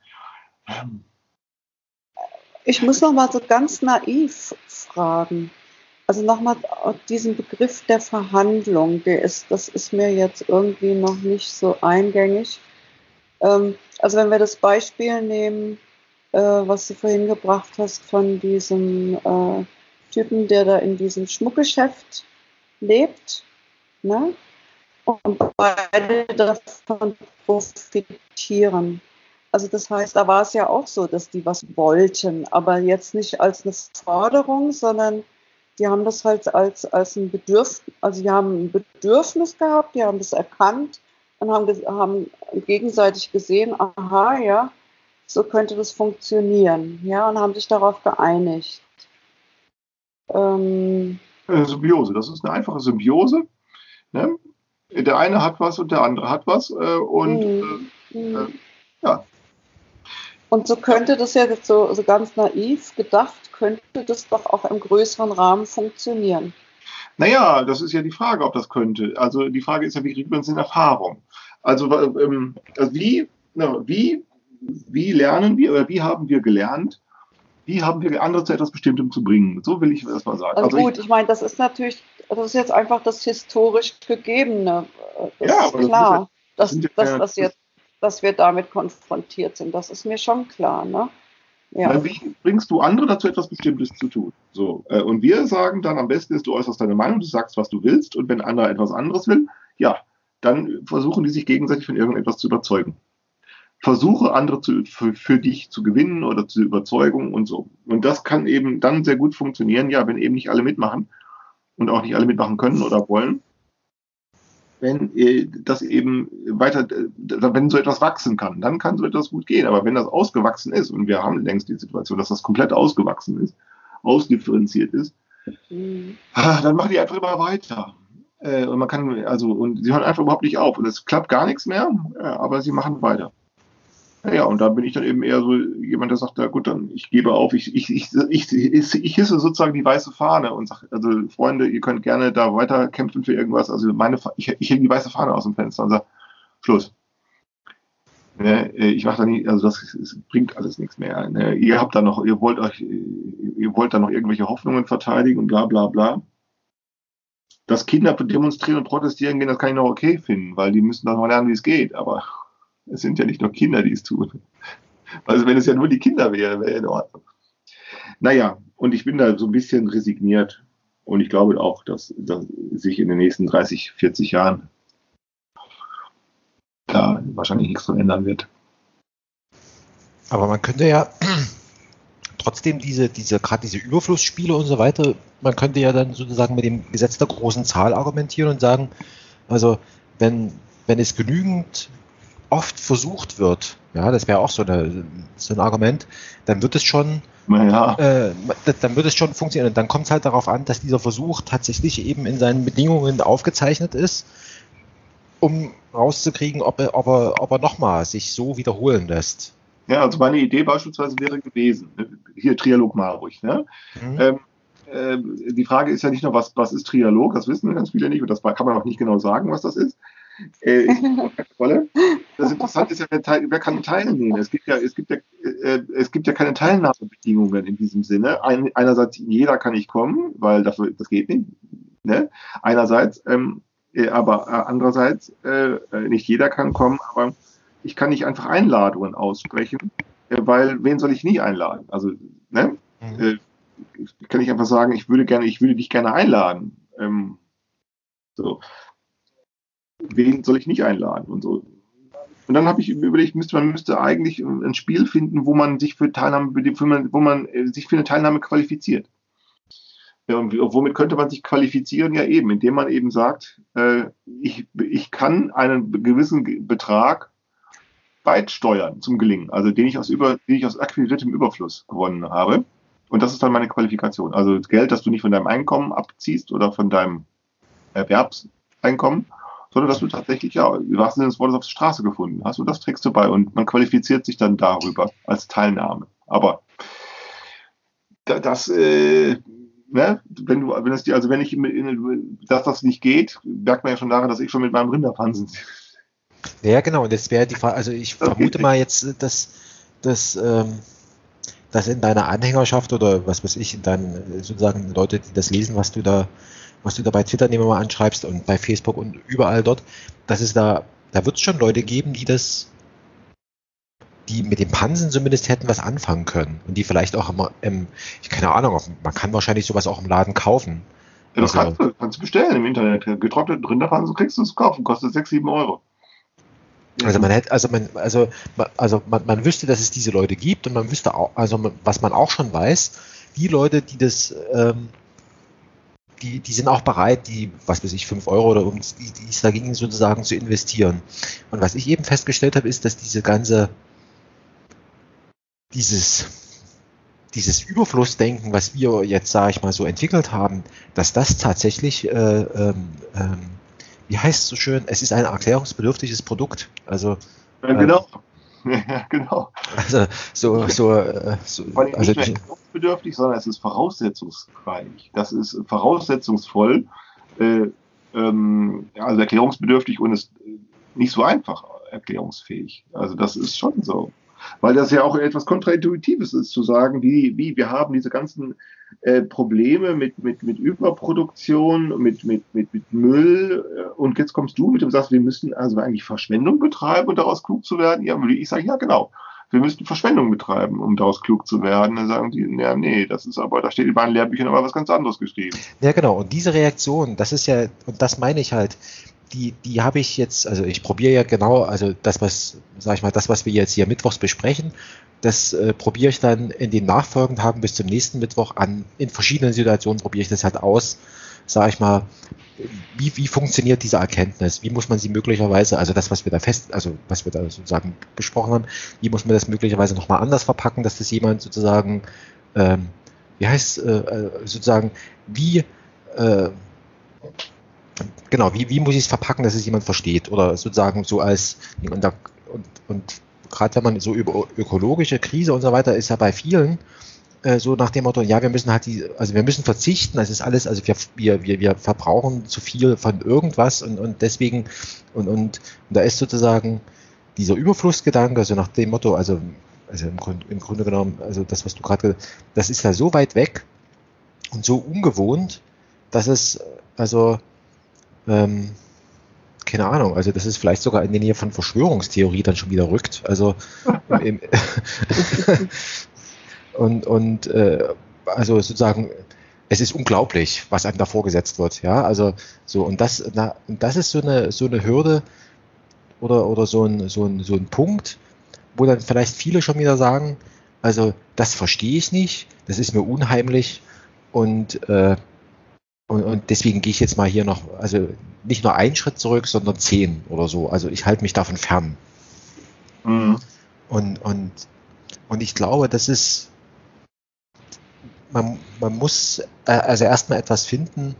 Ich muss noch mal so ganz naiv fragen. Also nochmal diesen Begriff der Verhandlung, das ist mir jetzt irgendwie noch nicht so eingängig. Also wenn wir das Beispiel nehmen, was du vorhin gebracht hast von diesem Typen, der da in diesem Schmuckgeschäft lebt, ne? Und beide davon profitieren. Also das heißt, da war es ja auch so, dass die was wollten, aber jetzt nicht als eine Forderung, sondern die haben das halt als ein Bedürfnis, also die haben ein Bedürfnis gehabt, die haben das erkannt und haben gegenseitig gesehen, aha, ja, so könnte das funktionieren, ja, und haben sich darauf geeinigt. Symbiose, das ist eine einfache Symbiose. Ne? Der eine hat was und der andere hat was ja. Und so könnte das ja so ganz naiv gedacht, könnte das doch auch im größeren Rahmen funktionieren. Naja, das ist ja die Frage, ob das könnte. Also die Frage ist ja, wie kriegt man es in Erfahrung? Also wie lernen wir oder wie haben wir gelernt, wie haben wir andere zu etwas Bestimmtem zu bringen? So will ich das mal sagen. Also gut, ich meine, das ist natürlich, das ist jetzt einfach das historisch Gegebene. Das ist klar, dass wir damit konfrontiert sind. Das ist mir schon klar, ne? Ja. Wie bringst du andere dazu, etwas Bestimmtes zu tun? So, und wir sagen dann, am besten ist, du äußerst deine Meinung, du sagst, was du willst, und wenn einer etwas anderes will, ja, dann versuchen die sich gegenseitig von irgendetwas zu überzeugen. Versuche andere für dich zu gewinnen oder zu überzeugen und so. Und das kann eben dann sehr gut funktionieren, ja, wenn eben nicht alle mitmachen und auch nicht alle mitmachen können oder wollen. Wenn das eben wenn so etwas wachsen kann, dann kann so etwas gut gehen. Aber wenn das ausgewachsen ist, und wir haben längst die Situation, dass das komplett ausgewachsen ist, ausdifferenziert ist, dann machen die einfach immer weiter. Und man kann, und sie hören einfach überhaupt nicht auf. Und es klappt gar nichts mehr, aber sie machen weiter. Ja, und da bin ich dann eben eher so jemand, der sagt, ja gut, dann ich gebe auf, ich hisse sozusagen die weiße Fahne und sage, also Freunde, ihr könnt gerne da weiter kämpfen für irgendwas, also ich hebe die weiße Fahne aus dem Fenster und sage, Schluss. Ne, ich mache da nie, also das bringt alles nichts mehr. Ne, ihr wollt da noch irgendwelche Hoffnungen verteidigen und bla bla bla. Dass Kinder demonstrieren und protestieren gehen, das kann ich noch okay finden, weil die müssen dann mal lernen, wie es geht, aber es sind ja nicht nur Kinder, die es tun. Also wenn es ja nur die Kinder wäre, wäre in Ordnung. Naja, und ich bin da so ein bisschen resigniert. Und ich glaube auch, dass sich in den nächsten 30, 40 Jahren da wahrscheinlich nichts dran ändern wird. Aber man könnte ja trotzdem gerade diese Überflussspiele und so weiter, man könnte ja dann sozusagen mit dem Gesetz der großen Zahl argumentieren und sagen, also wenn es genügend oft versucht wird, ja, das wäre auch so ein Argument, dann wird es schon funktionieren. Und dann kommt es halt darauf an, dass dieser Versuch tatsächlich eben in seinen Bedingungen aufgezeichnet ist, um rauszukriegen, ob er nochmal sich so wiederholen lässt. Ja, also meine Idee beispielsweise wäre gewesen, hier Trialog Marburg, ne? Die Frage ist ja nicht nur, was ist Trialog, das wissen ganz viele nicht und das kann man auch nicht genau sagen, was das ist. Das Interessante ist ja, wer kann teilnehmen? Es gibt ja keine Teilnahmebedingungen in diesem Sinne. Einerseits, jeder kann nicht kommen, weil das geht nicht. Ne? Einerseits, aber andererseits, nicht jeder kann kommen, aber ich kann nicht einfach Einladungen aussprechen, weil wen soll ich nie einladen? Also, ne? Kann ich einfach sagen, ich würde dich gerne einladen. So. Wen soll ich nicht einladen und so. Und dann habe ich überlegt, man müsste eigentlich ein Spiel finden, wo man sich für sich für eine Teilnahme qualifiziert. Ja, und womit könnte man sich qualifizieren? Ja eben, indem man eben sagt, ich kann einen gewissen Betrag beisteuern zum Gelingen, also den ich aus akquiriertem Überfluss gewonnen habe. Und das ist dann meine Qualifikation. Also Geld, das du nicht von deinem Einkommen abziehst oder von deinem Erwerbseinkommen, sondern dass du tatsächlich, ja, im wahrsten Sinne des Wortes auf der Straße gefunden hast und das trägst du bei und man qualifiziert sich dann darüber als Teilnahme. Aber dass das nicht geht, merkt man ja schon daran, dass ich schon mit meinem Rinderpansen. Ja, genau, und das wäre die Frage, also ich vermute mal jetzt, dass in deiner Anhängerschaft oder was weiß ich, in deinen sozusagen Leute, die das lesen, was du da bei Twitter nehmen wir mal anschreibst und bei Facebook und überall dort, dass es da wird es schon Leute geben, die mit dem Pansen zumindest hätten was anfangen können und die vielleicht auch keine Ahnung, man kann wahrscheinlich sowas auch im Laden kaufen. Ja, das kannst du bestellen im Internet. Getrockneten Rinderpansen kriegst du es kaufen, kostet 6, 7 Euro. Also man wüsste, dass es diese Leute gibt und man wüsste auch, also was man auch schon weiß, die Leute, die das die sind auch bereit, die, was weiß ich, 5 Euro oder die es dagegen sozusagen zu investieren. Und was ich eben festgestellt habe, ist, dass dieses Überflussdenken, was wir jetzt, sage ich mal, so entwickelt haben, dass das tatsächlich, wie heißt es so schön, es ist ein erklärungsbedürftiges Produkt. Also genau. Ja, genau. Also Vor allem nicht mehr erklärungsbedürftig, sondern es ist voraussetzungsreich. Das ist voraussetzungsvoll, also erklärungsbedürftig und ist nicht so einfach erklärungsfähig. Also das ist schon so. Weil das ja auch etwas Kontraintuitives ist, zu sagen, wir haben diese ganzen Probleme mit Überproduktion, mit Müll und jetzt kommst du mit dem Satz, wir müssen also eigentlich Verschwendung betreiben, um daraus klug zu werden. Ja, würde ich sagen, ja genau, wir müssen Verschwendung betreiben, um daraus klug zu werden. Dann sagen die, ja nee, das ist aber, da steht in meinen Lehrbüchern aber was ganz anderes geschrieben. Ja genau, und diese Reaktion, das ist ja, und das meine ich halt, die habe ich jetzt, also ich probiere ja genau, also das, was wir jetzt hier mittwochs besprechen, das probiere ich dann in den nachfolgenden Tagen bis zum nächsten Mittwoch an. In verschiedenen Situationen probiere ich das halt aus, sage ich mal, wie funktioniert diese Erkenntnis? Wie muss man sie möglicherweise, also das, was wir da sozusagen besprochen haben, wie muss man das möglicherweise nochmal anders verpacken, dass das jemand sozusagen, wie muss ich es verpacken, dass es jemand versteht? Oder sozusagen so als, und gerade wenn man so über ökologische Krise und so weiter ist ja bei vielen so nach dem Motto, ja, wir müssen wir müssen verzichten, das ist alles, also wir verbrauchen zu viel von irgendwas und deswegen, und da ist sozusagen dieser Überflussgedanke, also nach dem Motto, also im Grunde genommen, also das, was du gerade, das ist ja so weit weg und so ungewohnt, dass es, also keine Ahnung, also das ist vielleicht sogar in die Nähe von Verschwörungstheorie dann schon wieder rückt. Also also sozusagen, es ist unglaublich, was einem da vorgesetzt wird, ja. Also so, und das ist so eine Hürde oder so ein Punkt, wo dann vielleicht viele schon wieder sagen, also das verstehe ich nicht, das ist mir unheimlich und deswegen gehe ich jetzt mal hier noch, also nicht nur einen Schritt zurück, sondern 10 oder so. Also ich halte mich davon fern. Mhm. Und ich glaube, das ist, man muss also erstmal etwas finden,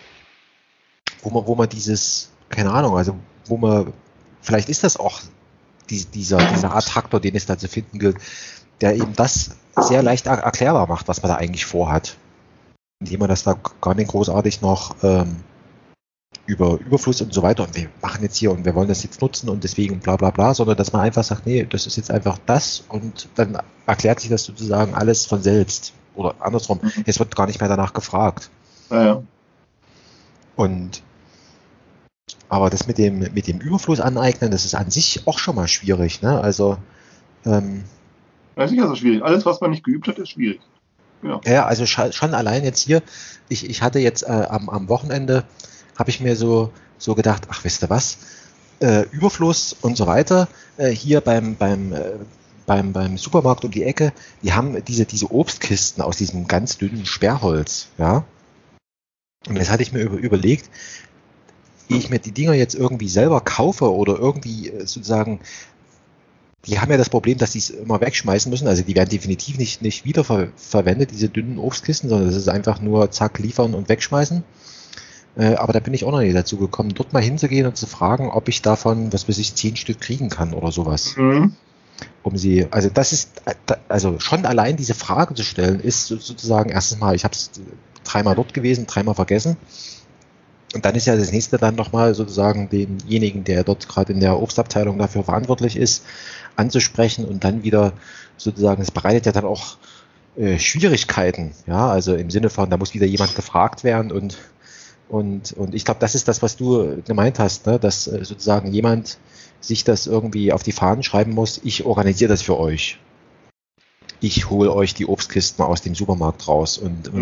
wo man dieses, keine Ahnung, also wo man, vielleicht ist das auch dieser Attraktor, den es da zu finden gilt, der eben das sehr leicht erklärbar macht, was man da eigentlich vorhat. Indem man das da gar nicht großartig noch über Überfluss und so weiter und wir machen jetzt hier und wir wollen das jetzt nutzen und deswegen bla bla bla, sondern dass man einfach sagt, nee, das ist jetzt einfach das und dann erklärt sich das sozusagen alles von selbst. Oder andersrum, es wird gar nicht mehr danach gefragt. Ja. Und Aber das mit dem Überfluss aneignen, das ist an sich auch schon mal schwierig, ne? Also, Das ist sicher so schwierig. Alles, was man nicht geübt hat, ist schwierig. Ja. ja, also schon allein jetzt hier, ich hatte jetzt am Wochenende, habe ich mir so gedacht, ach, wisst ihr was, Überfluss und so weiter, hier beim Supermarkt um die Ecke, die haben diese Obstkisten aus diesem ganz dünnen Sperrholz, ja. Und jetzt hatte ich mir überlegt, ehe ich mir die Dinger jetzt irgendwie selber kaufe oder irgendwie sozusagen, die haben ja das Problem, dass sie es immer wegschmeißen müssen, also die werden definitiv nicht wiederverwendet, diese dünnen Obstkisten, sondern das ist einfach nur zack, liefern und wegschmeißen. Aber da bin ich auch noch nicht dazu gekommen, dort mal hinzugehen und zu fragen, ob ich davon, was weiß ich, 10 Stück kriegen kann oder sowas. Mhm. Also das ist, also schon allein diese Frage zu stellen, ist sozusagen erstens mal, ich habe es 3-mal dort gewesen, 3-mal vergessen. Und dann ist ja das nächste dann nochmal sozusagen denjenigen, der dort gerade in der Obstabteilung dafür verantwortlich ist, anzusprechen und dann wieder sozusagen, es bereitet ja dann auch Schwierigkeiten, ja, also im Sinne von, da muss wieder jemand gefragt werden und ich glaube, das ist das, was du gemeint hast, ne? Dass sozusagen jemand sich das irgendwie auf die Fahnen schreiben muss, ich organisiere das für euch. Ich hole euch die Obstkisten aus dem Supermarkt raus und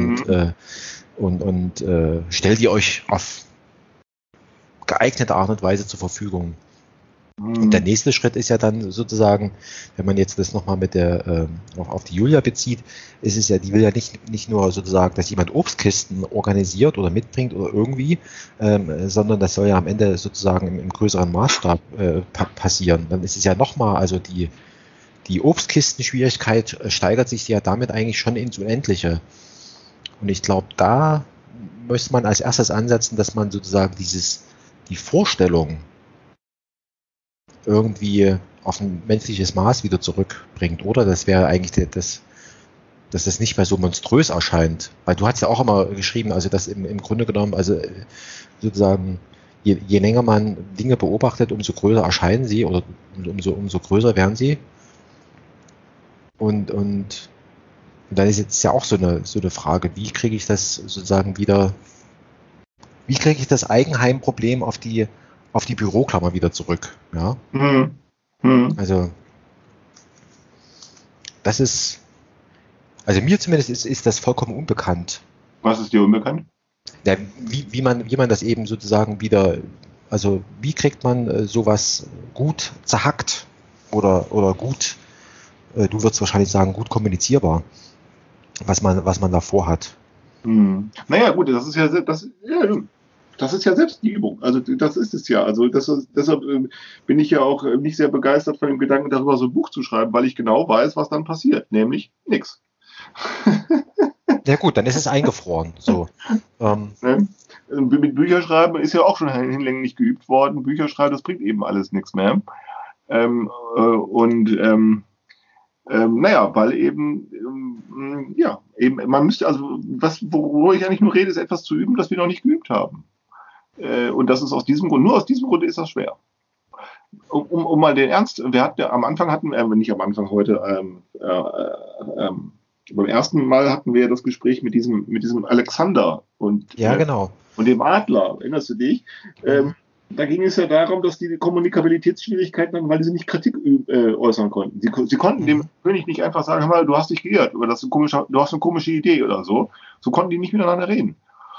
stell die euch auf geeignete Art und Weise zur Verfügung. Und der nächste Schritt ist ja dann sozusagen, wenn man jetzt das nochmal mit auf die Julia bezieht, ist es ja, die will ja nicht nur sozusagen, dass jemand Obstkisten organisiert oder mitbringt oder irgendwie, sondern das soll ja am Ende sozusagen im größeren Maßstab passieren. Dann ist es ja nochmal, also die Obstkistenschwierigkeit steigert sich ja damit eigentlich schon ins Unendliche. Und ich glaube, da müsste man als erstes ansetzen, dass man sozusagen die Vorstellung irgendwie auf ein menschliches Maß wieder zurückbringt, oder? Das wäre eigentlich dass das nicht mehr so monströs erscheint. Weil du hast ja auch immer geschrieben, also dass im Grunde genommen, also sozusagen, je länger man Dinge beobachtet, umso größer erscheinen sie oder umso größer werden sie. Und dann ist jetzt ja auch so eine Frage, wie kriege ich das sozusagen wieder, wie kriege ich das Eigenheimproblem auf die Büroklammer wieder zurück, ja? Also das ist, also mir zumindest ist das vollkommen unbekannt. Was ist dir unbekannt? Ja, wie man das eben sozusagen wieder, also wie kriegt man sowas gut zerhackt oder gut, du würdest wahrscheinlich sagen, gut kommunizierbar, was man da vorhat. Naja, gut, das ist ja selbst die Übung. Also das ist es ja. Also deshalb bin ich ja auch nicht sehr begeistert von dem Gedanken, darüber so ein Buch zu schreiben, weil ich genau weiß, was dann passiert, nämlich nichts. Ja gut, dann ist es eingefroren. So. Mit Bücherschreiben ist ja auch schon hinlänglich geübt worden. Bücherschreiben, das bringt eben alles nichts mehr. Naja, weil eben man müsste, also worüber ich eigentlich nur rede, ist etwas zu üben, das wir noch nicht geübt haben. Und das ist nur aus diesem Grund ist das schwer. Um mal den Ernst, nicht am Anfang heute, beim ersten Mal hatten wir das Gespräch mit diesem Alexander und genau. Und dem Adler, erinnerst du dich? Da ging es ja darum, dass die Kommunikabilitätsschwierigkeiten hatten, weil sie nicht Kritik äußern konnten. Sie konnten dem König nicht einfach sagen, hör mal, du hast dich geirrt oder du hast eine komische Idee oder so. So konnten die nicht miteinander reden.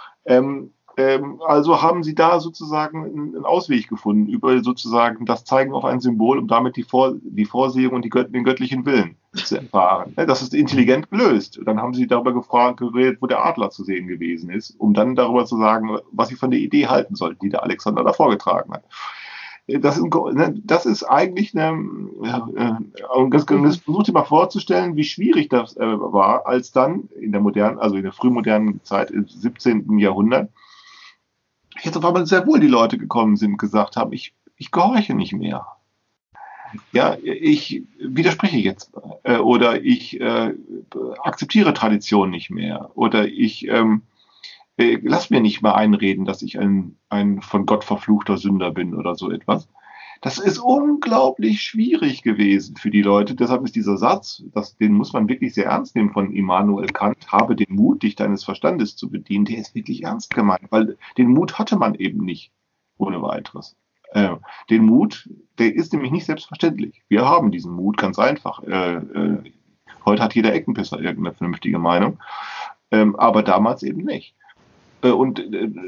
Also haben sie da sozusagen einen Ausweg gefunden über sozusagen das Zeigen auf ein Symbol, um damit die Vorsehung und den göttlichen Willen zu erfahren. Das ist intelligent gelöst. Dann haben sie darüber geredet, wo der Adler zu sehen gewesen ist, um dann darüber zu sagen, was sie von der Idee halten sollten, die der Alexander da vorgetragen hat. Das ist eigentlich das versucht ihr mal vorzustellen, wie schwierig das war, als dann in der frühmodernen Zeit im 17. Jahrhundert, jetzt auf einmal sehr wohl die Leute gekommen sind und gesagt haben, ich gehorche nicht mehr. Ja, ich widerspreche jetzt oder ich akzeptiere Tradition nicht mehr oder ich lass mir nicht mehr einreden, dass ich ein von Gott verfluchter Sünder bin oder so etwas. Das ist unglaublich schwierig gewesen für die Leute. Deshalb ist dieser Satz, den muss man wirklich sehr ernst nehmen von Immanuel Kant, habe den Mut, dich deines Verstandes zu bedienen, der ist wirklich ernst gemeint, weil den Mut hatte man eben nicht ohne weiteres. Den Mut, der ist nämlich nicht selbstverständlich. Wir haben diesen Mut, ganz einfach. Heute hat jeder Eckenpisser irgendeine vernünftige Meinung, aber damals eben nicht. Und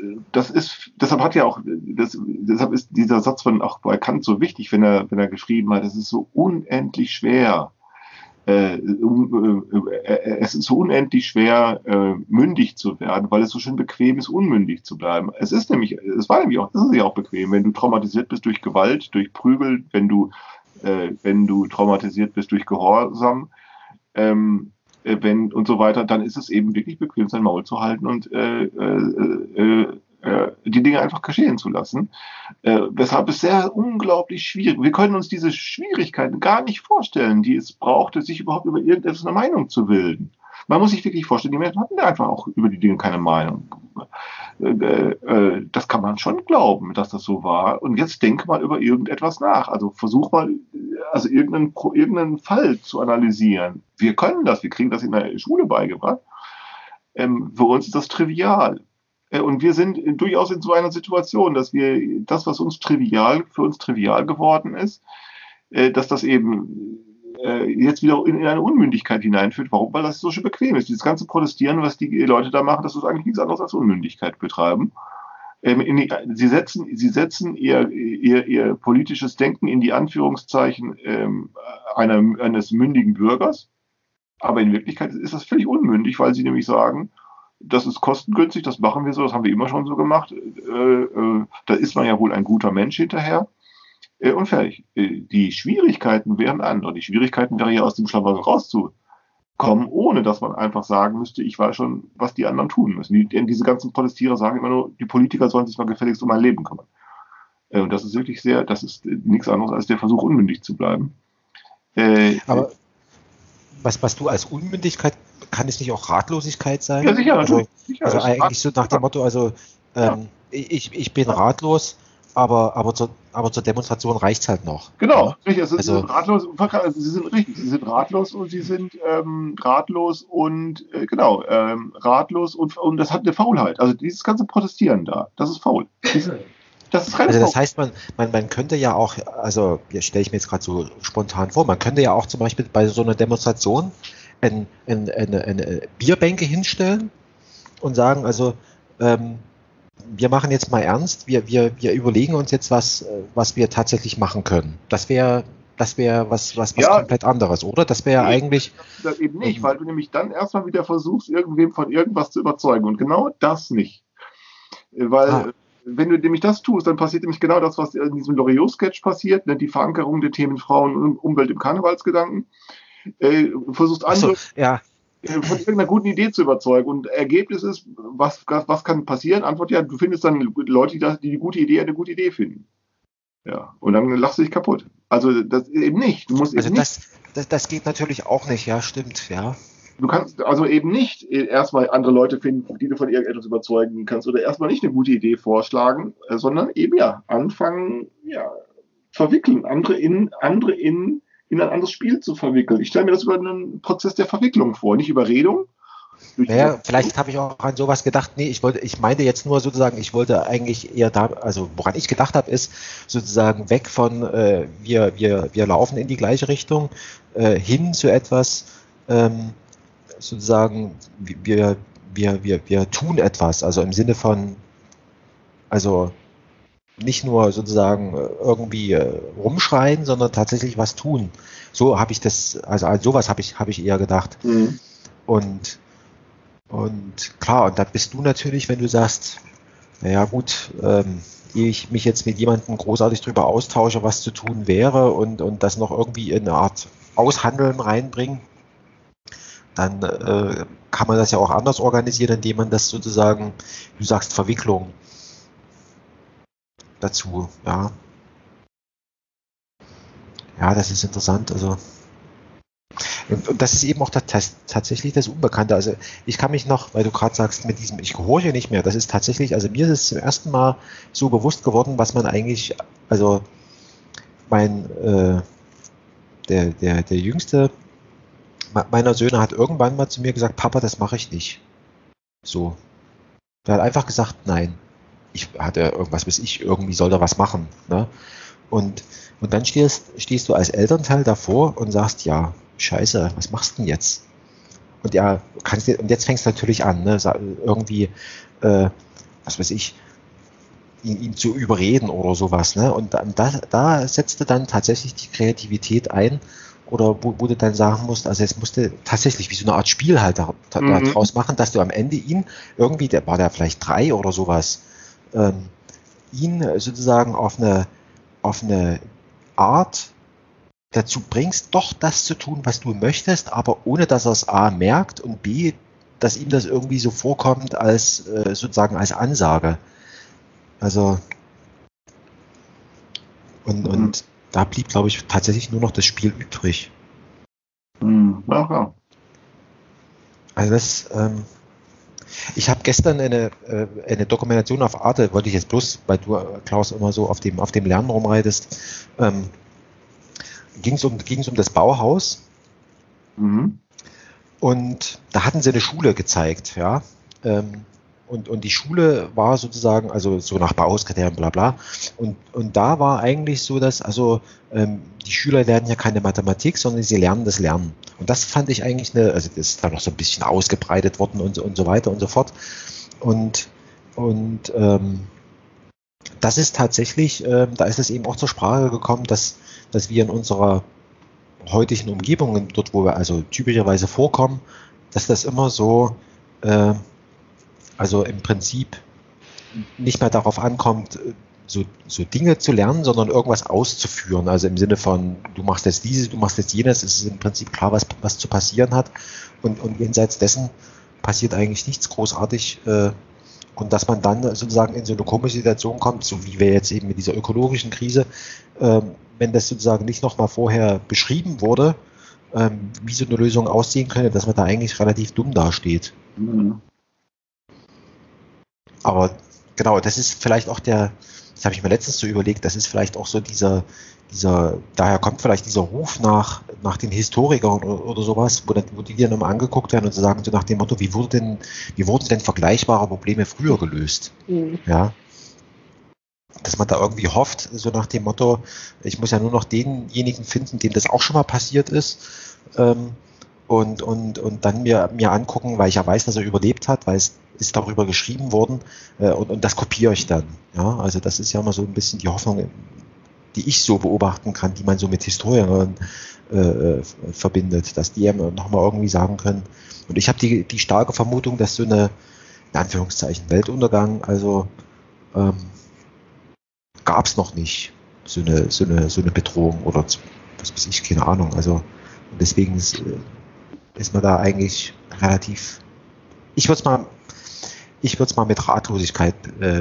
deshalb ist dieser Satz von auch bei Kant so wichtig, wenn er geschrieben hat, es ist so unendlich schwer, es ist so unendlich schwer, mündig zu werden, weil es so schön bequem ist, unmündig zu bleiben. Es ist ja auch bequem, wenn du traumatisiert bist durch Gewalt, durch Prügel, wenn du traumatisiert bist durch Gehorsam, und so weiter, dann ist es eben wirklich bequem, sein Maul zu halten und die Dinge einfach geschehen zu lassen. Weshalb es sehr unglaublich schwierig ist. Wir können uns diese Schwierigkeiten gar nicht vorstellen, die es brauchte, sich überhaupt über irgendetwas eine Meinung zu bilden. Man muss sich wirklich vorstellen, die Menschen hatten einfach auch über die Dinge keine Meinung. Das kann man schon glauben, dass das so war. Und jetzt denk mal über irgendetwas nach. Also versuch mal, irgendeinen Fall zu analysieren. Wir können das, wir kriegen das in der Schule beigebracht. Für uns ist das trivial. Und wir sind durchaus in so einer Situation, dass wir das, was für uns trivial geworden ist, dass das eben jetzt wieder in eine Unmündigkeit hineinführt. Warum? Weil das so schön bequem ist. Dieses ganze Protestieren, was die Leute da machen, das ist eigentlich nichts anderes als Unmündigkeit betreiben. Sie setzen ihr politisches Denken in die Anführungszeichen eines mündigen Bürgers, aber in Wirklichkeit ist das völlig unmündig, weil sie nämlich sagen, das ist kostengünstig, das machen wir so, das haben wir immer schon so gemacht, da ist man ja wohl ein guter Mensch hinterher. Und fertig. Die Schwierigkeiten wären andere. Die Schwierigkeiten wäre ja aus dem Schlamassel rauszukommen, ohne dass man einfach sagen müsste, ich weiß schon, was die anderen tun müssen. Diese ganzen Protestierer sagen immer nur, die Politiker sollen sich mal gefälligst um mein Leben kümmern. Und das ist wirklich das ist nichts anderes als der Versuch, unmündig zu bleiben. Aber was du als Unmündigkeit, kann es nicht auch Ratlosigkeit sein? Ja, sicher. Also sicher, eigentlich so nach dem Motto, ich bin ratlos, aber zur Demonstration reicht es halt noch. Genau, richtig. Sie sind ratlos und sie sind ratlos und das hat eine Faulheit. Also dieses ganze Protestieren da, das ist faul. Das ist also das heißt, man könnte ja auch, also stelle ich mir jetzt gerade so spontan vor, man könnte ja auch zum Beispiel bei so einer Demonstration eine Bierbänke hinstellen und sagen, also wir machen jetzt mal ernst, wir überlegen uns jetzt was wir tatsächlich machen können. Das wäre was komplett anderes, oder? Das wäre eigentlich... Das eben nicht, weil du nämlich dann erstmal wieder versuchst, irgendwem von irgendwas zu überzeugen und genau das nicht. Weil wenn du nämlich das tust, dann passiert nämlich genau das, was in diesem Loriot-Sketch passiert, die Verankerung der Themen Frauen und Umwelt im Karnevalsgedanken. Versuchst andere... von irgendeiner guten Idee zu überzeugen. Und Ergebnis ist, was kann passieren? Antwort, ja, du findest dann Leute, die eine gute Idee finden. Ja, und dann lachst du dich kaputt. Also das eben nicht. Du musst eben das geht natürlich auch nicht, ja, stimmt, ja. Du kannst also eben nicht erstmal andere Leute finden, die du von irgendetwas überzeugen kannst oder erstmal nicht eine gute Idee vorschlagen, sondern eben anfangen, verwickeln, andere in ein anderes Spiel zu verwickeln. Ich stelle mir das über einen Prozess der Verwicklung vor, nicht Überredung. Naja, vielleicht habe ich auch an sowas gedacht, ich meinte jetzt nur sozusagen, ich wollte eigentlich eher woran ich gedacht habe, ist sozusagen weg von wir laufen in die gleiche Richtung, hin zu etwas, sozusagen, wir tun etwas, also im Sinne von, also nicht nur sozusagen irgendwie rumschreien, sondern tatsächlich was tun. So habe ich das, also an sowas habe ich eher gedacht. Mhm. Und klar, und da bist du natürlich, wenn du sagst, naja gut, ehe ich mich jetzt mit jemandem großartig drüber austausche, was zu tun wäre und das noch irgendwie in eine Art Aushandeln reinbringen, dann kann man das ja auch anders organisieren, indem man das sozusagen, du sagst Verwicklung dazu, ja. Ja, das ist interessant, also. Und das ist eben auch tatsächlich das Unbekannte. Also ich kann mich noch, weil du gerade sagst, mit diesem ich gehorche nicht mehr, das ist tatsächlich, also mir ist es zum ersten Mal so bewusst geworden, was man eigentlich, also der Jüngste meiner Söhne hat irgendwann mal zu mir gesagt, Papa, das mache ich nicht. So. Er hat einfach gesagt, nein. ich hatte irgendwas, weiß ich, irgendwie soll da was machen. Ne? Und dann stehst du als Elternteil davor und sagst, ja, scheiße, was machst du denn jetzt? Und ja, und jetzt fängst du natürlich an, ne? Irgendwie, was weiß ich, ihn zu überreden oder sowas. Ne? Und da setzte dann tatsächlich die Kreativität ein, oder wo du dann sagen musst, also jetzt musst du tatsächlich wie so eine Art Spiel halt daraus machen, dass du am Ende ihn irgendwie, der war vielleicht 3 oder sowas, ihn sozusagen auf eine Art dazu bringst, doch das zu tun, was du möchtest, aber ohne dass er es A merkt und B, dass ihm das irgendwie so vorkommt als sozusagen als Ansage. Also und da blieb, glaube ich, tatsächlich nur noch das Spiel übrig. Ja. Also das, ich habe gestern eine Dokumentation auf Arte, wollte ich jetzt bloß, weil du, Klaus, immer so auf dem Lernen rumreitest, ging es um das Bauhaus. Und da hatten sie eine Schule gezeigt, ja. Und die Schule war sozusagen, also so nach Bauhauskriterien, bla bla. Und da war eigentlich so, dass, die Schüler lernen ja keine Mathematik, sondern sie lernen das Lernen. Und das fand ich eigentlich also das ist dann noch so ein bisschen ausgebreitet worden und so weiter und so fort. Und das ist tatsächlich, da ist es eben auch zur Sprache gekommen, dass wir in unserer heutigen Umgebung, dort wo wir also typischerweise vorkommen, dass das immer so, also im Prinzip nicht mehr darauf ankommt, so Dinge zu lernen, sondern irgendwas auszuführen. Also im Sinne von, du machst jetzt dieses, du machst jetzt jenes, es ist im Prinzip klar, was zu passieren hat. Und jenseits dessen passiert eigentlich nichts großartig. Und dass man dann sozusagen in so eine komische Situation kommt, so wie wir jetzt eben mit dieser ökologischen Krise, wenn das sozusagen nicht nochmal vorher beschrieben wurde, wie so eine Lösung aussehen könnte, dass man da eigentlich relativ dumm dasteht. Aber genau, das ist vielleicht auch das habe ich mir letztens so überlegt, das ist vielleicht auch so daher kommt vielleicht dieser Ruf nach den Historikern oder sowas, wo die dann immer angeguckt werden und so sagen, so nach dem Motto, wie wurden denn vergleichbare Probleme früher gelöst? Ja. Dass man da irgendwie hofft, so nach dem Motto, ich muss ja nur noch denjenigen finden, dem das auch schon mal passiert ist, und dann mir angucken, weil ich ja weiß, dass er überlebt hat, weil es ist darüber geschrieben worden, und das kopiere ich dann. Ja, also das ist ja immer so ein bisschen die Hoffnung, die ich so beobachten kann, die man so mit Historikern verbindet, dass die eben nochmal irgendwie sagen können. Und ich habe die starke Vermutung, dass so eine, in Anführungszeichen, Weltuntergang, also gab es noch nicht so eine Bedrohung oder was weiß ich, keine Ahnung. Also und deswegen ist man da eigentlich relativ. Ich würde es mal mit Ratlosigkeit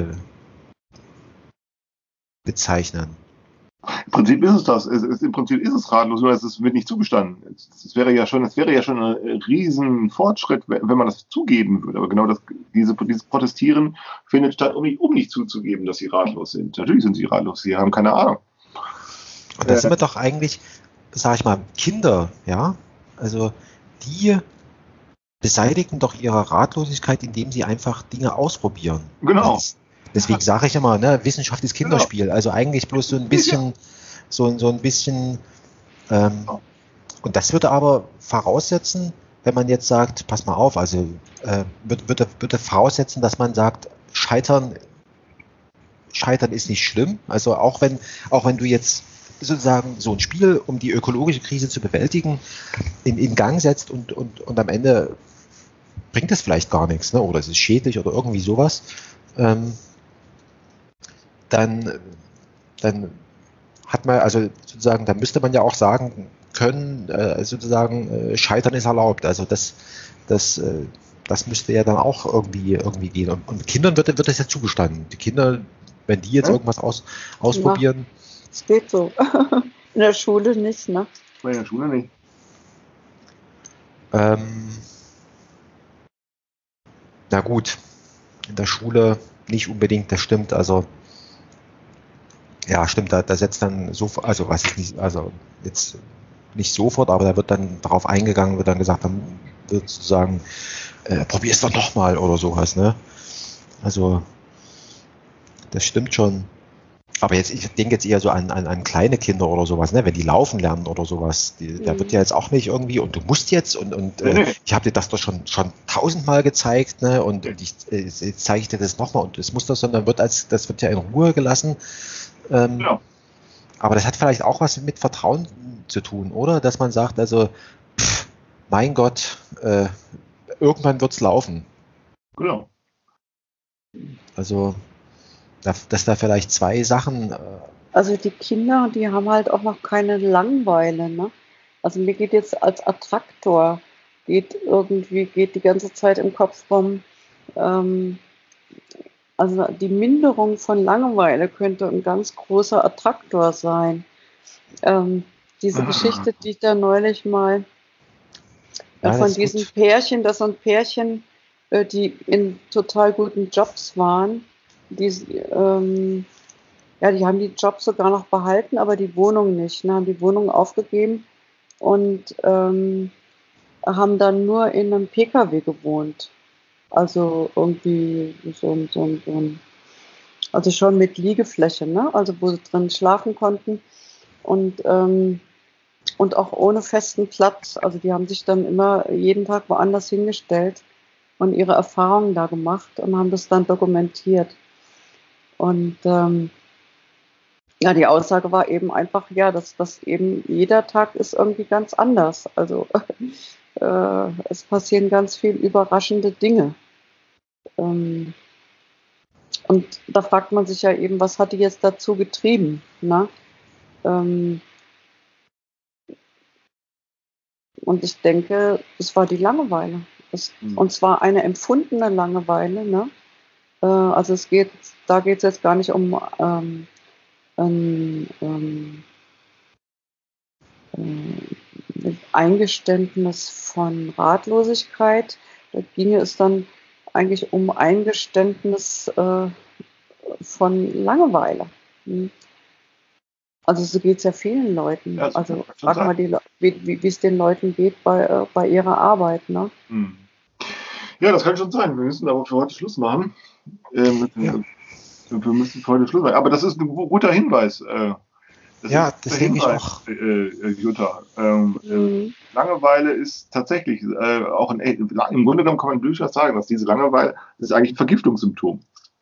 bezeichnen. Im Prinzip ist es das. Im Prinzip ist es ratlos, nur es wird nicht zugestanden. Es wäre ja schon ein riesen Fortschritt, wenn man das zugeben würde. Aber genau dieses Protestieren findet statt, um nicht zuzugeben, dass sie ratlos sind. Natürlich sind sie ratlos, sie haben keine Ahnung. Und da sind wir doch eigentlich, sag ich mal, Kinder, ja? Also die beseitigen doch ihre Ratlosigkeit, indem sie einfach Dinge ausprobieren. Genau. Deswegen sage ich immer, ne, Wissenschaft ist Kinderspiel. Genau. Also eigentlich bloß so ein bisschen, so ein bisschen, und das würde aber voraussetzen, wenn man jetzt sagt, pass mal auf, also würde voraussetzen, dass man sagt, Scheitern ist nicht schlimm. Also auch wenn du jetzt sozusagen so ein Spiel, um die ökologische Krise zu bewältigen, in Gang setzt und am Ende bringt es vielleicht gar nichts, ne? Oder es ist schädlich oder irgendwie sowas, dann hat man, also sozusagen, dann müsste man ja auch sagen können, sozusagen, Scheitern ist erlaubt. Also das müsste ja dann auch irgendwie gehen. Und Kindern wird das ja zugestanden. Die Kinder, wenn die jetzt irgendwas ausprobieren. Es geht so. In der Schule nicht, ne? In der Schule nicht. Na gut, in der Schule nicht unbedingt, das stimmt. Also ja, stimmt, da setzt dann sofort, also was ich nicht, also jetzt nicht sofort, aber da wird dann darauf eingegangen, wird dann gesagt, dann wird sozusagen, probier es doch nochmal oder sowas, ne? Also das stimmt schon. Aber jetzt, ich denke jetzt eher so an kleine Kinder oder sowas, ne? Wenn die laufen lernen oder sowas, da wird ja jetzt auch nicht irgendwie, und du musst jetzt und ich habe dir das doch schon 1000-mal gezeigt, ne? Und jetzt zeige ich dir das nochmal und das muss das, sondern das wird ja in Ruhe gelassen. Genau. Aber das hat vielleicht auch was mit Vertrauen zu tun, oder? Dass man sagt, also, mein Gott, irgendwann wird's laufen. Genau. Also, dass da vielleicht zwei Sachen. Also die Kinder, die haben halt auch noch keine Langeweile, ne? Also mir geht jetzt als Attraktor, geht die ganze Zeit im Kopf rum, also die Minderung von Langeweile könnte ein ganz großer Attraktor sein. Diese Geschichte, die ich da neulich mal von diesem Pärchen, das sind Pärchen, die in total guten Jobs waren, die haben die Jobs sogar noch behalten, aber die Wohnung nicht, ne, haben die Wohnung aufgegeben und haben dann nur in einem PKW gewohnt. Also irgendwie also schon mit Liegefläche, ne? Also wo sie drin schlafen konnten und auch ohne festen Platz. Also die haben sich dann immer jeden Tag woanders hingestellt und ihre Erfahrungen da gemacht und haben das dann dokumentiert. Und die Aussage war eben einfach, dass eben jeder Tag ist irgendwie ganz anders. Also es passieren ganz viel überraschende Dinge. Und da fragt man sich ja eben, was hat die jetzt dazu getrieben? Ne? Und ich denke, es war die Langeweile. Und zwar eine empfundene Langeweile. Ne? Also da geht es jetzt gar nicht um ein Eingeständnis von Ratlosigkeit. Da ginge es dann eigentlich um Eingeständnis von Langeweile. Also so geht es ja vielen Leuten. Ja, also frag mal wie es den Leuten geht bei ihrer Arbeit. Ne? Ja, das kann schon sein. Wir müssen aber für heute Schluss machen. Wir müssen für heute Schluss machen. Aber das ist ein guter Hinweis. Das denke ich auch. Jutta. Langeweile ist tatsächlich auch im Grunde genommen kann man durchaus sagen, dass diese Langeweile, das ist eigentlich ein Vergiftungssymptom.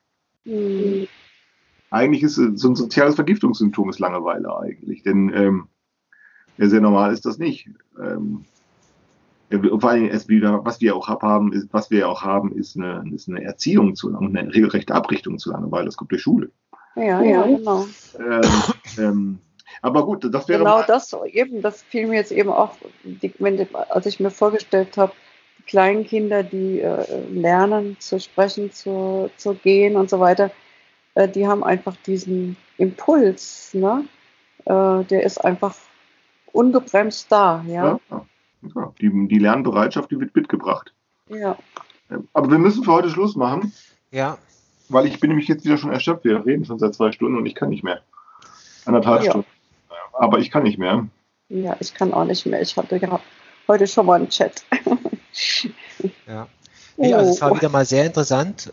Eigentlich ist es so ein soziales Vergiftungssymptom ist Langeweile eigentlich. Denn sehr normal ist das nicht. Vor allem was wir auch haben, ist eine Erziehung und eine regelrechte Abrichtung zu Langeweile. Das kommt durch Schule. Ja, genau. Aber gut, das wäre genau das fiel mir jetzt eben auch, als ich mir vorgestellt habe, die kleinen Kinder, die lernen zu sprechen, zu gehen und so weiter, die haben einfach diesen Impuls, ne? Der ist einfach ungebremst da, ja. Ja, die Lernbereitschaft, die wird mitgebracht. Ja. Aber wir müssen für heute Schluss machen. Ja. Weil ich bin nämlich jetzt wieder schon erschöpft. Wir reden schon seit 2 Stunden und ich kann nicht mehr. 1,5 Stunden. Aber ich kann nicht mehr. Ja, ich kann auch nicht mehr. Ich hatte ja heute schon mal einen Chat. Ja. Nee, also es war wieder mal sehr interessant.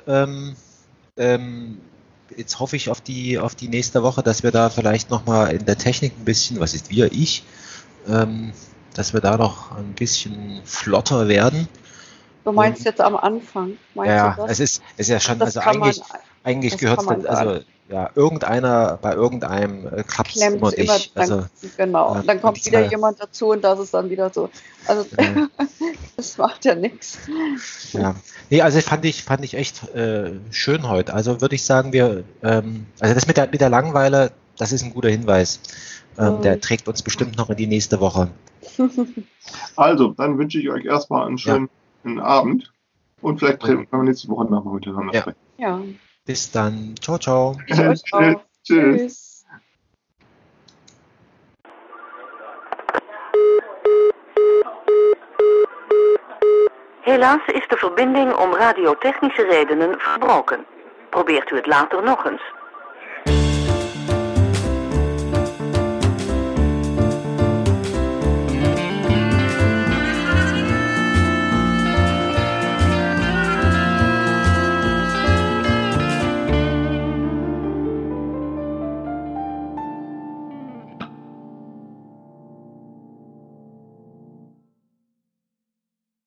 Jetzt hoffe ich auf die nächste Woche, dass wir da vielleicht nochmal in der Technik ein bisschen, was ist ich, dass wir da noch ein bisschen flotter werden. Du meinst jetzt am Anfang? Es ist ja schon, also eigentlich gehört es dann, also ja, bei irgendeinem klappt es immer nicht. Genau, dann kommt wieder jemand dazu und das ist dann wieder so. Also das macht ja nichts. Ja, nee, also fand ich echt schön heute. Also würde ich sagen, also das mit der Langeweile, das ist ein guter Hinweis. Der trägt uns bestimmt noch in die nächste Woche. Also, dann wünsche ich euch erstmal einen schönen Abend und vielleicht können wir nächste Woche nochmal miteinander sprechen. Ja. Bis dann. Ciao, ciao. Tschüss. Helaas is de verbinding om radiotechnische redenen verbroken. Probeert u het later nog eens.